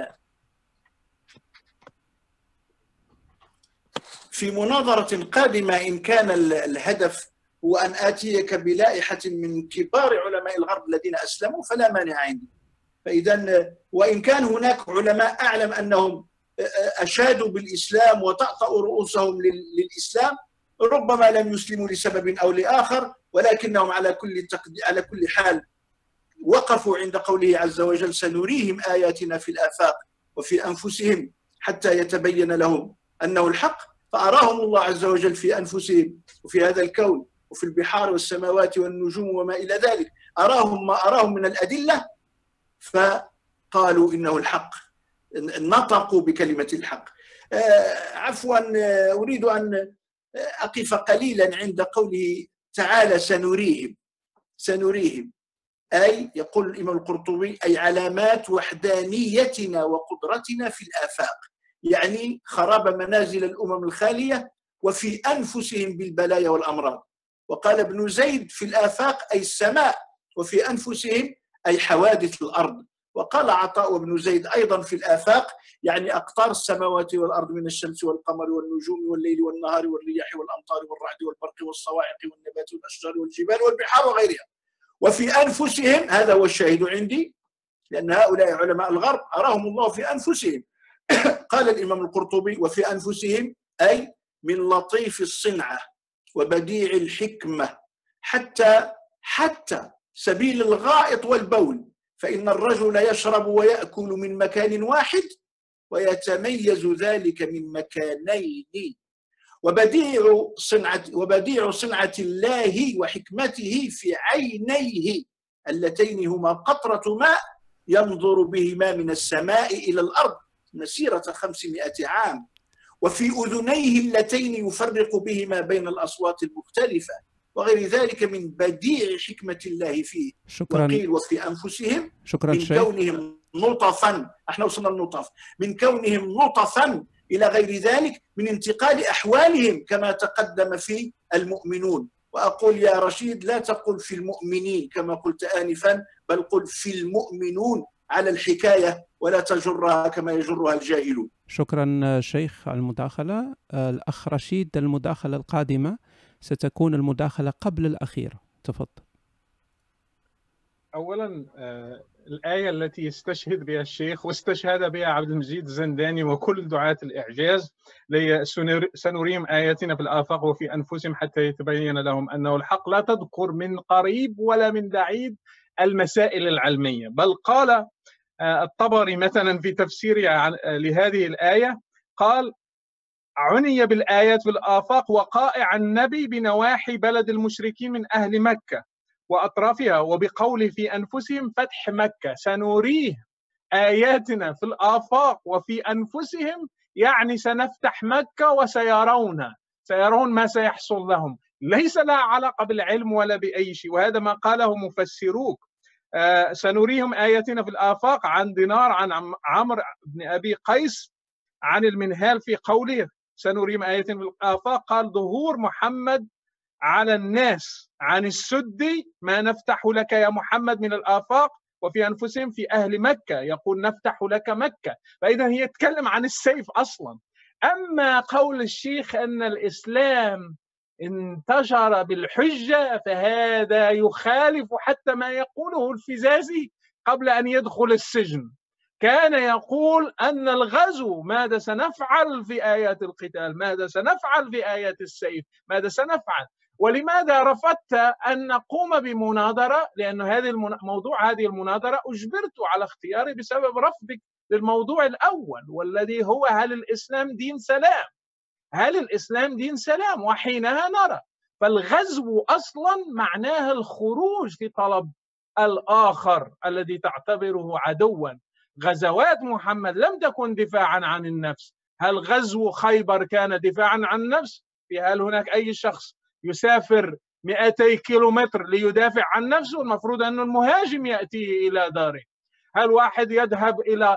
S3: في مناظرة قادمة إن كان الهدف هو أن آتيك بلائحة من كبار علماء الغرب الذين أسلموا فلا مانع عندي. فإذا وإن كان هناك علماء أعلم أنهم أشادوا بالإسلام وطأطأوا رؤوسهم للإسلام، ربما لم يسلموا لسبب أو لآخر، ولكنهم على كل على كل حال وقفوا عند قوله عز وجل: سنريهم آياتنا في الآفاق وفي أنفسهم حتى يتبين لهم أنه الحق. فأراهم الله عز وجل في أنفسهم وفي هذا الكون وفي البحار والسماوات والنجوم وما إلى ذلك، أراهم ما أراهم من الأدلة، فقالوا إنه الحق، نطقوا بكلمة الحق. آه عفوا، آه أريد أن أقف قليلا عند قوله تعالى: سنريهم. سنريهم أي يقول الإمام القرطبي: أي علامات وحدانيتنا وقدرتنا في الآفاق، يعني خراب منازل الأمم الخالية وفي أنفسهم بالبلايا والأمراض. وقال ابن زيد: في الآفاق أي السماء، وفي أنفسهم أي حوادث الأرض. وقال عطاء وابن زيد أيضا: في الآفاق يعني أقطار السماوات والأرض من الشمس والقمر والنجوم والليل والنهار والرياح والأمطار والرعد والبرق والصواعق والنبات والأشجار والجبال والبحار وغيرها. وفي أنفسهم، هذا هو الشاهد عندي، لأن هؤلاء علماء الغرب أراهم الله في أنفسهم. قال الإمام القرطبي: وفي أنفسهم أي من لطيف الصنعة وبديع الحكمة، حتى حتى سبيل الغائط والبول، فإن الرجل يشرب ويأكل من مكان واحد ويتميز ذلك من مكانين. وبديع صنعة وبديع صنعة الله وحكمته في عينيه اللتين هما قطرة ماء ينظر بهما من السماء إلى الأرض مسيرة خمسمائة عام، وفي أذنيه اللتين يفرق بهما بين الأصوات المختلفة، وغير ذلك من بديع حكمة الله فيه.
S1: شكرا.
S3: وقيل وفي أنفسهم
S1: شكرا
S3: من
S1: شيخ.
S3: كونهم نطفا، احنا وصلنا النطف، من كونهم نطفا إلى غير ذلك من انتقال أحوالهم كما تقدم في المؤمنون. وأقول يا رشيد لا تقل في المؤمنين كما قلت آنفا، بل قل في المؤمنون على الحكاية ولا تجرها كما يجرها الجاهلون.
S1: شكرا شيخ على المداخلة. الأخ رشيد، المداخلة القادمة ستكون المداخلة قبل الأخيرة، تفضل.
S2: أولا آه الآية التي يستشهد بها الشيخ واستشهد بها عبد المجيد الزنداني وكل دعاة الإعجاز، سنريهم آياتنا في الآفاق وفي أنفسهم حتى يتبين لهم أنه الحق، لا تذكر من قريب ولا من بعيد المسائل العلمية. بل قال آه الطبري مثلا في تفسيره لهذه الآية، قال عني بالآيات في الآفاق وقائع النبي بنواحي بلد المشركين من أهل مكة وأطرافها، وبقوله في أنفسهم فتح مكة. سنريه آياتنا في الآفاق وفي أنفسهم، يعني سنفتح مكة وسيرون سيرون ما سيحصل لهم، ليس لها علاقة بالعلم ولا بأي شيء، وهذا ما قاله مفسروك. آه سنريهم آياتنا في الآفاق عن دينار عن عمرو بن أبي قيس عن المنهال في قوله سنريهم آياتنا في الآفاق، قال ظهور محمد على الناس عن السدي ما نفتح لك يا محمد من الآفاق وفي أنفسهم في أهل مكة يقول نفتح لك مكة. فإذا هي تتكلم عن السيف أصلا. أما قول الشيخ أن الإسلام انتشر بالحجة فهذا يخالف حتى ما يقوله الفزازي قبل أن يدخل السجن. كان يقول أن الغزو ماذا سنفعل في آيات القتال، ماذا سنفعل في آيات السيف، ماذا سنفعل. ولماذا رفضت أن نقوم بمناظرة؟ لأن هذه الموضوع هذه المناظرة أجبرت على اختياري بسبب رفضك للموضوع الأول، والذي هو هل الإسلام دين سلام؟ هل الإسلام دين سلام؟ وحينها نرى. فالغزو أصلا معناه الخروج في طلب الآخر الذي تعتبره عدوا. غزوات محمد لم تكن دفاعا عن النفس. هل غزو خيبر كان دفاعا عن النفس؟ هل هناك أي شخص يسافر مئتي كيلومتر ليدافع عن نفسه؟ المفروض أن المهاجم يأتي إلى داره. هل واحد يذهب إلى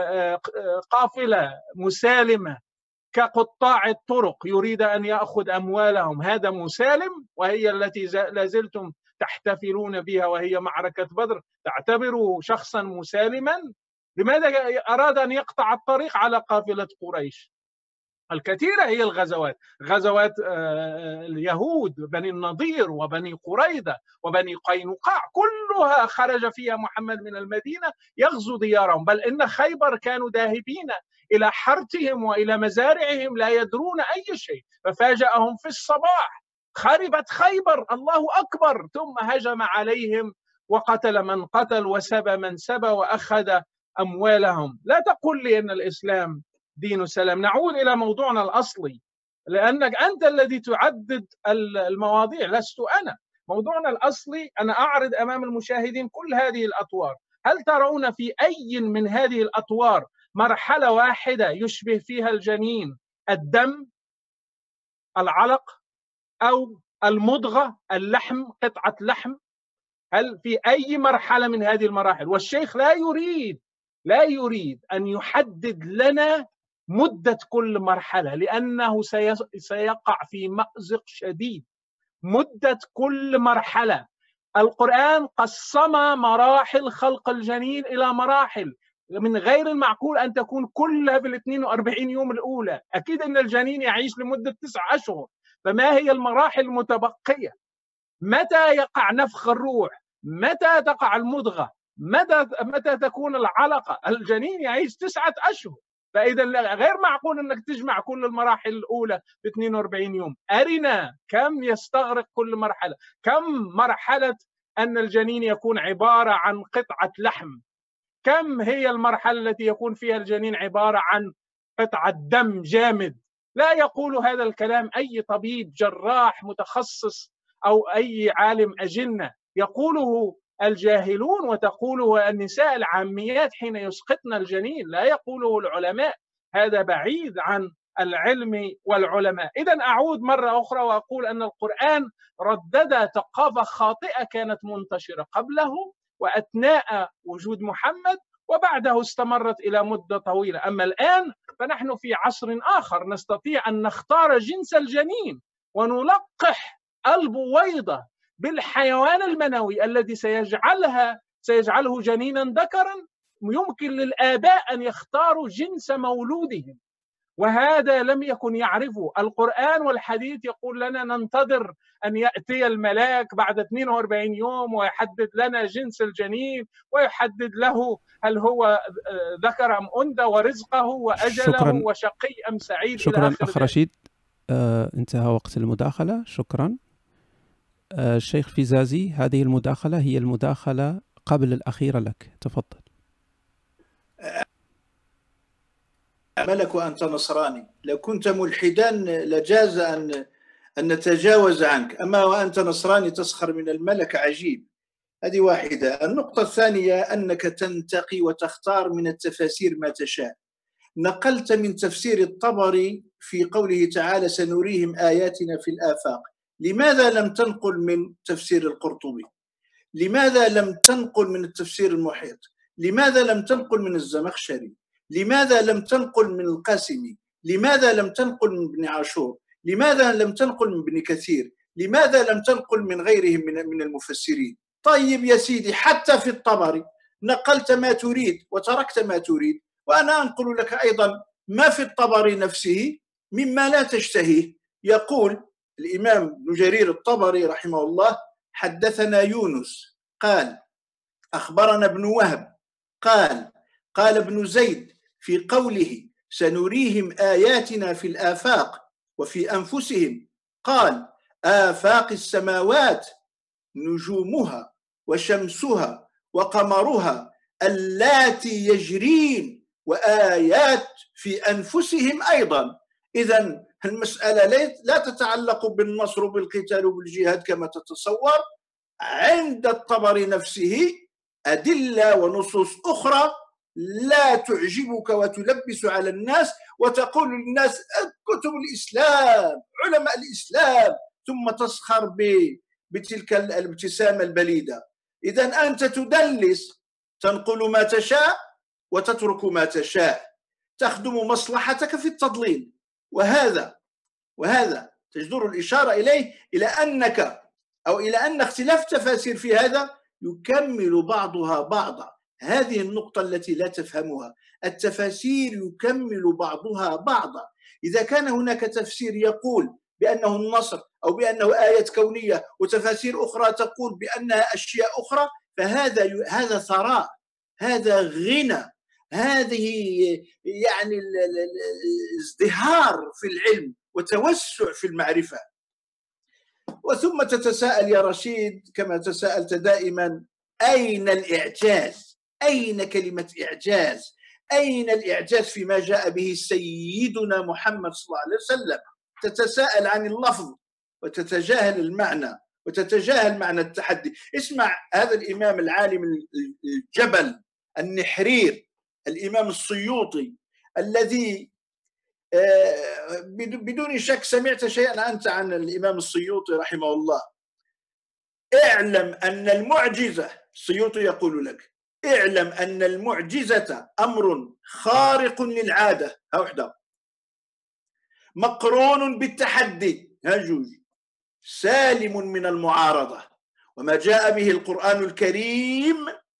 S2: قافلة مسالمة كقطاع الطرق يريد أن يأخذ أموالهم هذا مسالم؟ وهي التي لازلتم تحتفلون بها وهي معركة بدر، تعتبره شخصا مسالما؟ لماذا أراد أن يقطع الطريق على قافلة قريش؟ الكثيرة هي الغزوات، غزوات اليهود بني النضير وبني قريظة وبني قينقاع، كلها خرج فيها محمد من المدينة يغزو ديارهم. بل إن خيبر كانوا ذاهبين إلى حرثهم وإلى مزارعهم لا يدرون أي شيء، ففاجأهم في الصباح خربت خيبر، الله أكبر، ثم هجم عليهم وقتل من قتل وسبى من سبى وأخذ أموالهم. لا تقل لي أن الإسلام دين السلام. نعود إلى موضوعنا الأصلي، لأنك أنت الذي تعدد المواضيع لست أنا. موضوعنا الأصلي أنا أعرض أمام المشاهدين كل هذه الأطوار. هل ترون في أي من هذه الأطوار مرحلة واحدة يشبه فيها الجنين الدم، العلق، أو المضغة، اللحم، قطعة لحم؟ هل في أي مرحلة من هذه المراحل؟ والشيخ لا يريد لا يريد أن يحدد لنا مدة كل مرحلة، لأنه سيقع في مأزق شديد. مدة كل مرحلة، القرآن قسم مراحل خلق الجنين إلى مراحل، من غير المعقول أن تكون كلها في الاثنين وأربعين يوم الأولى. أكيد أن الجنين يعيش لمدة تسعة أشهر. فما هي المراحل المتبقية؟ متى يقع نفخ الروح؟ متى تقع المضغة؟ متى متى تكون العلقة؟ الجنين يعيش تسعة أشهر. فإذا غير معقول أنك تجمع كل المراحل الأولى في اثنين وأربعين يوم. أرنا كم يستغرق كل مرحلة، كم مرحلة أن الجنين يكون عبارة عن قطعة لحم، كم هي المرحلة التي يكون فيها الجنين عبارة عن قطعة دم جامد. لا يقول هذا الكلام أي طبيب جراح متخصص أو أي عالم أجنة، يقوله الجاهلون وتقوله النساء العاميات حين يسقطن الجنين، لا يقوله العلماء. هذا بعيد عن العلم والعلماء. إذن أعود مرة أخرى وأقول أن القرآن ردد ثقافة خاطئة كانت منتشرة قبله وأثناء وجود محمد، وبعده استمرت إلى مدة طويلة. أما الآن فنحن في عصر آخر، نستطيع أن نختار جنس الجنين ونلقح البويضة بالحيوان المنوي الذي سيجعلها سيجعله جنينا ذكرا. يمكن للآباء أن يختاروا جنس مولودهم، وهذا لم يكن يعرفه القرآن. والحديث يقول لنا ننتظر أن يأتي الملاك بعد اثنين وأربعين يوم ويحدد لنا جنس الجنين، ويحدد له هل هو ذكر أم أنثى، ورزقه وأجله شكراً. وشقي أم سعيد.
S1: شكرا أخ رشيد. آه انتهى وقت المداخلة. شكرا. آه الشيخ فيزازي، هذه المداخلة هي المداخلة قبل الأخيرة لك، تفضل.
S3: ملك وأنت نصراني، لو كنت ملحدا لجاز أن أن نتجاوز عنك، أما وأنت نصراني تسخر من الملك، عجيب. هذه واحدة. النقطة الثانية أنك تنتقي وتختار من التفاسير ما تشاء. نقلت من تفسير الطبري في قوله تعالى سنريهم آياتنا في الآفاق. لماذا لم تنقل من تفسير القرطبي؟ لماذا لم تنقل من التفسير المحيط؟ لماذا لم تنقل من الزمخشري؟ لماذا لم تنقل من القاسمي؟ لماذا لم تنقل من ابن عاشور؟ لماذا لم تنقل من ابن كثير؟ لماذا لم تنقل من غيرهم من المفسرين؟ طيب يا سيدي، حتى في الطبري نقلت ما تريد وتركت ما تريد، وأنا أنقل لك أيضا ما في الطبري نفسه مما لا تشتهيه. يقول الإمام ابن جرير الطبري رحمه الله حدثنا يونس قال أخبرنا ابن وهب قال قال ابن زيد في قوله سنريهم آياتنا في الآفاق وفي أنفسهم، قال آفاق السماوات نجومها وشمسها وقمرها اللاتي يجرين، وآيات في أنفسهم أيضا. إذن المسألة لا تتعلق بالنصر وبالقتال وبالجهاد كما تتصور. عند الطبري نفسه أدلة ونصوص أخرى لا تعجبك وتلبس على الناس وتقول للناس كتب الإسلام علماء الإسلام، ثم تسخر بتلك الابتسامة البليدة. إذن أنت تدلس، تنقل ما تشاء وتترك ما تشاء، تخدم مصلحتك في التضليل. وهذا وهذا تجدر الإشارة إليه إلى أنك أو إلى أن اختلاف تفاسير في هذا يكمل بعضها بعضا. هذه النقطة التي لا تفهمها. التفاسير يكمل بعضها بعضا. إذا كان هناك تفسير يقول بأنه النصر أو بأنه آية كونية، وتفاسير أخرى تقول بأنها أشياء أخرى، فهذا هذا ثراء، هذا غنى، هذه يعني ازدهار في العلم وتوسع في المعرفة. وثم تتساءل يا رشيد كما تساءلت دائما، أين الإعجاز؟ أين كلمة إعجاز؟ أين الإعجاز فيما جاء به سيدنا محمد صلى الله عليه وسلم؟ تتساءل عن اللفظ وتتجاهل المعنى وتتجاهل معنى التحدي. اسمع هذا الإمام العالم الجبل النحرير الإمام السيوطي الذي بدون شك سمعت شيئا أنت عن الإمام السيوطي رحمه الله. اعلم أن المعجزة، السيوطي يقول لك اعلم أن المعجزة أمر خارق للعادة، ها وحده، مقرون بالتحدي، ها جوج، سالم من المعارضة. وما جاء به القرآن الكريم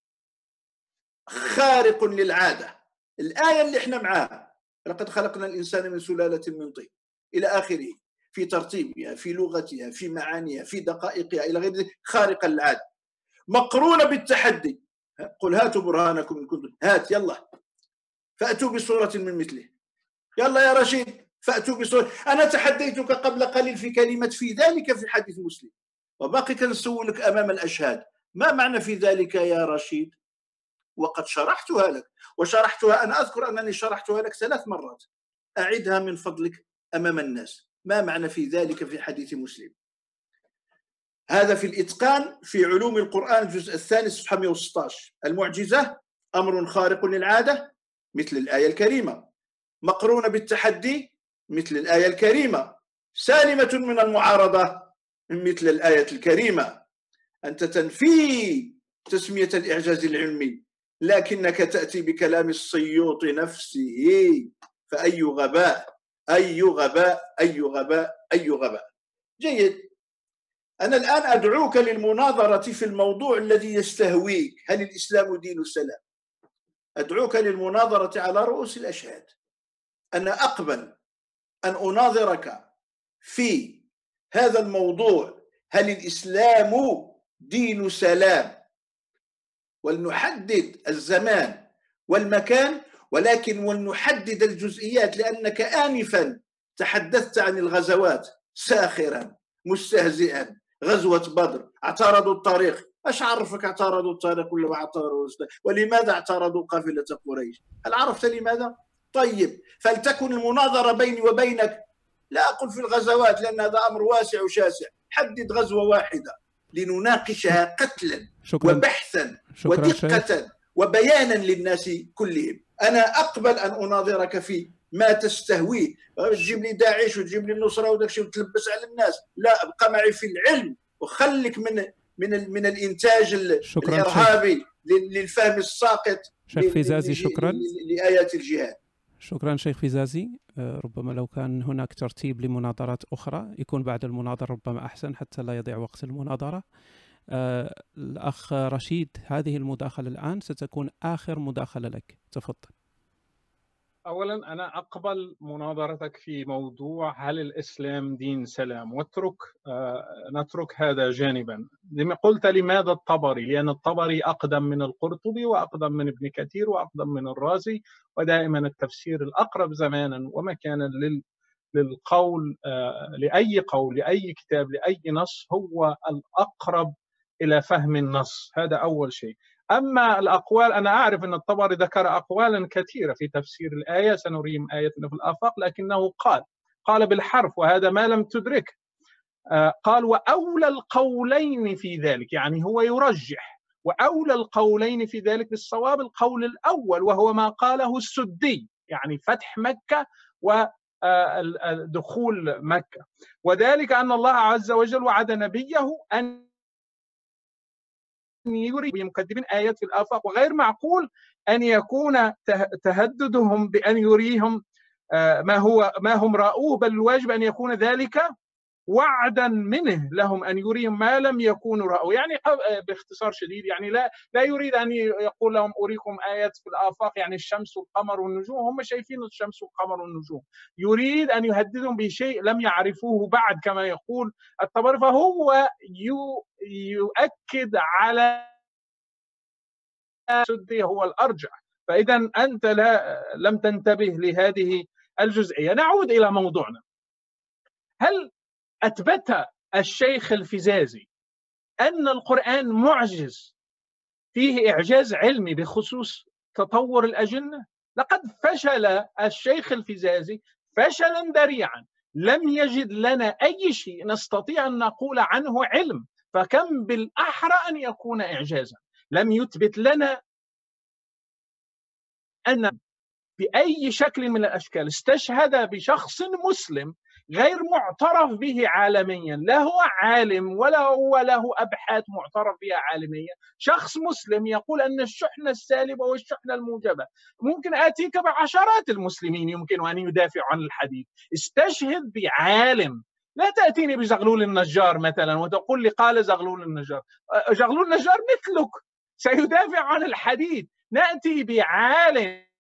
S3: خارق للعادة. الآية اللي احنا معاها لقد خلقنا الإنسان من سلالة من طين إلى آخره، في ترتيبها في لغتها في معانيها في دقائقها إلى غير ذلك، خارقة للعادة مقرونة بالتحدي. قل هاتوا برهانكم إن كنتم، هات يلا فأتوا بصورة من مثله. يلا يا رشيد فأتوا بصورة. أنا تحديتك قبل قليل في كلمة في ذلك في حديث مسلم، وباقي كنسولك أمام الأشهاد ما معنى في ذلك يا رشيد؟ وقد شرحتها لك، وشرحتها أنا أذكر أنني شرحتها لك ثلاث مرات. أعدها من فضلك أمام الناس. ما معنى في ذلك في حديث مسلم؟ هذا في الإتقان في علوم القرآن الجزء الثاني صفحة مئة وستة عشر. المعجزة أمر خارق للعادة مثل الآية الكريمة، مقرونة بالتحدي مثل الآية الكريمة، سالمة من المعارضة مثل الآية الكريمة. أنت تنفي تسمية الإعجاز العلمي لكنك تأتي بكلام السيوط نفسه، فأي غباء أي غباء أي غباء أي غباء. جيد، أنا الآن أدعوك للمناظرة في الموضوع الذي يستهويك، هل الإسلام دين السلام؟ أدعوك للمناظرة على رؤوس الأشهاد. أنا أقبل أن أناظرك في هذا الموضوع، هل الإسلام دين سلام؟ ولنحدد الزمان والمكان، ولكن ولنحدد الجزئيات، لأنك آنفا تحدثت عن الغزوات ساخرا مستهزئا. غزوة بدر اعترضوا الطريق، ايش عرفك اعترضوا الطريق ولا اعترضوا؟ ولماذا اعترضوا قافلة قريش؟ هل عرفت لماذا؟ طيب، فلتكن المناظرة بيني وبينك، لا أقول في الغزوات لأن هذا أمر واسع وشاسع، حدد غزوة واحدة لنناقشها قتلا
S1: شكرا.
S3: وبحثا
S1: شكرا
S3: ودقة
S1: شيخ.
S3: وبيانا للناس كلهم. أنا أقبل أن أناظرك في ما تستهويه، تجيب لي داعش وتجيب لي النصرة وداكشي وتلبس على الناس، لا، ابقى معي في العلم وخليك من من من الإنتاج الإرهابي للفهم الساقط
S1: شيخ فزازي. شكرا
S3: لآيات الجهاد.
S1: شكرا شيخ فزازي. ربما لو كان هناك ترتيب لمناظرات أخرى يكون بعد المناظرة ربما أحسن حتى لا يضيع وقت المناظرة. آه الأخ رشيد، هذه المداخلة الآن ستكون آخر مداخلة لك، تفضل.
S2: أولا أنا أقبل مناظرتك في موضوع هل الإسلام دين سلام، واترك آه نترك هذا جانبا. لما قلت لماذا الطبري؟ لأن الطبري أقدم من القرطبي وأقدم من ابن كثير وأقدم من الرازي، ودائما التفسير الأقرب زمانا ومكانا لل للقول آه لأي قول لأي كتاب لأي نص هو الأقرب إلى فهم النص. هذا أول شيء. أما الأقوال، أنا أعرف أن الطبري ذكر أقوالا كثيرة في تفسير الآية، سنريهم آياتنا في الآفاق، لكنه قال قال بالحرف، وهذا ما لم تدرك. آه قال وأولى القولين في ذلك، يعني هو يرجح، وأولى القولين في ذلك بالصواب القول الأول، وهو ما قاله السدي، يعني فتح مكة ودخول مكة، وذلك أن الله عز وجل وعد نبيه أن يري بمقدمين آيات في الآفاق، وغير معقول أن يكون تهددهم بأن يريهم ما هو ما هم رأوه، بل الواجب أن يكون ذلك وعدا منه لهم أن يريهم ما لم يكونوا رأوا. يعني باختصار شديد، يعني لا لا يريد أن يقول لهم أريكم آيات في الآفاق، يعني الشمس والقمر والنجوم، هم شايفين الشمس والقمر والنجوم، يريد أن يهددهم بشيء لم يعرفوه بعد كما يقول الطبري. فهو يؤكد على سدي هو الأرجح. فإذا أنت لا لم تنتبه لهذه الجزئية. نعود إلى موضوعنا. هل أثبت الشيخ الفزازي أن القرآن معجز فيه إعجاز علمي بخصوص تطور الأجنة؟ لقد فشل الشيخ الفزازي فشلا ذريعا، لم يجد لنا أي شيء نستطيع أن نقول عنه علم، فكم بالأحرى أن يكون إعجازا. لم يثبت لنا أن بأي شكل من الأشكال استشهد بشخص مسلم غير معترف به عالميا، لا هو عالم ولا هو له أبحاث معترف بها عالميا، شخص مسلم يقول أن الشحنة السالبة والشحنة الموجبة. ممكن آتيك بعشرات المسلمين يمكن أن يدافعوا عن الحديث. استشهد بعالم، لا تأتيني بزغلول النجار مثلا وتقول لي قال زغلول النجار. زغلول النجار مثلك سيدافع عن الحديث. نأتي بعالم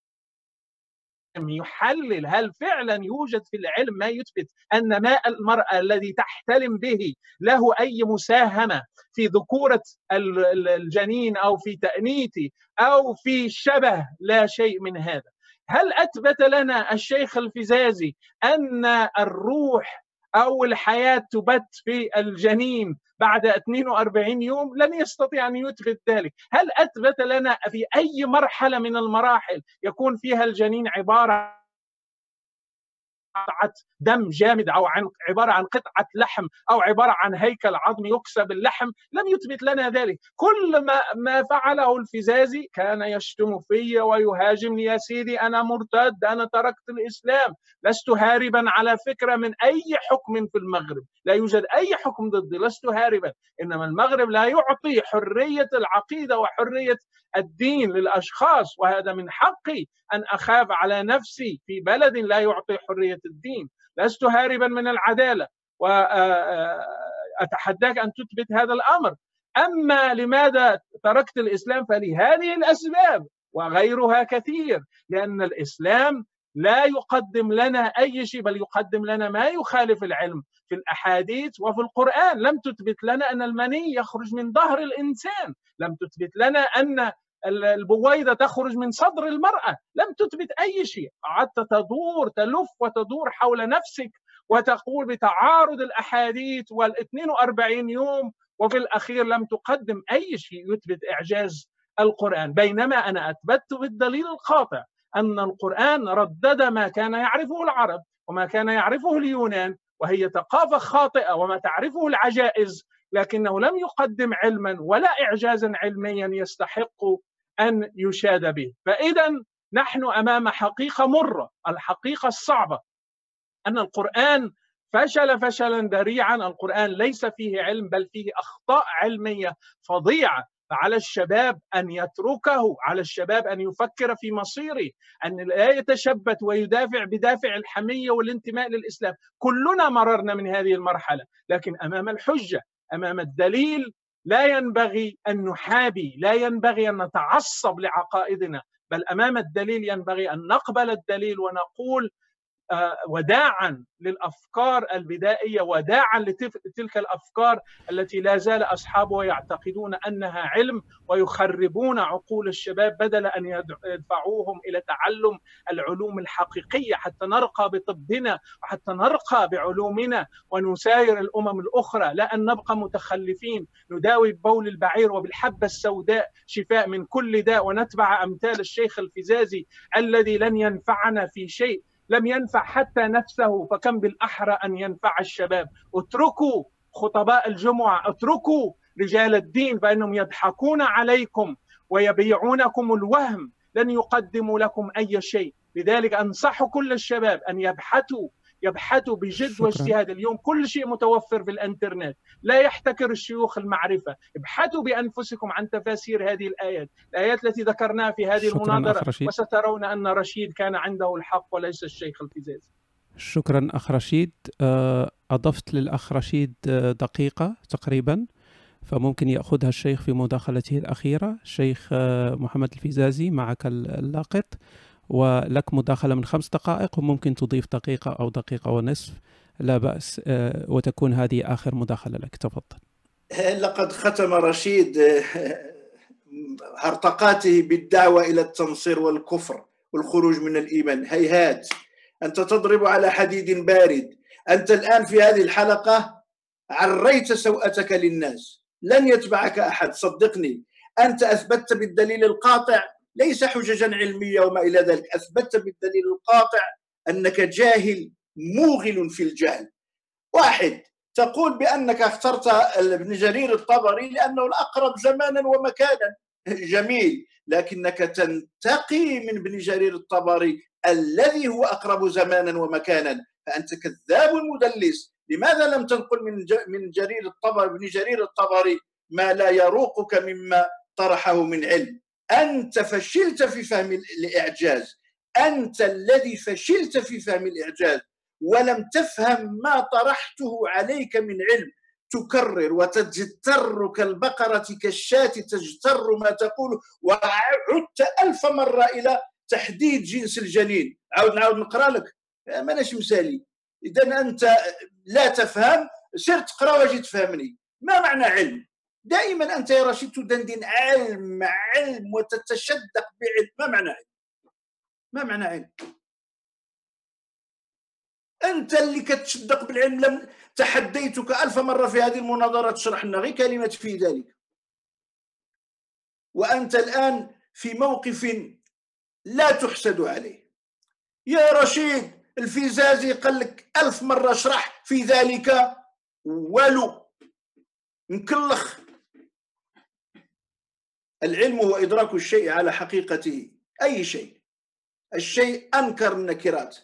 S2: يحلل هل فعلا يوجد في العلم ما يثبت أن ماء المرأة الذي تحتلم به له أي مساهمة في ذكورة الجنين أو في تأنيته أو في شبه. لا شيء من هذا. هل أثبت لنا الشيخ الفزازي أن الروح أو الحياة تبت في الجنين بعد اثنين وأربعين يوم؟ لن يستطيع أن يثبت ذلك. هل أثبت لنا في أي مرحلة من المراحل يكون فيها الجنين عبارة قطعة دم جامد أو عن عبارة عن قطعة لحم أو عبارة عن هيكل عظمي يكسب اللحم، لم يثبت لنا ذلك. كل ما ما فعله الفزازي كان يشتم في ويهاجمني: يا سيدي أنا مرتد، أنا تركت الإسلام، لست هاربا على فكرة من أي حكم في المغرب، لا يوجد أي حكم ضدي، لست هاربا، إنما المغرب لا يعطي حرية العقيدة وحرية الدين للأشخاص، وهذا من حقي أن أخاف على نفسي في بلد لا يعطي حرية الدين. لست هاربا من العدالة، وأتحداك أن تثبت هذا الأمر. أما لماذا تركت الإسلام؟ فلهذه الأسباب وغيرها كثير، لأن الإسلام لا يقدم لنا أي شيء، بل يقدم لنا ما يخالف العلم في الأحاديث وفي القرآن. لم تثبت لنا أن المني يخرج من ظهر الإنسان، لم تثبت لنا أن البويضة تخرج من صدر المرأة، لم تثبت أي شيء. قعدت تدور تلف وتدور حول نفسك وتقول بتعارض الأحاديث والاثنين وأربعين يوم، وفي الأخير لم تقدم أي شيء يثبت إعجاز القرآن، بينما أنا أثبت بالدليل القاطع أن القرآن ردد ما كان يعرفه العرب وما كان يعرفه اليونان، وهي ثقافة خاطئة، وما تعرفه العجائز، لكنه لم يقدم علما ولا إعجازا علميا يستحق أن يشاد به. فإذا نحن أمام حقيقة مرة، الحقيقة الصعبة أن القرآن فشل فشلا ذريعا. القرآن ليس فيه علم، بل فيه أخطاء علمية فظيعة. فعلى الشباب أن يتركه، على الشباب أن يفكر في مصيره، أن لا يتشبت ويدافع بدافع الحمية والانتماء للإسلام. كلنا مررنا من هذه المرحلة، لكن أمام الحجة، أمام الدليل، لا ينبغي أن نحابي، لا ينبغي أن نتعصب لعقائدنا، بل أمام الدليل ينبغي أن نقبل الدليل ونقول وداعا للأفكار البدائية، وداعا لتلك الأفكار التي لا زال أصحابها يعتقدون أنها علم ويخربون عقول الشباب، بدل أن يدفعوهم إلى تعلم العلوم الحقيقية حتى نرقى بطبنا وحتى نرقى بعلومنا ونساير الأمم الأخرى، لا أن نبقى متخلفين نداوي ببول البعير وبالحبة السوداء شفاء من كل داء، ونتبع أمثال الشيخ الفزازي الذي لن ينفعنا في شيء، لم ينفع حتى نفسه، فكم بالأحرى أن ينفع الشباب. اتركوا خطباء الجمعة، اتركوا رجال الدين، فإنهم يضحكون عليكم ويبيعونكم الوهم، لن يقدموا لكم أي شيء. لذلك أنصح كل الشباب أن يبحثوا يبحثوا بجد شكرا. واجتهاد. اليوم كل شيء متوفر في الانترنت، لا يحتكر الشيوخ المعرفة. ابحثوا بأنفسكم عن تفاسير هذه الآيات الآيات التي ذكرناها في هذه المناظرة، وسترون أن رشيد كان عنده الحق وليس الشيخ الفزازي.
S1: شكرا أخ رشيد. أضفت للأخ رشيد دقيقة تقريبا، فممكن يأخذها الشيخ في مداخلته الأخيرة. الشيخ محمد الفزازي معك اللاقط، ولك مداخلة من خمس دقائق، وممكن تضيف دقيقة أو دقيقة ونصف، لا بأس، وتكون هذه آخر مداخلة لك. تفضل.
S3: لقد ختم رشيد هرطقاته بالدعوة إلى التنصير والكفر والخروج من الإيمان. هيهات، أنت تضرب على حديد بارد. أنت الآن في هذه الحلقة عريت سوءتك للناس، لن يتبعك أحد، صدقني. أنت أثبتت بالدليل القاطع، ليس حججا علمية وما إلى ذلك، أثبتت بالدليل القاطع أنك جاهل موغل في الجهل. واحد، تقول بأنك اخترت ابن جرير الطبري لأنه الأقرب زمانا ومكانا، جميل، لكنك تنتقي من ابن جرير الطبري الذي هو أقرب زمانا ومكانا، فأنت كذاب مدلس. لماذا لم تنقل من من جرير الطبري ابن جرير الطبري ما لا يروقك مما طرحه من علم؟ أنت فشلت في فهم الإعجاز، أنت الذي فشلت في فهم الإعجاز، ولم تفهم ما طرحته عليك من علم. تكرر وتجتر كالبقرة كالشاة تجتر ما تقول، وعدت ألف مرة إلى تحديد جنس الجنين. عاود نعاود نقرأ لك، ماناش مثالي. إذا أنت لا تفهم، سرت تقرأ واجي تفهمني. ما معنى علم؟ دائما أنت يا رشيد تدندن علم علم وتتشدق بعلم. ما معنى علم؟ ما معنى علم؟ أنت اللي كتشدق بالعلم. لم تحديتك ألف مرة في هذه المناظرة تشرح لنا غير كلمة في ذلك، وأنت الآن في موقف لا تحسد عليه. يا رشيد الفيزازي قال لك ألف مرة اشرح في ذلك والو، مكلخ. العلم هو إدراك الشيء على حقيقته، أي شيء، الشيء أنكر النكرات.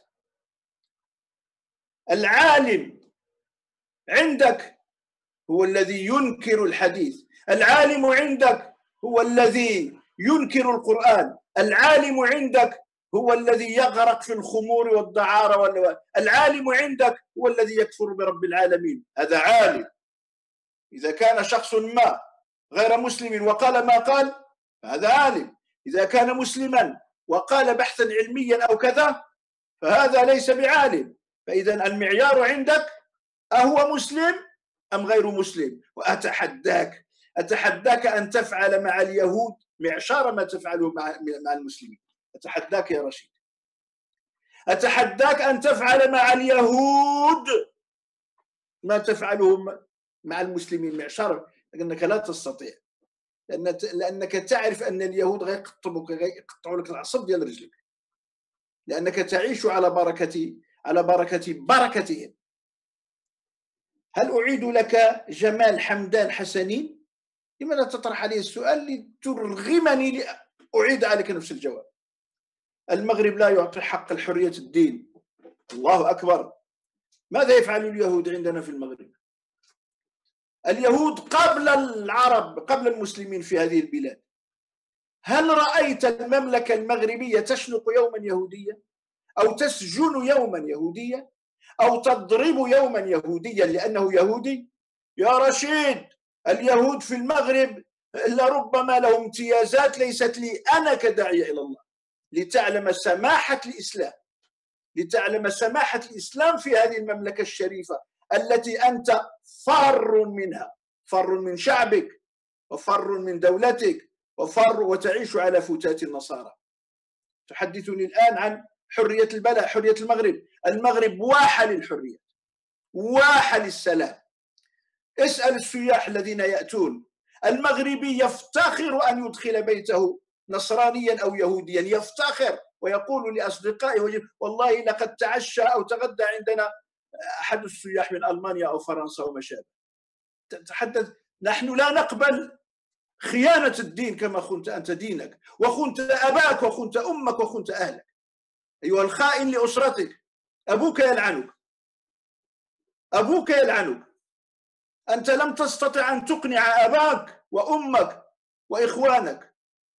S3: العالم عندك هو الذي ينكر الحديث، العالم عندك هو الذي ينكر القرآن، العالم عندك هو الذي يغرق في الخمور والدعارة، العالم عندك هو الذي يكفر برب العالمين، هذا عالم. إذا كان شخص ما غير مسلم وقال ما قال فهذا عالم، إذا كان مسلما وقال بحثا علميا أو كذا فهذا ليس بعالم. فإذا المعيار عندك أهو مسلم أم غير مسلم. وأتحداك أتحداك أن تفعل مع اليهود معشار ما تفعله مع مع المسلمين. أتحداك يا رشيد، أتحداك أن تفعل مع اليهود ما تفعله مع المسلمين معشار، لأنك لا تستطيع، لأن لأنك تعرف أن اليهود غيقطبوك، غيقطعوا لك العصب ديال رجلك، لأنك تعيش على بركة على بركة بركتهم. هل أعيد لك جمال حمدان حسنين؟ لماذا تطرح علي السؤال لترغمني لأعيد عليك نفس الجواب؟ المغرب لا يعطي حق الحرية الدين. الله أكبر. ماذا يفعل اليهود عندنا في المغرب؟ اليهود قبل العرب، قبل المسلمين في هذه البلاد، هل رأيت المملكة المغربية تشنق يوما يهوديا أو تسجن يوما يهوديا أو تضرب يوما يهوديا لأنه يهودي؟ يا رشيد، اليهود في المغرب لربما لهم امتيازات ليست لي أنا كداعية إلى الله، لتعلم سماحة الإسلام، لتعلم سماحة الإسلام في هذه المملكة الشريفة التي أنت فار منها، فار من شعبك وفر من دولتك وفر وتعيش على فتات النصارى. تحدثني الآن عن حرية البلد، حرية المغرب. المغرب واحة للحرية، واحة للسلام. اسأل السياح الذين يأتون، المغربي يفتخر أن يدخل بيته نصرانيا أو يهوديا، يفتخر ويقول لأصدقائه والله لقد تعشى أو تغدى عندنا أحد السياح من ألمانيا أو فرنسا وما شابه. تتحدث، نحن لا نقبل خيانة الدين كما خنت أنت دينك وخنت أباك وخنت أمك وخنت أهلك. أيها الخائن لأسرتك، أبوك يلعنك، أبوك يلعنك. أنت لم تستطع أن تقنع أباك وأمك وإخوانك،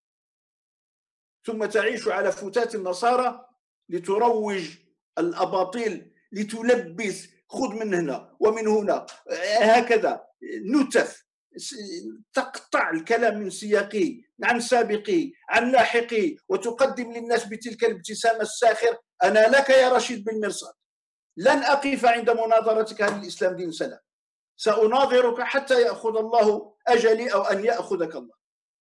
S3: ثم تعيش على فتات النصارى لتروج الأباطيل، لتلبس خذ من هنا ومن هنا، هكذا نتف، تقطع الكلام من سياقه، عن سابقه، عن لاحقه، وتقدم للناس بتلك الابتسامة الساخر. أنا لك يا رشيد بالمرصاد، لن أقف عند مناظرتك هل الإسلام دين سلام، سأناظرك حتى يأخذ الله أجلي أو أن يأخذك الله.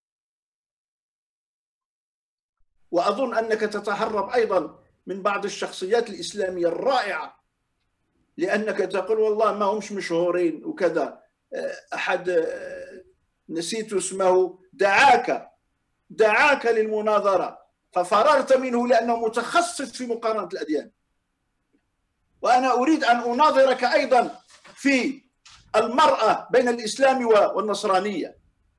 S3: وأظن أنك تتهرب أيضا من بعض الشخصيات الإسلامية الرائعة، لأنك تقول والله ما همش مشهورين وكذا. أحد نسيت اسمه دعاك دعاك للمناظرة ففررت منه لأنه متخصص في مقارنة الأديان. وأنا أريد أن أناظرك أيضا في المرأة بين الإسلام والنصرانية،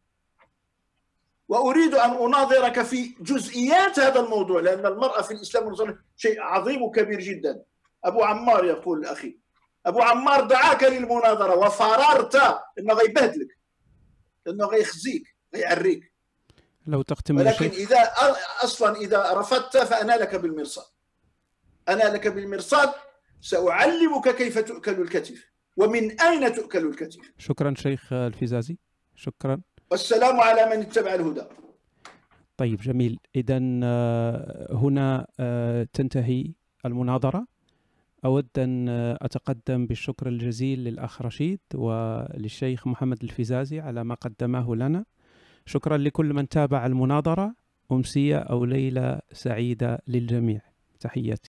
S3: وأريد أن أناظرك في جزئيات هذا الموضوع، لأن المرأة في الإسلام والنصرانية شيء عظيم وكبير جدا. أبو عمار يقول أخي، أبو عمار دعاك للمناظرة وفررت إنه غيبهدلك، إنه غيخزيك، غيعريك.
S1: لو تختم
S3: ولكن إذا أصلا إذا رفضت فأنا لك بالمرصاد، أنا لك بالمرصاد، سأعلمك كيف تؤكل الكتف ومن أين تؤكل الكتف.
S1: شكرا شيخ الفيزازي، شكرا.
S3: والسلام على من اتبع الهدى.
S1: طيب جميل. إذن هنا تنتهي المناظرة. أود أن أتقدم بالشكر الجزيل للأخ رشيد وللشيخ محمد الفيزازي على ما قدماه لنا. شكرا لكل من تابع المناظرة. أمسية أو ليلة سعيدة للجميع. تحياتي.